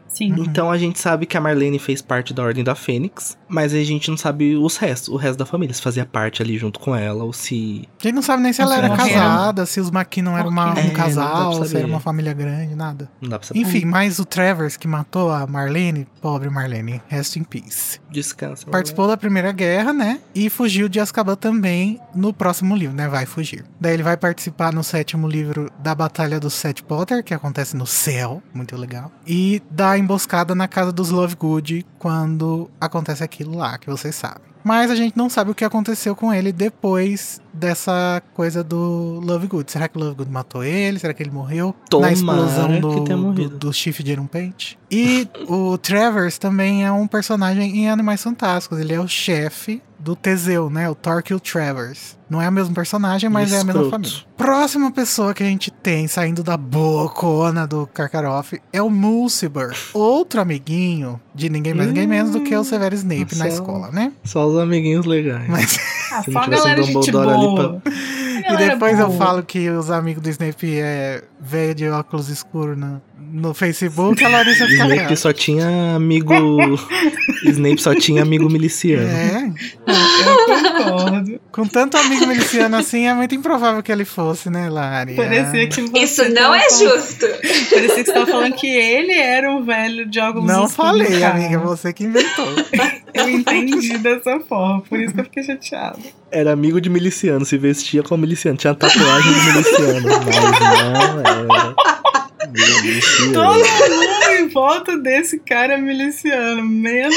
Sim.
Então a gente sabe que a Marlene fez parte da Ordem da Fênix, mas a gente não sabe o resto da família, se fazia parte ali junto com ela ou se...
A gente não sabe nem se ela
Se
era
morreram.
casada, se os McKinnon eram
Por quê?
um
não dá pra
casal, se
saber.
era uma família grande, nada.
Não dá pra saber.
Enfim, mas o Travers que matou a Marlene, pobre Marlene, rest in peace.
Descansa.
Participou da Primeira Guerra, né? E fugiu de Azkaban também no próximo livro, né? Vai fugir. Daí ele vai participar no 7º livro da Batalha dos Sete Potter, que acontece no céu, muito legal. E da emboscada na casa dos Lovegood quando acontece aquilo lá, que vocês sabem. Mas a gente não sabe o que aconteceu com ele depois dessa coisa do Lovegood. Será que o Lovegood matou ele? Será que ele morreu
Tomara
na explosão
que tenha morrido.
do chifre de Iron Paint? E o Travers também é um personagem em Animais Fantásticos. Ele é o chefe do Teseu, né? O Torquil Travers. Não é o mesmo personagem, mas é a mesma
Escroto.
família. Próxima pessoa que a gente tem saindo da bocona do Karkaroff é o Mulciber. Outro amiguinho de ninguém mais ninguém menos do que o Severus Snape na
Nossa.
escola, né?
Só os amiguinhos legais.
Mas...
Ah,
Se
só
não
a
tivesse
galera
um
gente
Dumbledore ali
boa.
E depois eu falo que os amigos do Snape é velho de óculos escuros no Facebook, a Larissa fica
Snape
brava.
só tinha amigo... Snape só tinha amigo miliciano.
É,
Eu concordo.
com tanto amigo miliciano assim, é muito improvável que ele fosse, né, Lari?
Parecia que você
Isso não
tava
é
falando-
justo.
Parecia que você tava falando que ele era um velho de óculos
Não
escuros,
falei,
cara.
amiga, você que inventou.
Eu entendi dessa forma, por isso que eu fiquei chateada.
Era amigo de miliciano, se vestia como miliciano. Tinha tatuagem de miliciano, mas não era miliciano.
Todo mundo em volta desse cara miliciano, menos...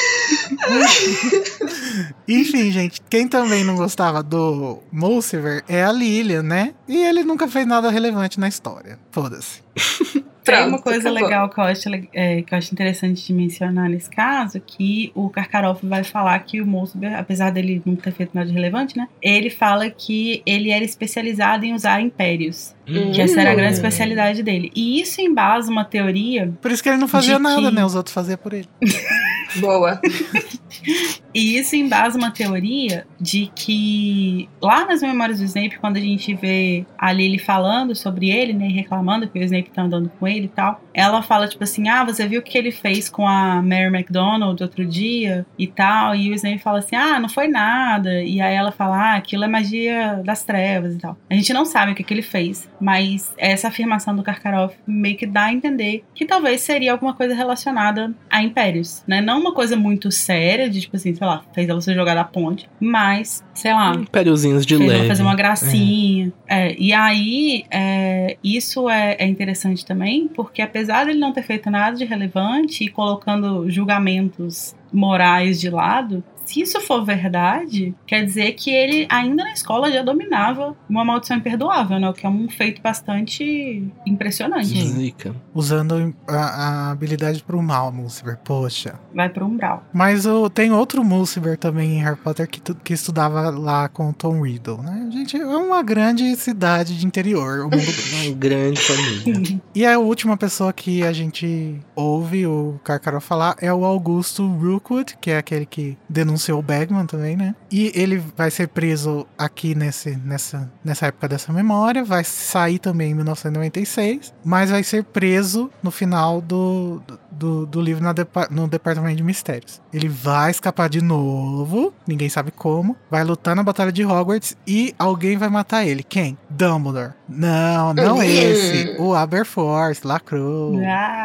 Enfim, gente, quem também não gostava do Mulciber é a Lilian, né? E ele nunca fez nada relevante na história. Foda-se.
Tem
Pronto,
uma coisa
acabou.
legal que eu acho interessante de mencionar nesse caso, que o Karkaroff vai falar que o Mulciber, apesar dele não ter feito nada de relevante, né? Ele fala que ele era especializado em usar impérios. Que essa era a grande especialidade dele. E isso embasa uma teoria,
Por isso que ele não fazia
De
nada,
que-
né? Os outros faziam por ele.
Boa.
e isso embasa uma teoria de que lá nas memórias do Snape, quando a gente vê a Lily falando sobre ele, né, e reclamando que o Snape tá andando com ele e tal, ela fala tipo assim, você viu o que ele fez com a Mary McDonald outro dia e tal, e o Snape fala assim, não foi nada, e aí ela fala, aquilo é magia das trevas e tal. A gente não sabe o que ele fez, mas essa afirmação do Karkaroff meio que dá a entender que talvez seria alguma coisa relacionada a impérios, né? Não uma coisa muito séria, de tipo assim, sei lá, fez ela ser jogada da ponte, mas, sei lá,
Impériozinhos de
fez ela
leve.
fazer uma gracinha. E aí, isso é interessante também, porque apesar dele não ter feito nada de relevante e colocando julgamentos morais de lado, se isso for verdade, quer dizer que ele ainda na escola já dominava uma maldição imperdoável, né? O que é um feito bastante impressionante.
Zica.
Usando a habilidade pro mal, Mulciber. Poxa.
Vai pro umbral.
Mas tem outro Mulciber também em Harry Potter que estudava lá com o Tom Riddle, né? Gente, é uma grande cidade de interior, o mundo bruxo.
Uma grande família.
E a última pessoa que a gente ouve o Karkaroff falar é o Augusto Rookwood, que é aquele que denunciou o Bagman também, né? E ele vai ser preso aqui nessa época dessa memória, vai sair também em 1996, mas vai ser preso no final do livro no Departamento de Mistérios. Ele vai escapar de novo, ninguém sabe como, vai lutar na Batalha de Hogwarts e alguém vai matar ele. Quem? Dumbledore. Não esse. O Aberforth, lacrou.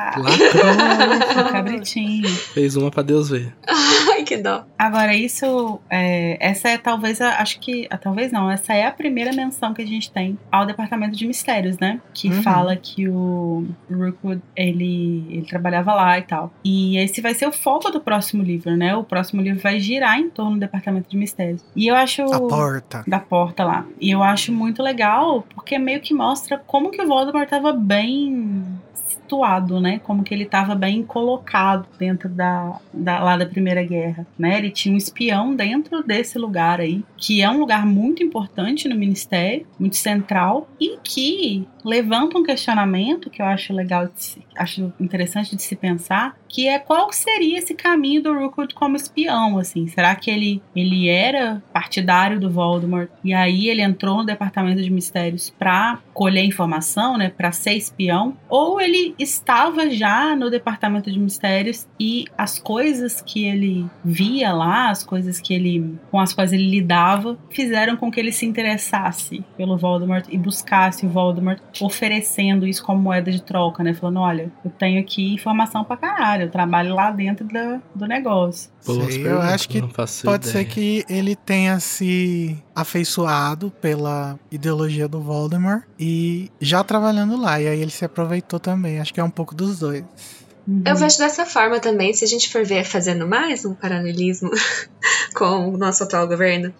Lacrou.
O cabritinho.
Fez uma pra Deus ver.
Ai, que dó.
Agora, essa é talvez, talvez não, essa é a primeira menção que a gente tem ao Departamento de Mistérios, né? Que fala que o Rookwood, ele trabalhava lá e tal. E esse vai ser o foco do próximo livro, né? O próximo livro vai girar em torno do Departamento de Mistérios. E eu acho...
A porta.
Da porta lá. E eu acho muito legal, porque meio que mostra como que o Voldemort tava bem situado, né? Como que ele estava bem colocado dentro lá da Primeira Guerra, né? Ele tinha um espião dentro desse lugar aí, que é um lugar muito importante no Ministério, muito central, e que levanta um questionamento que eu acho legal, acho interessante de se pensar, que é qual seria esse caminho do Rookwood como espião, assim? Será que ele era partidário do Voldemort e aí ele entrou no Departamento de Mistérios pra colher informação, né? Pra ser espião? Ou ele estava já no departamento de mistérios e as coisas que ele via lá, as coisas com as quais ele lidava, fizeram com que ele se interessasse pelo Voldemort e buscasse o Voldemort, oferecendo isso como moeda de troca, né? Falando, olha, eu tenho aqui informação pra caralho, eu trabalho lá dentro do negócio.
Sei, eu acho que pode ser que ele tenha se afeiçoado pela ideologia do Voldemort e já trabalhando lá, e aí ele se aproveitou também. Acho que é um pouco dos dois.
Eu vejo dessa forma também, se a gente for ver fazendo mais um paralelismo com o nosso atual governo.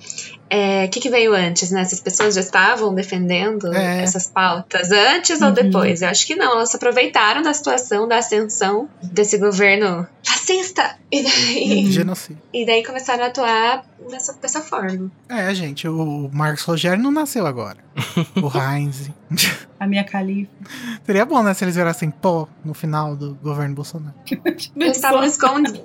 O que veio antes, né? Essas pessoas já estavam defendendo essas pautas antes ou depois? Eu acho que não, elas se aproveitaram da situação, da ascensão desse governo fascista.
Genocídio.
E daí começaram a atuar dessa forma.
Gente, o Marcos Rogério não nasceu agora. O Heinz.
A minha califa.
Seria bom, né, se eles virassem pó no final do governo Bolsonaro.
Eles estavam escondidos.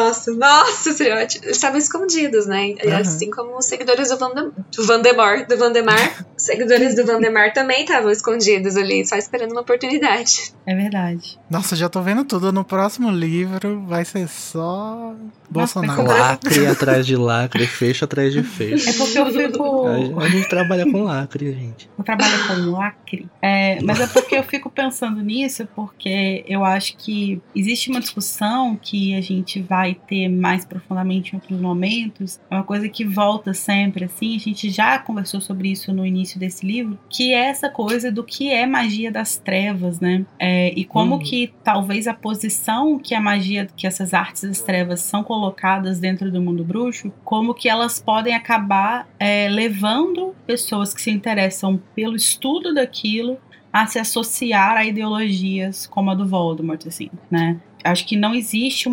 Nossa, seria ótimo. Eles estavam escondidos, né? Assim como os seguidores do Vandemar. Seguidores do Vandemar também estavam escondidos ali, só esperando uma oportunidade.
É verdade.
Nossa, já tô vendo tudo. No próximo livro vai ser só Bolsonaro.
Lacre atrás de lacre, fecho atrás de fecho.
É porque eu fico...
A gente trabalha com lacre, gente.
Eu trabalho com lacre. Mas é porque eu fico pensando nisso, porque eu acho que existe uma discussão que a gente vai ter mais profundamente em outros momentos. É uma coisa que volta sempre, assim. A gente já conversou sobre isso no início desse livro, que é essa coisa do que é magia das trevas, né? E como que talvez a posição que a magia, que essas artes das trevas são colocadas dentro do mundo bruxo, como que elas podem acabar levando pessoas que se interessam pelo estudo daquilo a se associar a ideologias como a do Voldemort, assim, né? Acho que não existe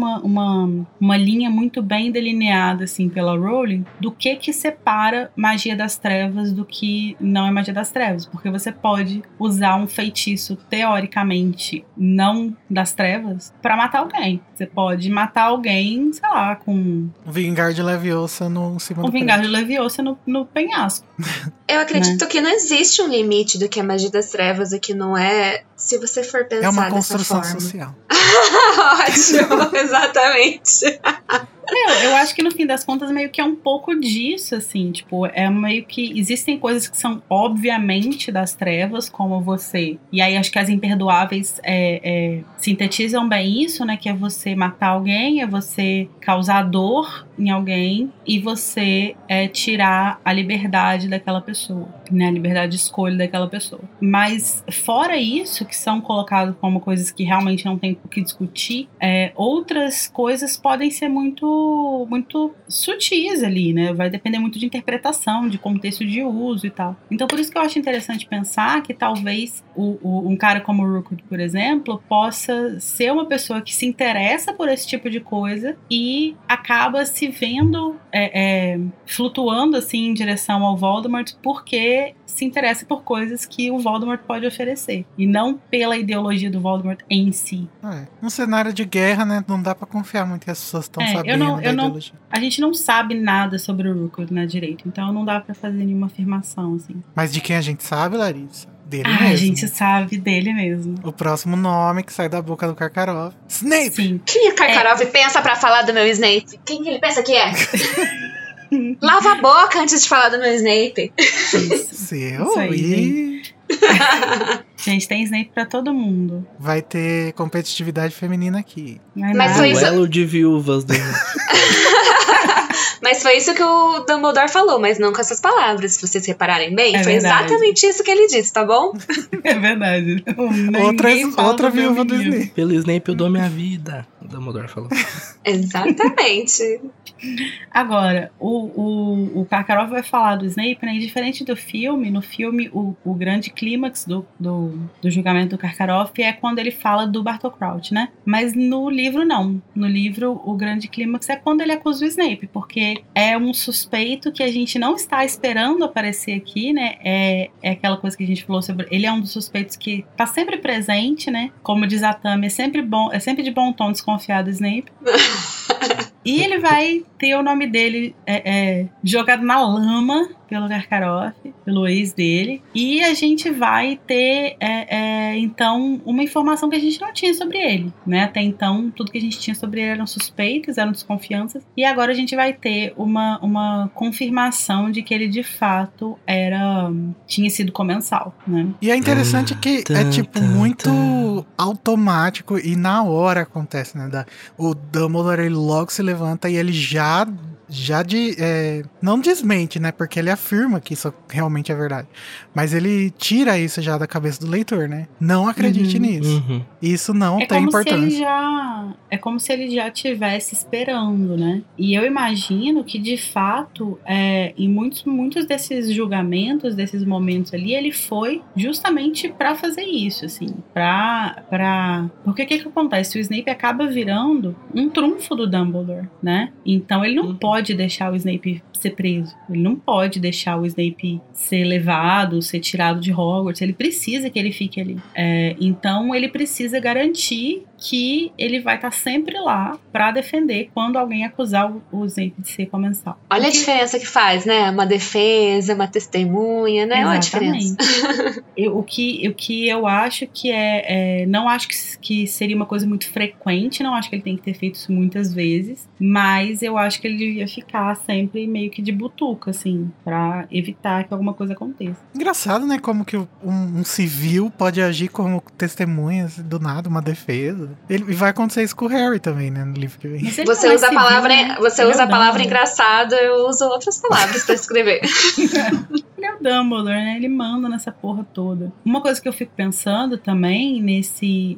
uma linha muito bem delineada, assim, pela Rowling, do que separa magia das trevas do que não é magia das trevas. Porque você pode usar um feitiço, teoricamente, não das trevas, pra matar alguém. Você pode matar alguém, sei lá, com...
Um Vingar de Leviosa no cima do
Vingar de Leviosa no penhasco.
Eu acredito que não existe um limite do que é magia das trevas e que não é, se você for pensar dessa forma.
É uma construção social.
Ótimo, exatamente.
Eu acho que no fim das contas meio que é um pouco disso, assim, tipo, é meio que existem coisas que são obviamente das trevas, como você, e aí acho que as imperdoáveis sintetizam bem isso, né, que é você matar alguém, é você causar dor em alguém e você tirar a liberdade daquela pessoa, né, a liberdade de escolha daquela pessoa. Mas fora isso, que são colocados como coisas que realmente não tem o que discutir, outras coisas podem ser muito sutis ali, né? Vai depender muito de interpretação, de contexto de uso e tal. Então, por isso que eu acho interessante pensar que talvez um cara como o Rookwood, por exemplo, possa ser uma pessoa que se interessa por esse tipo de coisa e acaba se vendo flutuando assim em direção ao Voldemort porque se interessa por coisas que o Voldemort pode oferecer e não pela ideologia do Voldemort em si.
Num cenário de guerra, né, não dá pra confiar muito que as pessoas estão sabendo da ideologia.
A gente não sabe nada sobre o Rookwood, né, direito, então não dá pra fazer nenhuma afirmação, assim.
Mas de quem a gente sabe, Larissa? Dele
mesmo.
A
gente sabe dele mesmo.
O próximo nome que sai da boca do Karkaroff. Snape!
Sim. Quem é Karkaroff pensa pra falar do meu Snape? Quem que ele pensa que é? Lava a boca antes de falar do meu Snape.
Seu? Aí,
gente, tem Snape pra todo mundo.
Vai ter competitividade feminina aqui.
Mas foi isso.
Duelo de viúvas do...
Mas foi isso que o Dumbledore falou, mas não com essas palavras. Se vocês repararem bem, foi
verdade.
Exatamente isso que ele disse, tá bom?
É verdade.
Outra viúva do Snape.
Pelo Snape eu dou minha vida, o Dumbledore falou.
Exatamente.
Agora, o Karkaroff vai falar do Snape, né? E diferente do filme, no filme o grande clímax do julgamento do Karkaroff é quando ele fala do Bartol Crouch, né? Mas no livro não. No livro o grande clímax é quando ele acusa o Snape, porque é um suspeito que a gente não está esperando aparecer aqui, né? É aquela coisa que a gente falou sobre... Ele é um dos suspeitos que tá sempre presente, né? Como diz a Tami, é sempre de bom tom desconfiar do Snape. E ele vai ter o nome dele jogado na lama pelo Karkaroff, pelo ex dele, e a gente vai ter, então, uma informação que a gente não tinha sobre ele, né? Até então, tudo que a gente tinha sobre ele eram suspeitas, eram desconfianças, e agora a gente vai ter uma confirmação de que ele, de fato, tinha sido comensal, né?
E é interessante que é, tipo, muito automático e na hora acontece, né? O Dumbledore, ele logo se levanta e ele já não desmente, né? Porque ele afirma que isso realmente é verdade. Mas ele tira isso já da cabeça do leitor, né? Não acredite nisso. Isso não tem importância.
É como se ele já estivesse esperando, né? E eu imagino que, de fato, em muitos desses julgamentos, desses momentos ali, ele foi justamente pra fazer isso, assim. Porque o que acontece? O Snape acaba virando um trunfo do Dumbledore, né? Então ele não pode deixar o Snape ser preso. Ele não pode deixar o Snape ser levado, ser tirado de Hogwarts. Ele precisa que ele fique ali. Então ele precisa garantir que ele vai estar sempre lá pra defender quando alguém acusar o Snape de ser comensal.
Olha a diferença que faz, né? Uma defesa, uma testemunha, né? Olha a diferença.
O que eu acho que não acho que seria uma coisa muito frequente, não acho que ele tem que ter feito isso muitas vezes, mas eu acho que ele devia ficar sempre meio que de butuca, assim, pra evitar que alguma coisa aconteça.
Engraçado, né? Como que um civil pode agir como testemunha do nada, uma defesa. E vai acontecer isso com o Harry também, né? No livro que vem.
Você usa a palavra, a palavra engraçado, eu uso outras palavras pra escrever.
Ele é o Dumbledore, né? Ele manda nessa porra toda. Uma coisa que eu fico pensando também nesse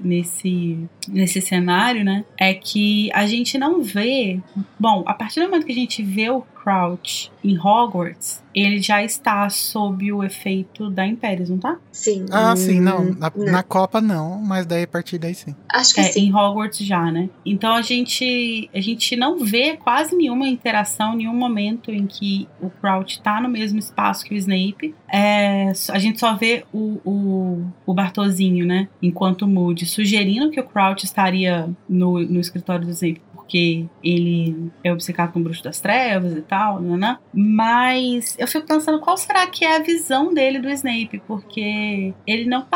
cenário, né? É que a gente não vê... Bom, a partir do momento que a gente vê o Crouch em Hogwarts, ele já está sob o efeito da Imperius, não tá?
Sim.
Ah, sim, não. Na Copa não, mas daí a partir daí sim.
Acho que sim.
Em Hogwarts já, né? Então a gente não vê quase nenhuma interação, nenhum momento em que o Crouch tá no mesmo espaço que o Snape. A gente só vê o Bartozinho, né? Enquanto Moody, sugerindo que o Crouch estaria no escritório do Snape, porque ele é obcecado com o Bruxo das Trevas e tal, né? Mas eu fico pensando qual será que é a visão dele do Snape, porque ele não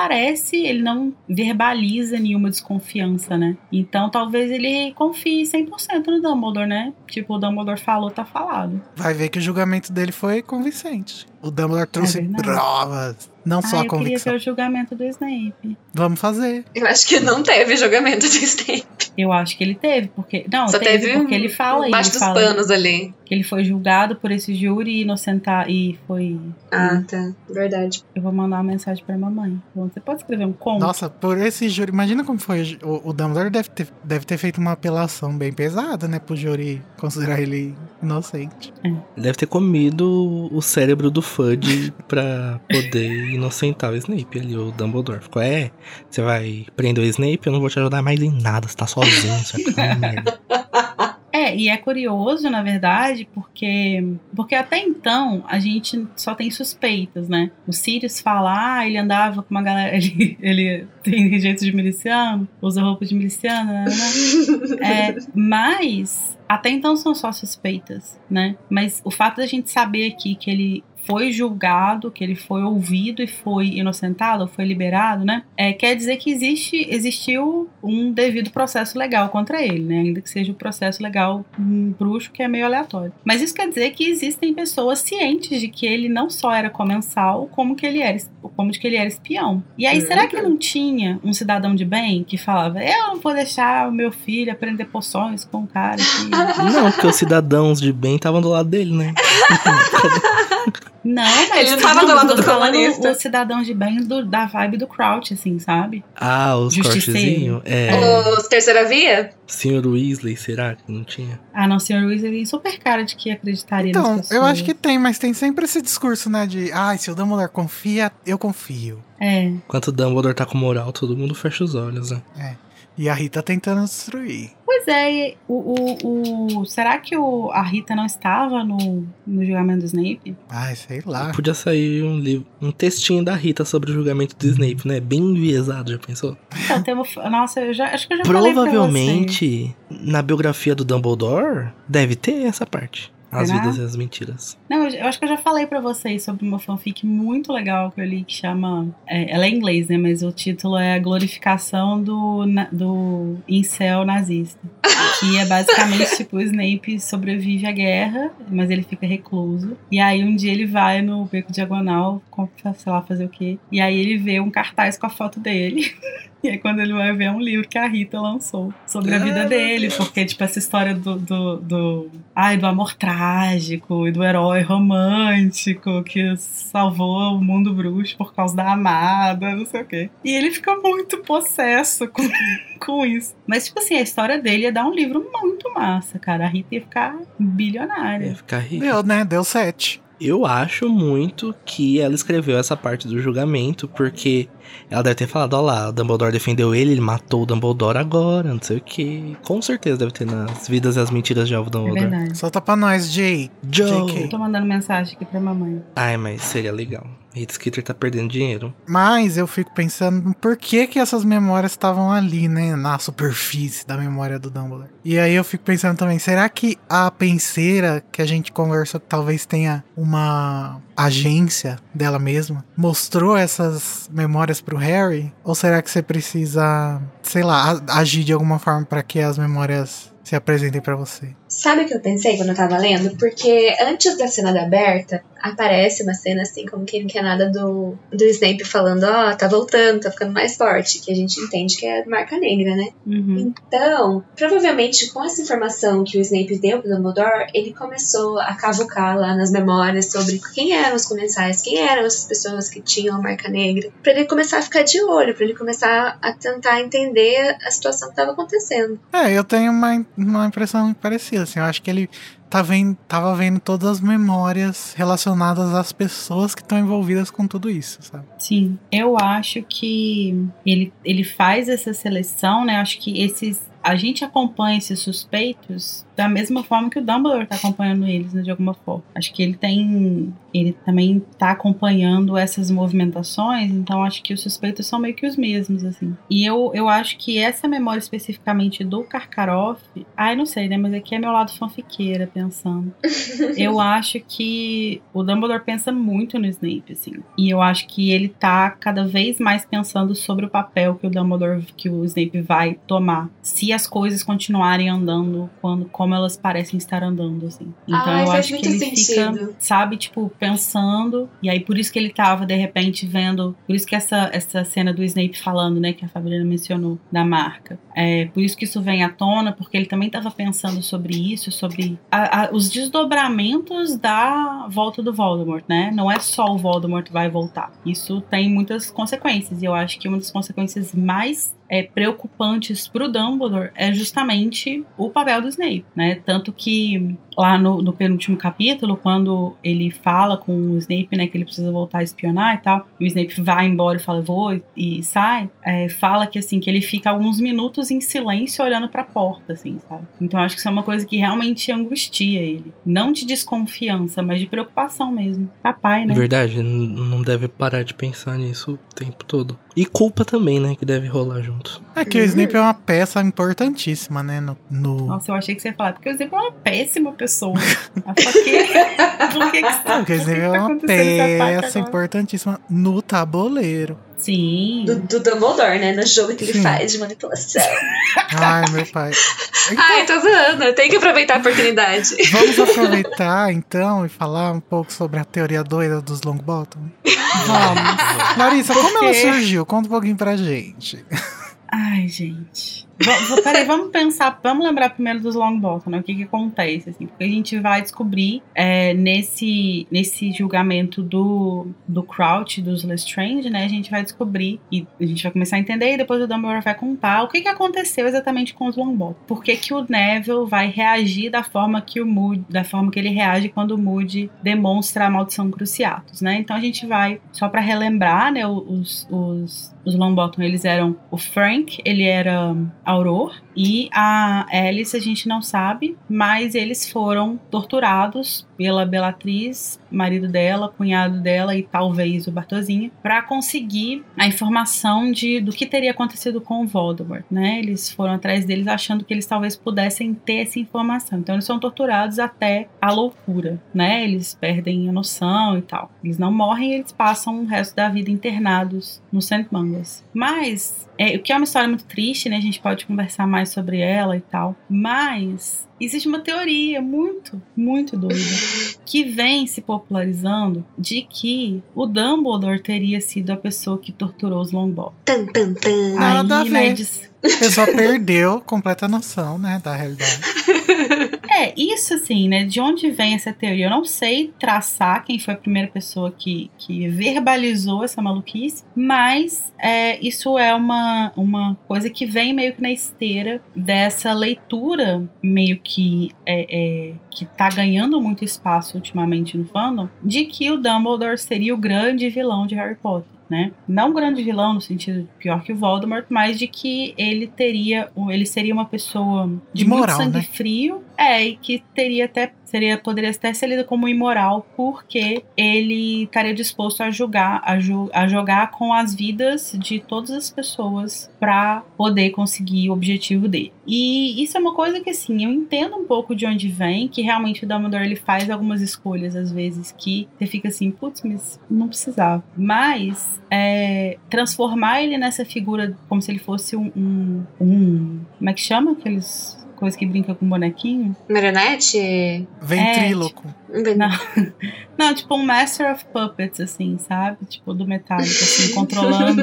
verbaliza nenhuma desconfiança, né? Então talvez ele confie 100% no Dumbledore, né? Tipo, o Dumbledore falou, tá falado.
Vai ver que o julgamento dele foi convincente. O Dumbledore trouxe provas, não só a convicção.
Eu queria ver o julgamento do Snape.
Vamos fazer.
Eu acho que não teve julgamento do Snape.
Eu acho que ele teve, porque... Não,
só teve
porque ele fala...
Embaixo dos panos ali.
Que ele foi julgado por esse júri inocentar e foi...
Ah, tá. Verdade.
Eu vou mandar uma mensagem pra mamãe. Você pode escrever um conto?
Nossa, por esse júri... Imagina como foi. O Dumbledore deve ter feito uma apelação bem pesada, né? Pro júri considerar ele inocente.
Deve ter comido o cérebro do Fudge pra poder inocentar o Snape ali, o Dumbledore. Ficou, você vai prender o Snape, eu não vou te ajudar mais em nada, você tá sozinho, isso aqui é uma merda.
E é curioso, na verdade, porque até então a gente só tem suspeitas, né? O Sirius fala, ele andava com uma galera, ele tem jeito de miliciano, usa roupa de miliciano, né? Mas até então são só suspeitas, né? Mas o fato da gente saber aqui que ele foi julgado, que ele foi ouvido e foi inocentado, ou foi liberado, né? Quer dizer que existiu um devido processo legal contra ele, né? Ainda que seja um processo legal bruxo, que é meio aleatório. Mas isso quer dizer que existem pessoas cientes de que ele não só era comensal, como de que ele era espião. E aí, será que não tinha um cidadão de bem que falava, eu não vou deixar o meu filho aprender poções com um cara que...
Não, porque os cidadãos de bem estavam do lado dele, né?
Não, mas
ele não tava do lado do comunista.
Os cidadãos de bem da vibe do Crouch, assim, sabe?
Ah, os cortezinhos?
Os terceira via?
Sr. Weasley, será que não tinha?
Ah, não, Sr. Weasley tem super cara de que acreditaria
nas
pessoas.
Então, eu acho que tem, mas tem sempre esse discurso, né, de se o Dumbledore confia, eu confio.
Enquanto o Dumbledore tá com moral, todo mundo fecha os olhos, né?
E a Rita tentando destruir.
Pois é, será que a Rita não estava no julgamento do Snape?
Ai, sei lá.
Podia sair um textinho da Rita sobre o julgamento do Snape, né? Bem enviesado, já pensou?
Então, nossa, acho que eu já falei pra você.
Provavelmente, na biografia do Dumbledore, deve ter essa parte. As
Será?
vidas e as mentiras.
Não, eu acho que eu já falei pra vocês sobre uma fanfic muito legal que eu li, que chama... ela é em inglês, né? Mas o título é A Glorificação do Incel Nazista. Que é basicamente, tipo, o Snape sobrevive à guerra, mas ele fica recluso. E aí um dia ele vai no Beco Diagonal, sei lá, fazer o quê. E aí ele vê um cartaz com a foto dele. E aí quando ele vai ver, é um livro que a Rita lançou sobre a vida dele. Porque, tipo, essa história do amor trágico e do herói romântico que salvou o mundo bruxo por causa da amada, não sei o quê. E ele fica muito possesso com isso. Mas, tipo assim, a história dele ia dar um livro muito massa, cara. A Rita ia ficar bilionária.
Ia ficar rica.
Deu, né? Deu 7.
Eu acho muito que ela escreveu essa parte do julgamento, porque ela deve ter falado, ó lá, o Dumbledore defendeu ele matou o Dumbledore agora, não sei o que. Com certeza deve ter nas vidas e as mentiras de Alvo
É
Dumbledore.
verdade.
Solta pra nós, Jay.
Joe.
Eu tô mandando mensagem aqui pra mamãe.
Ai, mas seria legal. Rita Skeeter tá perdendo dinheiro.
Mas eu fico pensando por que essas memórias estavam ali, né? Na superfície da memória do Dumbledore. E aí eu fico pensando também, será que a penseira que a gente conversou, que talvez tenha uma agência dela mesma, mostrou essas memórias pro Harry? Ou será que você precisa, sei lá, agir de alguma forma para que as memórias se apresentem pra você?
Sabe o que eu pensei quando eu tava lendo? Porque antes da cena da Berta, aparece uma cena assim, como que não quer nada do Snape falando, ó, tá voltando, tá ficando mais forte, que a gente entende que é marca negra, né?
Uhum.
Então, provavelmente com essa informação que o Snape deu pro Dumbledore, ele começou a cavucar lá nas memórias sobre quem eram os comensais, quem eram essas pessoas que tinham a marca negra, pra ele começar a ficar de olho, pra ele começar a tentar entender a situação que tava acontecendo.
Eu tenho uma impressão parecida, assim, eu acho que ele tava vendo todas as memórias relacionadas às pessoas que estão envolvidas com tudo isso, sabe?
Sim, eu acho que ele faz essa seleção, né? Acho que a gente acompanha esses suspeitos da mesma forma que o Dumbledore tá acompanhando eles, né, de alguma forma. Acho que ele também tá acompanhando essas movimentações, então acho que os suspeitos são meio que os mesmos, assim. E eu acho que essa memória especificamente do Karkaroff, eu não sei, né, mas aqui é meu lado fanfiqueira pensando. Eu acho que o Dumbledore pensa muito no Snape, assim. E eu acho que ele tá cada vez mais pensando sobre o papel que o Snape vai tomar. Se as coisas continuarem andando como elas parecem estar andando, assim. Então eu acho que ele fica, sabe, tipo, pensando, e aí por isso que ele tava, de repente, vendo, por isso que essa cena do Snape falando, né, que a Fabiana mencionou, da marca. Por isso que isso vem à tona, porque ele também tava pensando sobre isso, sobre os desdobramentos da volta do Voldemort, né? Não é só o Voldemort vai voltar. Isso tem muitas consequências, e eu acho que uma das consequências mais preocupantes pro Dumbledore é justamente o papel do Snape, né? Tanto que lá no penúltimo capítulo, quando ele fala com o Snape, né, que ele precisa voltar a espionar e tal, e o Snape vai embora e fala, vou, e sai, fala que, assim, que ele fica alguns minutos em silêncio olhando pra porta, assim, sabe? Então acho que isso é uma coisa que realmente angustia ele. Não de desconfiança, mas de preocupação mesmo. Papai, né?
Verdade, não deve parar de pensar nisso o tempo todo. E culpa também, né, que deve rolar junto.
É que o Snape é uma peça importantíssima, né?
Nossa, eu achei que você ia falar, porque o Snape é uma péssima pessoa. Por que
Porque o Snape é uma peça importantíssima no tabuleiro.
Sim.
Do Dumbledore, né? No jogo que ele faz de manipulação.
Ai, meu pai.
Então, ai, tô zoando. Eu tenho que aproveitar a oportunidade.
Vamos aproveitar, então, e falar um pouco sobre a teoria doida dos Longbottom?
Vamos.
Larissa, como ela surgiu? Conta um pouquinho pra gente.
Ai, gente. Peraí, vamos pensar, vamos lembrar primeiro dos Longbottom, né? O que acontece, assim, porque a gente vai descobrir nesse julgamento do Crouch, dos Lestrange, né? A gente vai descobrir e a gente vai começar a entender e depois o Dumbledore vai contar o que aconteceu exatamente com os Longbottom. Por que o Neville vai reagir da forma que ele reage quando o Moody demonstra a maldição Cruciatus, né? Então a gente vai, só pra relembrar, né, os Longbottom, eles eram o Frank, ele era Auror, e a Alice a gente não sabe, mas eles foram torturados pela Bellatrix, marido dela, cunhado dela e talvez o Bartozinha, para conseguir a informação do que teria acontecido com o Voldemort, né? Eles foram atrás deles achando que eles talvez pudessem ter essa informação. Então eles são torturados até a loucura, né? Eles perdem a noção e tal. Eles não morrem, eles passam o resto da vida internados no St. Mungo's. Mas, o que é uma história muito triste, né? A gente pode conversar mais sobre ela e tal. Mas existe uma teoria muito, muito doida que vem se popularizando de que o Dumbledore teria sido a pessoa que torturou os Longbottom.
Nada a ver. Ele só perdeu completa noção, né, da realidade.
Isso assim, né, de onde vem essa teoria? Eu não sei traçar quem foi a primeira pessoa que verbalizou essa maluquice, mas isso é uma coisa que vem meio que na esteira dessa leitura meio que tá ganhando muito espaço ultimamente no fandom, de que o Dumbledore seria o grande vilão de Harry Potter. Né? Não um grande vilão no sentido pior que o Voldemort, mas de que ele seria uma pessoa de
imoral,
muito sangue
né?
frio, e que poderia até ser lido como imoral, porque ele estaria disposto a jogar com as vidas de todas as pessoas para poder conseguir o objetivo dele. E isso é uma coisa que, assim, eu entendo um pouco de onde vem, que realmente o Dumbledore ele faz algumas escolhas, às vezes, que você fica assim, putz, mas não precisava. Mas transformar ele nessa figura como se ele fosse um como é que chama aqueles coisas que brinca com bonequinho?
Marionete?
Ventríloco.
Não, tipo um Master of Puppets, assim, sabe? Tipo do Metallica, assim, controlando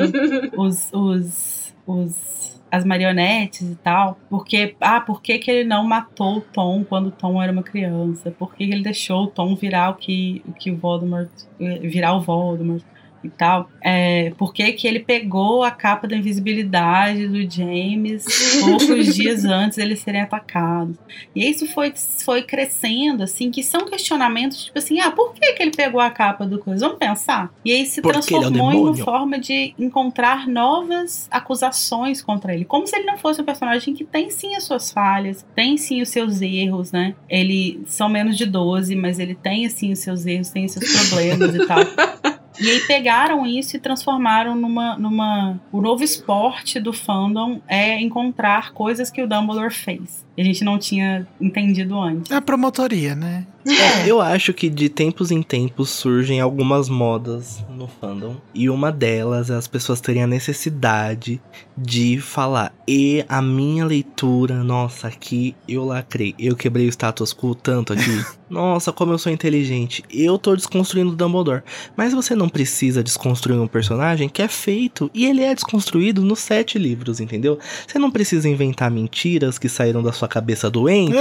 as marionetes e tal. Por que que ele não matou o Tom quando o Tom era uma criança? Por que ele deixou o Tom virar o que o Voldemort, virar o Voldemort e tal? Por que ele pegou a capa da invisibilidade do James poucos dias antes deles serem atacados? E isso foi crescendo, assim, que são questionamentos, tipo assim, por que ele pegou a capa do coisa? Vamos pensar. E aí se transformou em uma forma de encontrar novas acusações contra ele. Como se ele não fosse um personagem que tem sim as suas falhas, tem sim os seus erros, né? Ele são menos de 12, mas ele tem assim os seus erros, tem os seus problemas e tal. E aí pegaram isso e transformaram o novo esporte do fandom encontrar coisas que o Dumbledore fez. E a gente não tinha entendido antes.
É a promotoria, né?
Eu acho que de tempos em tempos surgem algumas modas no fandom. E uma delas é as pessoas terem a necessidade de falar: e a minha leitura, nossa, aqui eu lacrei. Eu quebrei o status quo tanto aqui. Nossa, como eu sou inteligente. Eu tô desconstruindo o Dumbledore. Mas você não precisa desconstruir um personagem que é feito. E ele é desconstruído nos 7 livros, entendeu? Você não precisa inventar mentiras que saíram da sua cabeça doente.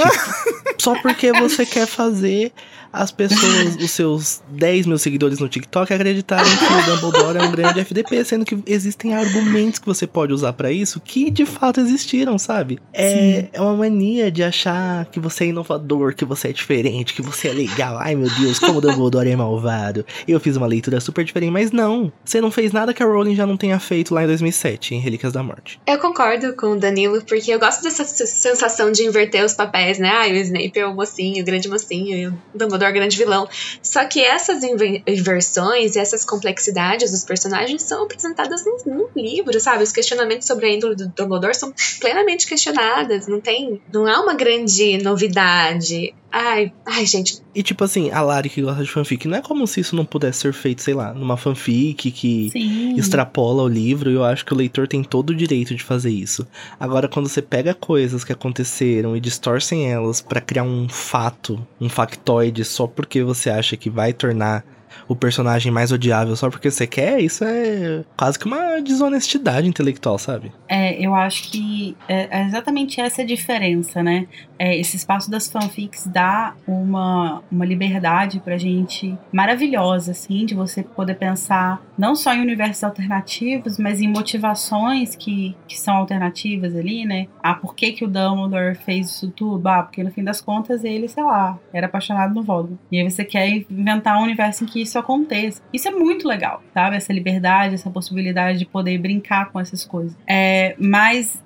Só porque você quer fazer as pessoas, os seus 10 mil seguidores no TikTok, acreditarem que o Dumbledore é um grande FDP, sendo que existem argumentos que você pode usar pra isso que de fato existiram, sabe? É uma mania de achar que você é inovador, que você é diferente, que você é legal. Ai meu Deus, como o Dumbledore é malvado. Eu fiz uma leitura super diferente, mas não. Você não fez nada que a Rowling já não tenha feito lá em 2007, em Relíquias da Morte.
Eu concordo com o Danilo, porque eu gosto dessa sensação de inverter os papéis, né? O Snape é o mocinho, o grande mocinho, e o Dumbledore grande vilão. Só que essas inversões e essas complexidades dos personagens são apresentadas no livro, sabe? Os questionamentos sobre a índole do Dumbledore são plenamente questionadas. Não é uma grande novidade. Ai, gente.
E tipo assim, a Lari que gosta de fanfic, não é como se isso não pudesse ser feito, sei lá, numa fanfic que extrapola o livro. E eu acho que o leitor tem todo o direito de fazer isso. Agora, quando você pega coisas que aconteceram e distorcem elas pra criar um fato, um factoide, só porque você acha que vai tornar o personagem mais odiável só porque você quer, isso é quase que uma desonestidade intelectual, sabe?
Eu acho que é exatamente essa a diferença, né? Esse espaço das fanfics dá uma liberdade pra gente maravilhosa, assim, de você poder pensar não só em universos alternativos, mas em motivações que são alternativas ali, né? Por que o Dumbledore fez isso tudo? Porque no fim das contas ele, sei lá, era apaixonado no Voldemort. E aí você quer inventar um universo em que isso aconteça. Isso é muito legal, sabe? Essa liberdade, essa possibilidade de poder brincar com essas coisas. Mas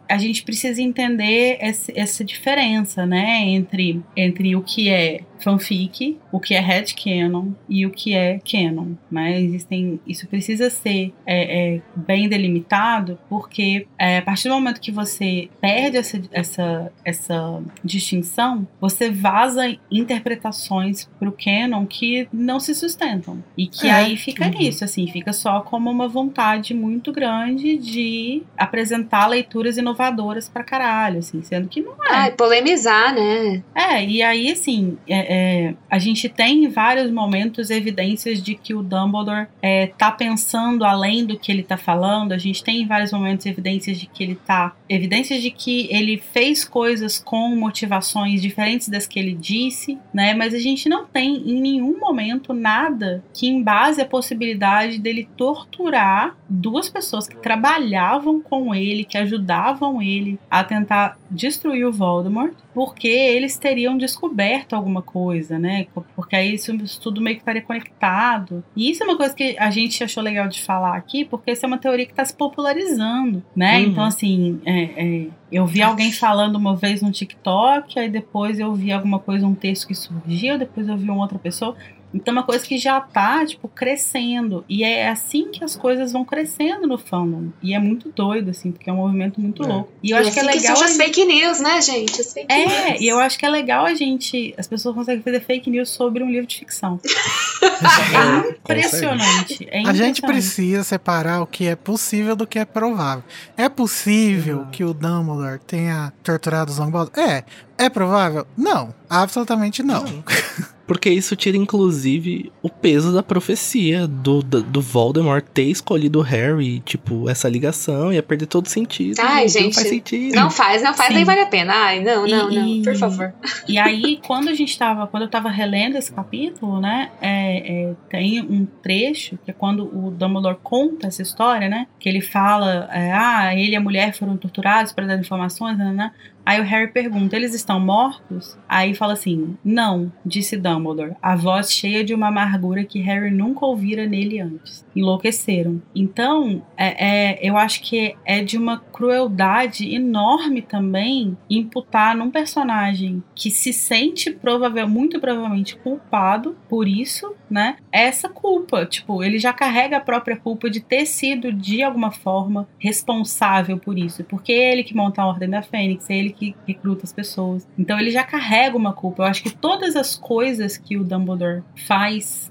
a gente precisa entender essa diferença, né, entre o que é fanfic, o que é headcanon e o que é canon, né? Isso precisa ser bem delimitado, porque a partir do momento que você perde essa distinção, você vaza interpretações pro canon que não se sustentam. E que aí fica nisso, assim, fica só como uma vontade muito grande de apresentar leituras inovadoras pra caralho, assim, sendo que não é.
Polemizar, né?
E aí, assim, a gente tem em vários momentos evidências de que o Dumbledore tá pensando além do que ele tá falando. A gente tem em vários momentos evidências de que ele fez coisas com motivações diferentes das que ele disse, né? Mas a gente não tem em nenhum momento nada que embase a possibilidade dele torturar duas pessoas que trabalhavam com ele, que ajudavam ele a tentar destruir o Voldemort, porque eles teriam descoberto alguma coisa, né? Porque aí isso tudo meio que estaria conectado. E isso é uma coisa que a gente achou legal de falar aqui, porque essa é uma teoria que está se popularizando, né? Então, assim, eu vi alguém falando uma vez no TikTok, aí depois eu vi alguma coisa, um texto que surgiu, depois eu vi uma outra pessoa. Então é uma coisa que já tá, tipo, crescendo. E é assim que as coisas vão crescendo no fandom. E é muito doido, assim, porque é um movimento muito louco. E eu acho que é legal.
Que as fake news, né, gente? As fake news.
E eu acho que é legal as pessoas conseguem fazer fake news sobre um livro de ficção. É impressionante.
A gente precisa separar o que é possível do que é provável. É possível que o Dumbledore tenha torturado os Longbottom? É provável? Não. Absolutamente não.
Porque isso tira, inclusive, o peso da profecia do Voldemort ter escolhido o Harry, tipo, essa ligação, ia perder todo sentido.
Ai, gente,
não faz sentido.
Não faz, nem vale a pena. Ai, não, por favor.
E aí, quando eu tava relendo esse capítulo, né, tem um trecho, que é quando o Dumbledore conta essa história, né, que ele fala, ele e a mulher foram torturados para dar informações, né. Aí o Harry pergunta, eles estão mortos? Aí fala assim, não, disse Dumbledore, a voz cheia de uma amargura que Harry nunca ouvira nele antes. Enlouqueceram. Então, eu acho que é de uma crueldade enorme também imputar num personagem que se sente muito provavelmente culpado por isso, né? Essa culpa, tipo, ele já carrega a própria culpa de ter sido de alguma forma responsável por isso, porque é ele que monta a Ordem da Fênix, é ele que recruta as pessoas. Então ele já carrega uma culpa. Eu acho que todas as coisas que o Dumbledore faz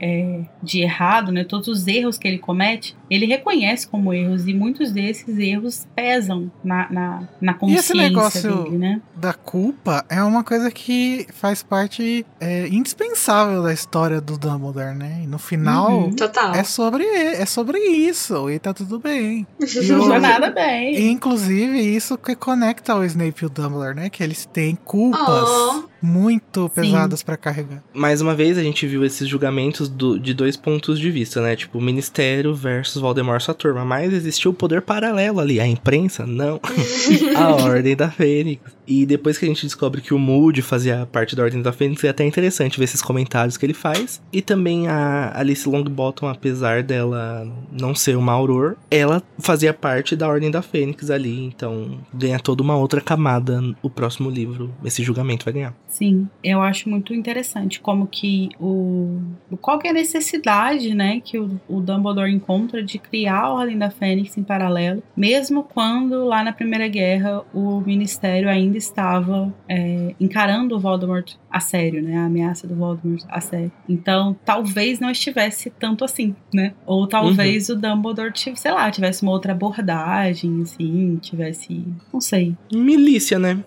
de errado, né, todos os erros que ele comete, ele reconhece como erros, e muitos desses erros pesam na consciência.
E esse negócio
dele, né?
Da culpa é uma coisa que faz parte indispensável da história do Dumbledore, né? E no final é sobre isso, e tá tudo bem.
Não tá nada bem.
E, inclusive, isso que conecta o Snape e o Dumbledore, né? Que eles têm culpas muito pesadas pra carregar.
Mais uma vez, a gente viu esses julgamentos de dois pontos de vista, né? Tipo, o Ministério versus Voldemort, sua turma. Mas existiu o poder paralelo ali. A imprensa, não. A Ordem da Fênix. E depois que a gente descobre que o Moody fazia parte da Ordem da Fênix, é até interessante ver esses comentários que ele faz. E também a Alice Longbottom, apesar dela não ser uma Auror, ela fazia parte da Ordem da Fênix ali. Então, ganha toda uma outra camada o próximo livro. Esse julgamento vai ganhar.
Sim, eu acho muito interessante como que qual que é a necessidade, né, que o Dumbledore encontra de criar a Ordem da Fênix em paralelo, mesmo quando lá na Primeira Guerra o Ministério ainda estava encarando o Voldemort a sério, né, a ameaça do Voldemort a sério. Então, talvez não estivesse tanto assim, né, ou talvez o Dumbledore, tivesse uma outra abordagem, assim, não sei.
Milícia, né?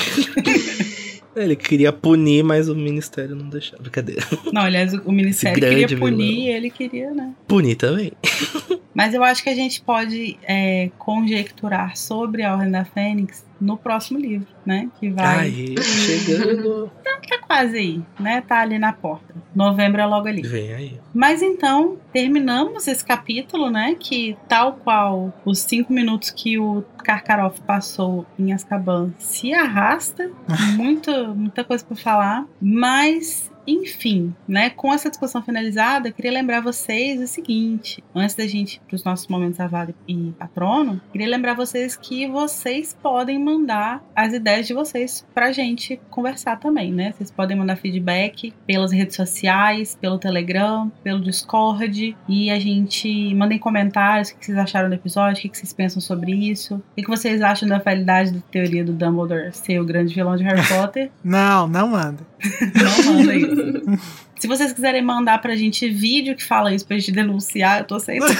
Ele queria punir, mas o Ministério não deixava. Brincadeira.
Não, aliás, o Ministério queria punir e ele queria, né?
Punir também.
Mas eu acho que a gente pode conjecturar sobre a Ordem da Fênix no próximo livro, né? Que vai...
chegando...
Tá quase aí, né? Tá ali na porta. Novembro é logo ali.
Vem aí.
Mas então, terminamos esse capítulo, né? Que tal qual os 5 minutos que o Karkaroff passou em Azkaban se arrasta. Muita coisa pra falar. Mas... enfim, né, com essa discussão finalizada, eu queria lembrar vocês o seguinte, antes da gente ir para os nossos momentos Avada e Patrono, queria lembrar vocês que vocês podem mandar as ideias de vocês pra gente conversar também, né? Vocês podem mandar feedback pelas redes sociais, pelo Telegram, pelo Discord, e a gente manda em comentários o que vocês acharam do episódio, o que vocês pensam sobre isso, o que vocês acham da validade da teoria do Dumbledore ser o grande vilão de Harry Potter.
Não manda.
Não manda isso. Se vocês quiserem mandar pra gente vídeo que fala isso pra gente denunciar, eu tô aceitando.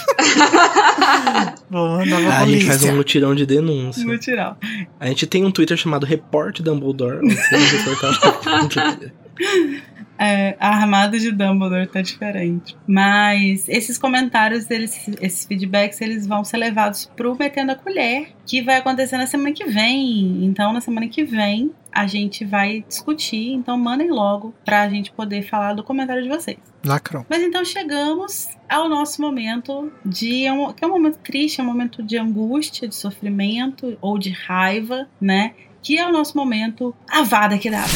Vou mandar pra
A gente
polícia.
faz um mutirão de denúncia.
Mutirão.
A gente tem um Twitter chamado Report Dumbledore. Onde você vai reportar.
A armada de Dumbledore tá diferente. Mas esses comentários, esses feedbacks, eles vão ser levados pro Metendo a Colher, que vai acontecer na semana que vem. Então, na semana que vem, a gente vai discutir. Então, mandem logo pra gente poder falar do comentário de vocês.
Lacrão.
Mas então chegamos ao nosso momento que é um momento triste, é um momento de angústia, de sofrimento ou de raiva, né? Que é o nosso momento Avada Kedavra.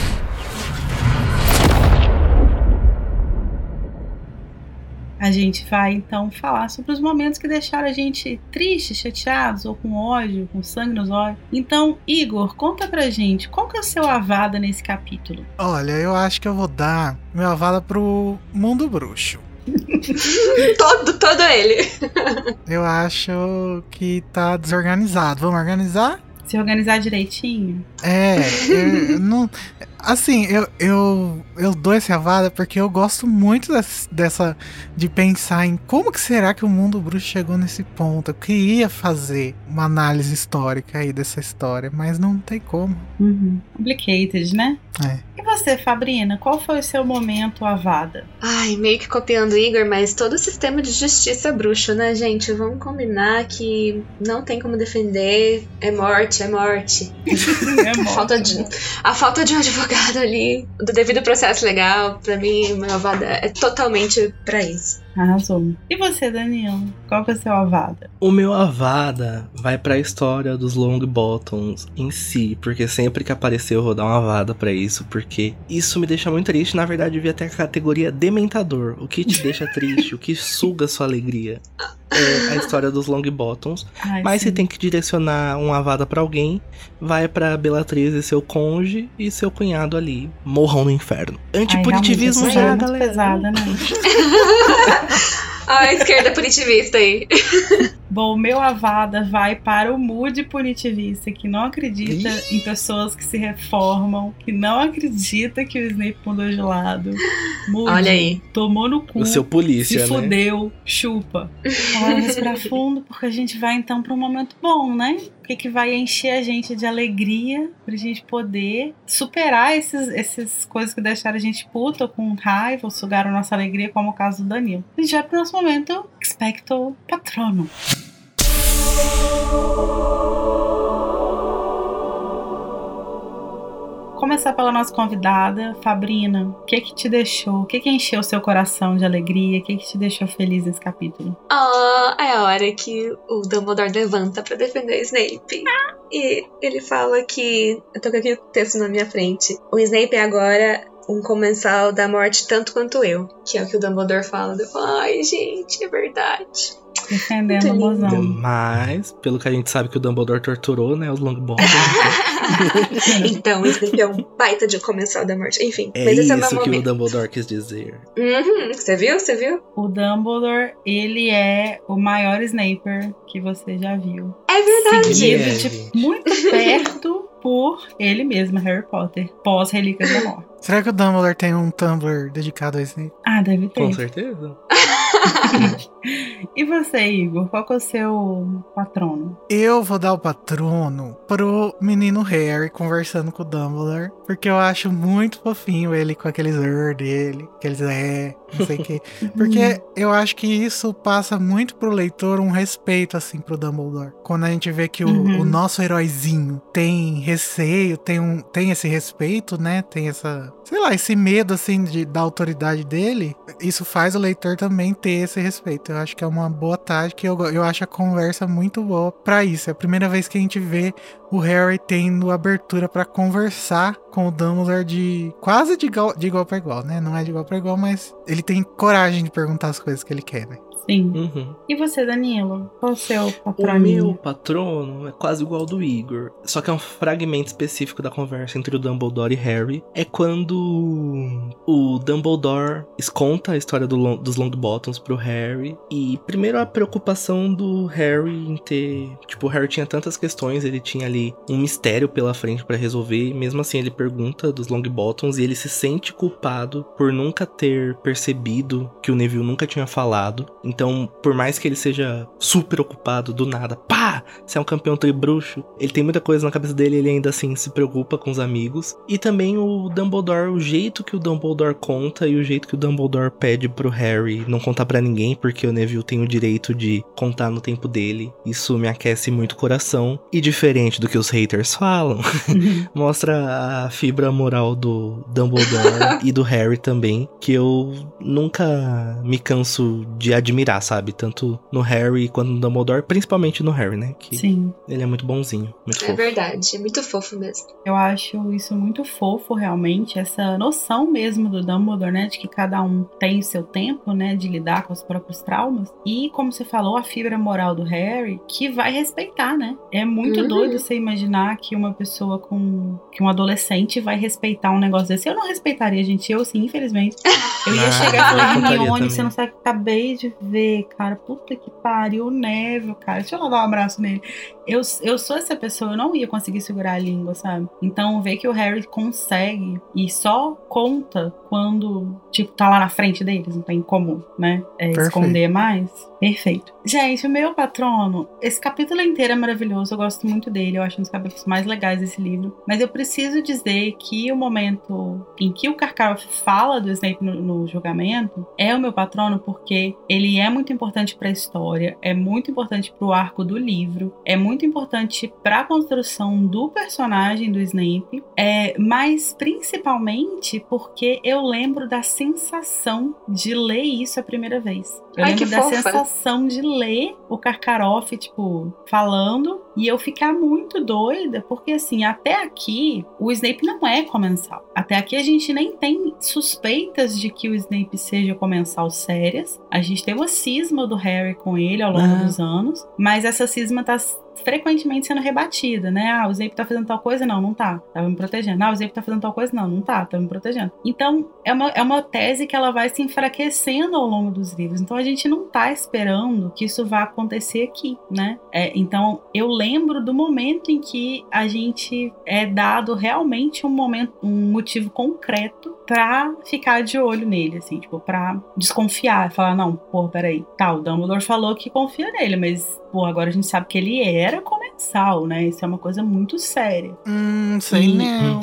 A gente vai, então, falar sobre os momentos que deixaram a gente triste, chateados, ou com ódio, com sangue nos olhos. Então, Igor, conta pra gente, qual que é o seu Avada nesse capítulo?
Olha, eu acho que eu vou dar meu Avada pro Mundo Bruxo.
todo ele.
Eu acho que tá desorganizado. Vamos organizar?
Se organizar direitinho?
Eu não... Assim, eu dou esse Avada porque eu gosto muito dessa de pensar em como que será que o Mundo Bruxo chegou nesse ponto. Eu queria fazer uma análise histórica aí dessa história, mas não tem como.
Complicated, né? E você, Fabrina, qual foi o seu momento Avada?
Ai, meio que copiando o Igor, mas todo o sistema de justiça bruxo, né, gente? Vamos combinar que não tem como defender. É morte, é morte.
É morte.
A falta de um advogado ali, do devido processo legal, pra mim, meu Avada é totalmente pra isso.
Arrasou. E você, Danilo? Qual que é o seu Avada?
O meu Avada vai pra história dos Longbottoms em si, porque sempre que aparecer eu vou dar uma Avada pra isso, porque isso me deixa muito triste. Na verdade, devia ter a categoria Dementador. O que te deixa triste, o que suga sua alegria. É a história dos Longbottoms. Mas
sim.
se tem que direcionar uma Avada pra alguém, vai pra Bellatrix e seu cônjuge e seu cunhado ali. Morram no inferno. Antipunitivismo já,
muito
galera.
pesada, né?
A esquerda punitivista aí.
Bom, o meu Avada vai para o Moody punitivista, que não acredita em pessoas que se reformam, que não acredita que o Snape mudou de lado. Moody,
olha aí.
Tomou no cu,
O seu polícia,
se fudeu, chupa. Vamos respirar fundo, porque a gente vai então para um momento bom, né? Que vai encher a gente de alegria pra gente poder superar essas coisas que deixaram a gente puta ou com raiva ou sugaram nossa alegria, como o caso do Danilo. A gente vai pro nosso momento Expecto Patronum. Começar pela nossa convidada, Fabrina. O que te deixou? O que encheu o seu coração de alegria? O que te deixou feliz nesse capítulo?
É a hora que o Dumbledore levanta pra defender o Snape. E ele fala que... Eu tô com aqui o texto na minha frente. O Snape é agora um comensal da morte tanto quanto eu. Que é o que o Dumbledore fala. Eu falo, ai, gente, é verdade.
Defendendo o mozão.
Mas, pelo que a gente sabe que o Dumbledore torturou, né, os Longbottoms.
Então, o Snape é um baita de um comensal da morte. Enfim,
É
mas esse é o
isso
meu
que
momento.
o Dumbledore quis dizer.
Você viu? Você viu?
O Dumbledore, ele é o maior Snaper que você já viu.
É verdade.
Seguido de
gente.
muito perto por ele mesmo, Harry Potter, pós-Relíquias da Morte.
Será que o Dumbledore tem um Tumblr dedicado a Snape?
Ah, deve ter.
Com certeza.
E você, Igor? Qual que é o seu patrono?
Eu vou dar o patrono pro menino Harry conversando com o Dumbledore, porque eu acho muito fofinho ele com aqueles dele, aqueles não sei o que. Porque eu acho que isso passa muito pro leitor um respeito, assim, pro Dumbledore. Quando a gente vê que o nosso heróizinho tem receio, tem esse respeito, né? Tem essa, sei lá, esse medo, assim, da autoridade dele. Isso faz o leitor também ter ter esse respeito. Eu acho que é uma boa tática e eu acho a conversa muito boa pra isso. É a primeira vez que a gente vê o Harry tendo abertura pra conversar com o Dumbledore quase de igual pra igual, né? Não é de igual pra igual, mas ele tem coragem de perguntar as coisas que ele quer, né?
Sim.
Uhum.
E você, Danilo? Qual o seu
O
patroninho?
meu patrono é quase igual ao do Igor. Só que é um fragmento específico da conversa entre o Dumbledore e Harry. É quando o Dumbledore conta a história dos Longbottoms pro Harry. E primeiro a preocupação do Harry em ter... Tipo, o Harry tinha tantas questões, ele tinha ali um mistério pela frente pra resolver. E mesmo assim ele pergunta dos Longbottoms e ele se sente culpado por nunca ter percebido que o Neville nunca tinha falado. Então, por mais que ele seja super ocupado do nada, pá, você é um campeão tribruxo, ele tem muita coisa na cabeça dele, ele ainda assim se preocupa com os amigos. E também o Dumbledore, o jeito que o Dumbledore conta e o jeito que o Dumbledore pede pro Harry não contar pra ninguém, porque o Neville tem o direito de contar no tempo dele. Isso me aquece muito o coração. E diferente do que os haters falam, mostra a fibra moral do Dumbledore e do Harry também, que eu nunca me canso de admirar, sabe? Tanto no Harry quanto no Dumbledore, principalmente no Harry, né? Que
Sim.
ele é muito bonzinho, muito fofo.
É verdade, é muito fofo mesmo.
Eu acho isso muito fofo, realmente, essa noção mesmo do Dumbledore, né, de que cada um tem o seu tempo, né, de lidar com os próprios traumas. E, como você falou, a fibra moral do Harry, que vai respeitar, né? É muito doido você imaginar que uma pessoa que um adolescente vai respeitar um negócio desse. Eu não respeitaria, gente, eu sim, infelizmente. Eu ia chegar e falar, Hermione, você não sabe que eu acabei de ver, cara, puta que pariu, o Neville, cara, deixa eu lá dar um abraço nele. Eu sou essa pessoa, eu não ia conseguir segurar a língua, sabe? Então, ver que o Harry consegue e só conta quando, tipo, tá lá na frente deles, não tem como, né, esconder mais. Perfeito. Gente, o meu patrono, esse capítulo inteiro é maravilhoso, eu gosto muito dele, eu acho um dos capítulos mais legais desse livro, mas eu preciso dizer que o momento em que o Karkaroff fala do Snape no julgamento é o meu patrono porque ele é muito importante pra história, é muito importante pro arco do livro, é muito importante pra construção do personagem do Snape, mas principalmente porque eu lembro da sensação de ler isso a primeira vez. Eu lembro da sensação de ler o Karkaroff, tipo, falando, e eu ficar muito doida, porque assim, até aqui, o Snape não é comensal. Até aqui a gente nem tem suspeitas de que o Snape seja comensal sérias. A gente tem uma cisma do Harry com ele ao longo dos anos, mas essa cisma tá frequentemente sendo rebatida, né? Ah, o Snape tá fazendo tal coisa? Não, não tá. Tava me protegendo. Ah, o Snape tá fazendo tal coisa? Não, não tá. Tava me protegendo. Então, é uma tese que ela vai se enfraquecendo ao longo dos livros. Então, a gente não tá esperando que isso vá acontecer aqui, né? Então, eu lembro do momento em que a gente é dado realmente um motivo concreto pra ficar de olho nele, assim, tipo, pra desconfiar, falar, não, pô, peraí, tá, o Dumbledore falou que confia nele, mas, pô, agora a gente sabe que ele era comensal, né? Isso é uma coisa muito séria.
Sei não.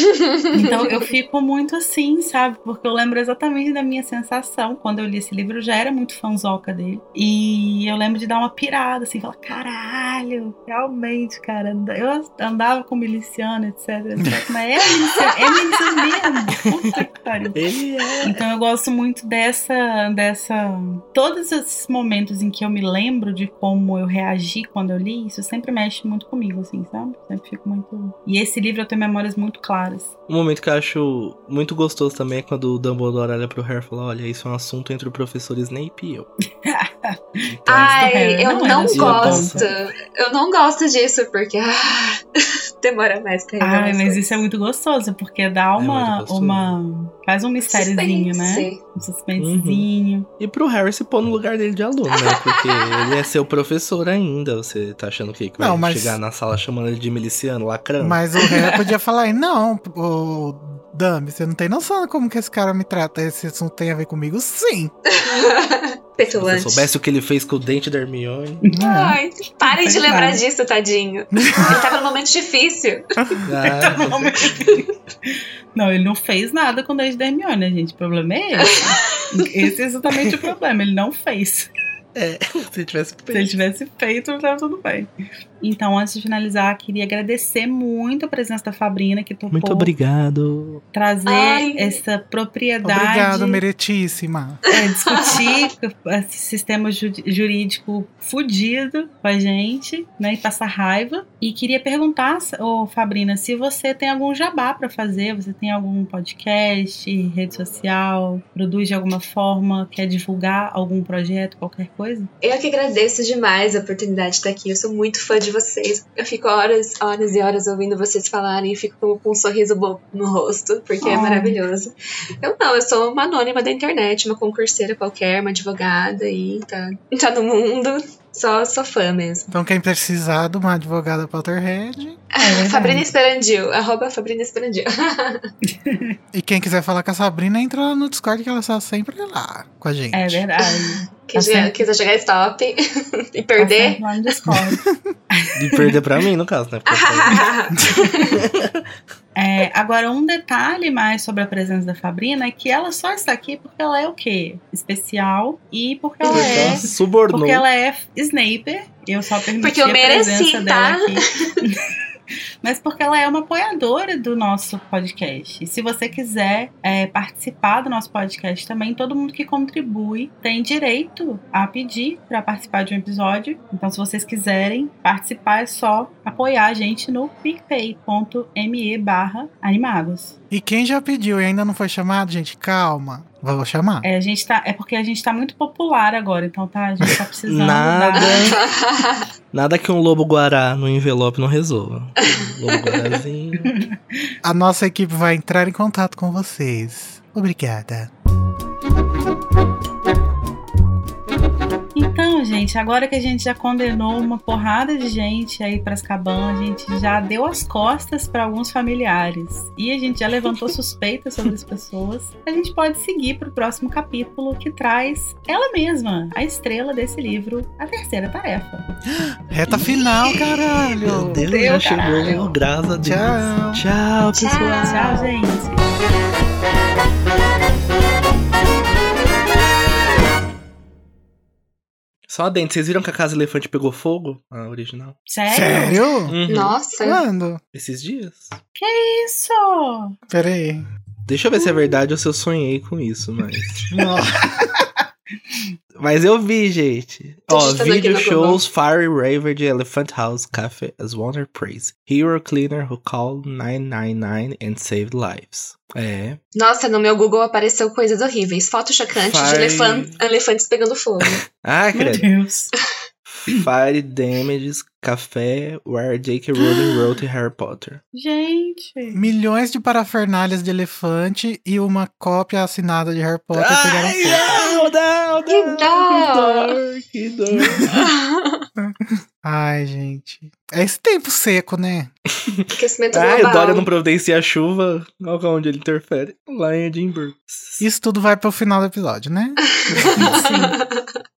Então eu fico muito assim, sabe? Porque eu lembro exatamente da minha sensação. Quando eu li esse livro, eu já era muito fanzoca dele. E eu lembro de dar uma pirada, assim, falar, caralho, realmente, cara, eu andava com miliciano, etc. Mas é miliciano mesmo. Puta que pariu. Então eu gosto muito dessa... Todos esses momentos em que eu me lembro de como eu reagi quando eu li, isso sempre mexe muito comigo, assim, sabe? Sempre fico muito... E esse livro eu tenho memórias muito claras.
Um momento que eu acho muito gostoso também é quando o Dumbledore olha pro Harry e fala, olha, isso é um assunto entre o professor Snape e eu. Então,
ai, eu não gosto. Eu não gosto disso, porque demora mais pra revelar.
Ai, mas isso é muito gostoso, porque dá faz um mistériozinho, né? Um suspensezinho.
E pro Harry se pôr no lugar dele de aluno, né? Porque ele é seu professor ainda. Você tá achando que vai chegar na sala chamando ele de miliciano, lacrando?
Mas o Harry podia falar, não, o Dummy, você não tem noção de como que esse cara me trata. Esse assunto tem a ver comigo? Sim.
Petulante.
Se você soubesse o que ele fez com o dente da Hermione.
Ai, parem de lembrar disso, tadinho. Ele tava num momento difícil.
Não, ele não fez nada com o dente da Hermione, né, gente? O problema é esse. Esse é exatamente o problema, ele não fez.
Se ele tivesse feito.
Se ele tivesse feito, tava tudo bem. Então, antes de finalizar, queria agradecer muito a presença da Fabrina, que topou
Muito obrigado.
trazer essa propriedade.
Obrigado, meritíssima.
Discutir esse sistema jurídico fudido com a gente, né, e passar raiva. E queria perguntar, Fabrina, se você tem algum jabá pra fazer, você tem algum podcast, rede social, produz de alguma forma, quer divulgar algum projeto, qualquer coisa?
Eu que agradeço demais a oportunidade de estar aqui. Eu sou muito fã de vocês. Eu fico horas e horas ouvindo vocês falarem e fico com um sorriso bobo no rosto, porque é maravilhoso. Eu sou uma anônima da internet, uma concurseira qualquer, uma advogada e tá no mundo. Sou fã mesmo.
Então quem precisar de uma advogada Potterhead...
Fabrina Esperandil, @Fabrina Esperandil.
E quem quiser falar com a Sabrina, entra lá no Discord que ela está sempre lá com a gente.
É verdade.
Quem quiser jogar stop e perder...
Tá lá no Discord.
De perder pra mim, no caso, né?
Agora, um detalhe mais sobre a presença da Fabrina é que ela só está aqui porque ela é o quê? Especial e porque ela é...
Subornou.
Porque ela é Sniper. Eu só permiti
porque eu mereci,
a presença dela
tá?
aqui. Mas porque ela é uma apoiadora do nosso podcast. E se você quiser participar do nosso podcast também, todo mundo que contribui tem direito a pedir para participar de um episódio. Então, se vocês quiserem participar, é só apoiar a gente no picpay.me/animagos.
E quem já pediu e ainda não foi chamado, gente, calma. Vou chamar.
É porque a gente tá muito popular agora, então a gente tá precisando
Nada que um lobo-guará no envelope não resolva. Lobo-guarazinho.
A nossa equipe vai entrar em contato com vocês. Obrigada.
Então, gente, agora que a gente já condenou uma porrada de gente aí pra Azkaban, a gente já deu as costas pra alguns familiares e a gente já levantou suspeitas sobre as pessoas, a gente pode seguir pro próximo capítulo, que traz ela mesma, a estrela desse livro, A Terceira Tarefa.
Reta final, caralho!
Meu Deus, já chegou, graças a Deus. Tchau, pessoal.
Tchau, gente.
Só adentro, vocês viram que a Casa Elefante pegou fogo? A original?
Sério?
Uhum.
Nossa.
Quando?
Esses dias.
Que isso?
Peraí.
Deixa eu ver se é verdade ou se eu sonhei com isso, mas...
Nossa.
Mas eu vi, gente. Ó,
digitando aqui
video
no
shows Fiery Raver de Elephant House Cafe as Wonder Praise. Hero cleaner who called 999 and saved lives. É.
Nossa, no meu Google apareceu coisas horríveis. Foto chocante de elefantes pegando fogo.
Ah,
Meu
credo.
Deus.
Fire Damages Café where J.K. Rowling wrote Harry Potter.
Gente.
Milhões de parafernálias de elefante e uma cópia assinada de Harry Potter pegaram fogo.
Não,
Que dó!
Que dor.
Ai, gente. É esse tempo seco, né?
Aquecimento
O
global.
Dória não providencia a chuva. Olha onde ele interfere. Lá em Edinburgh.
Isso tudo vai pro final do episódio, né?
Sim.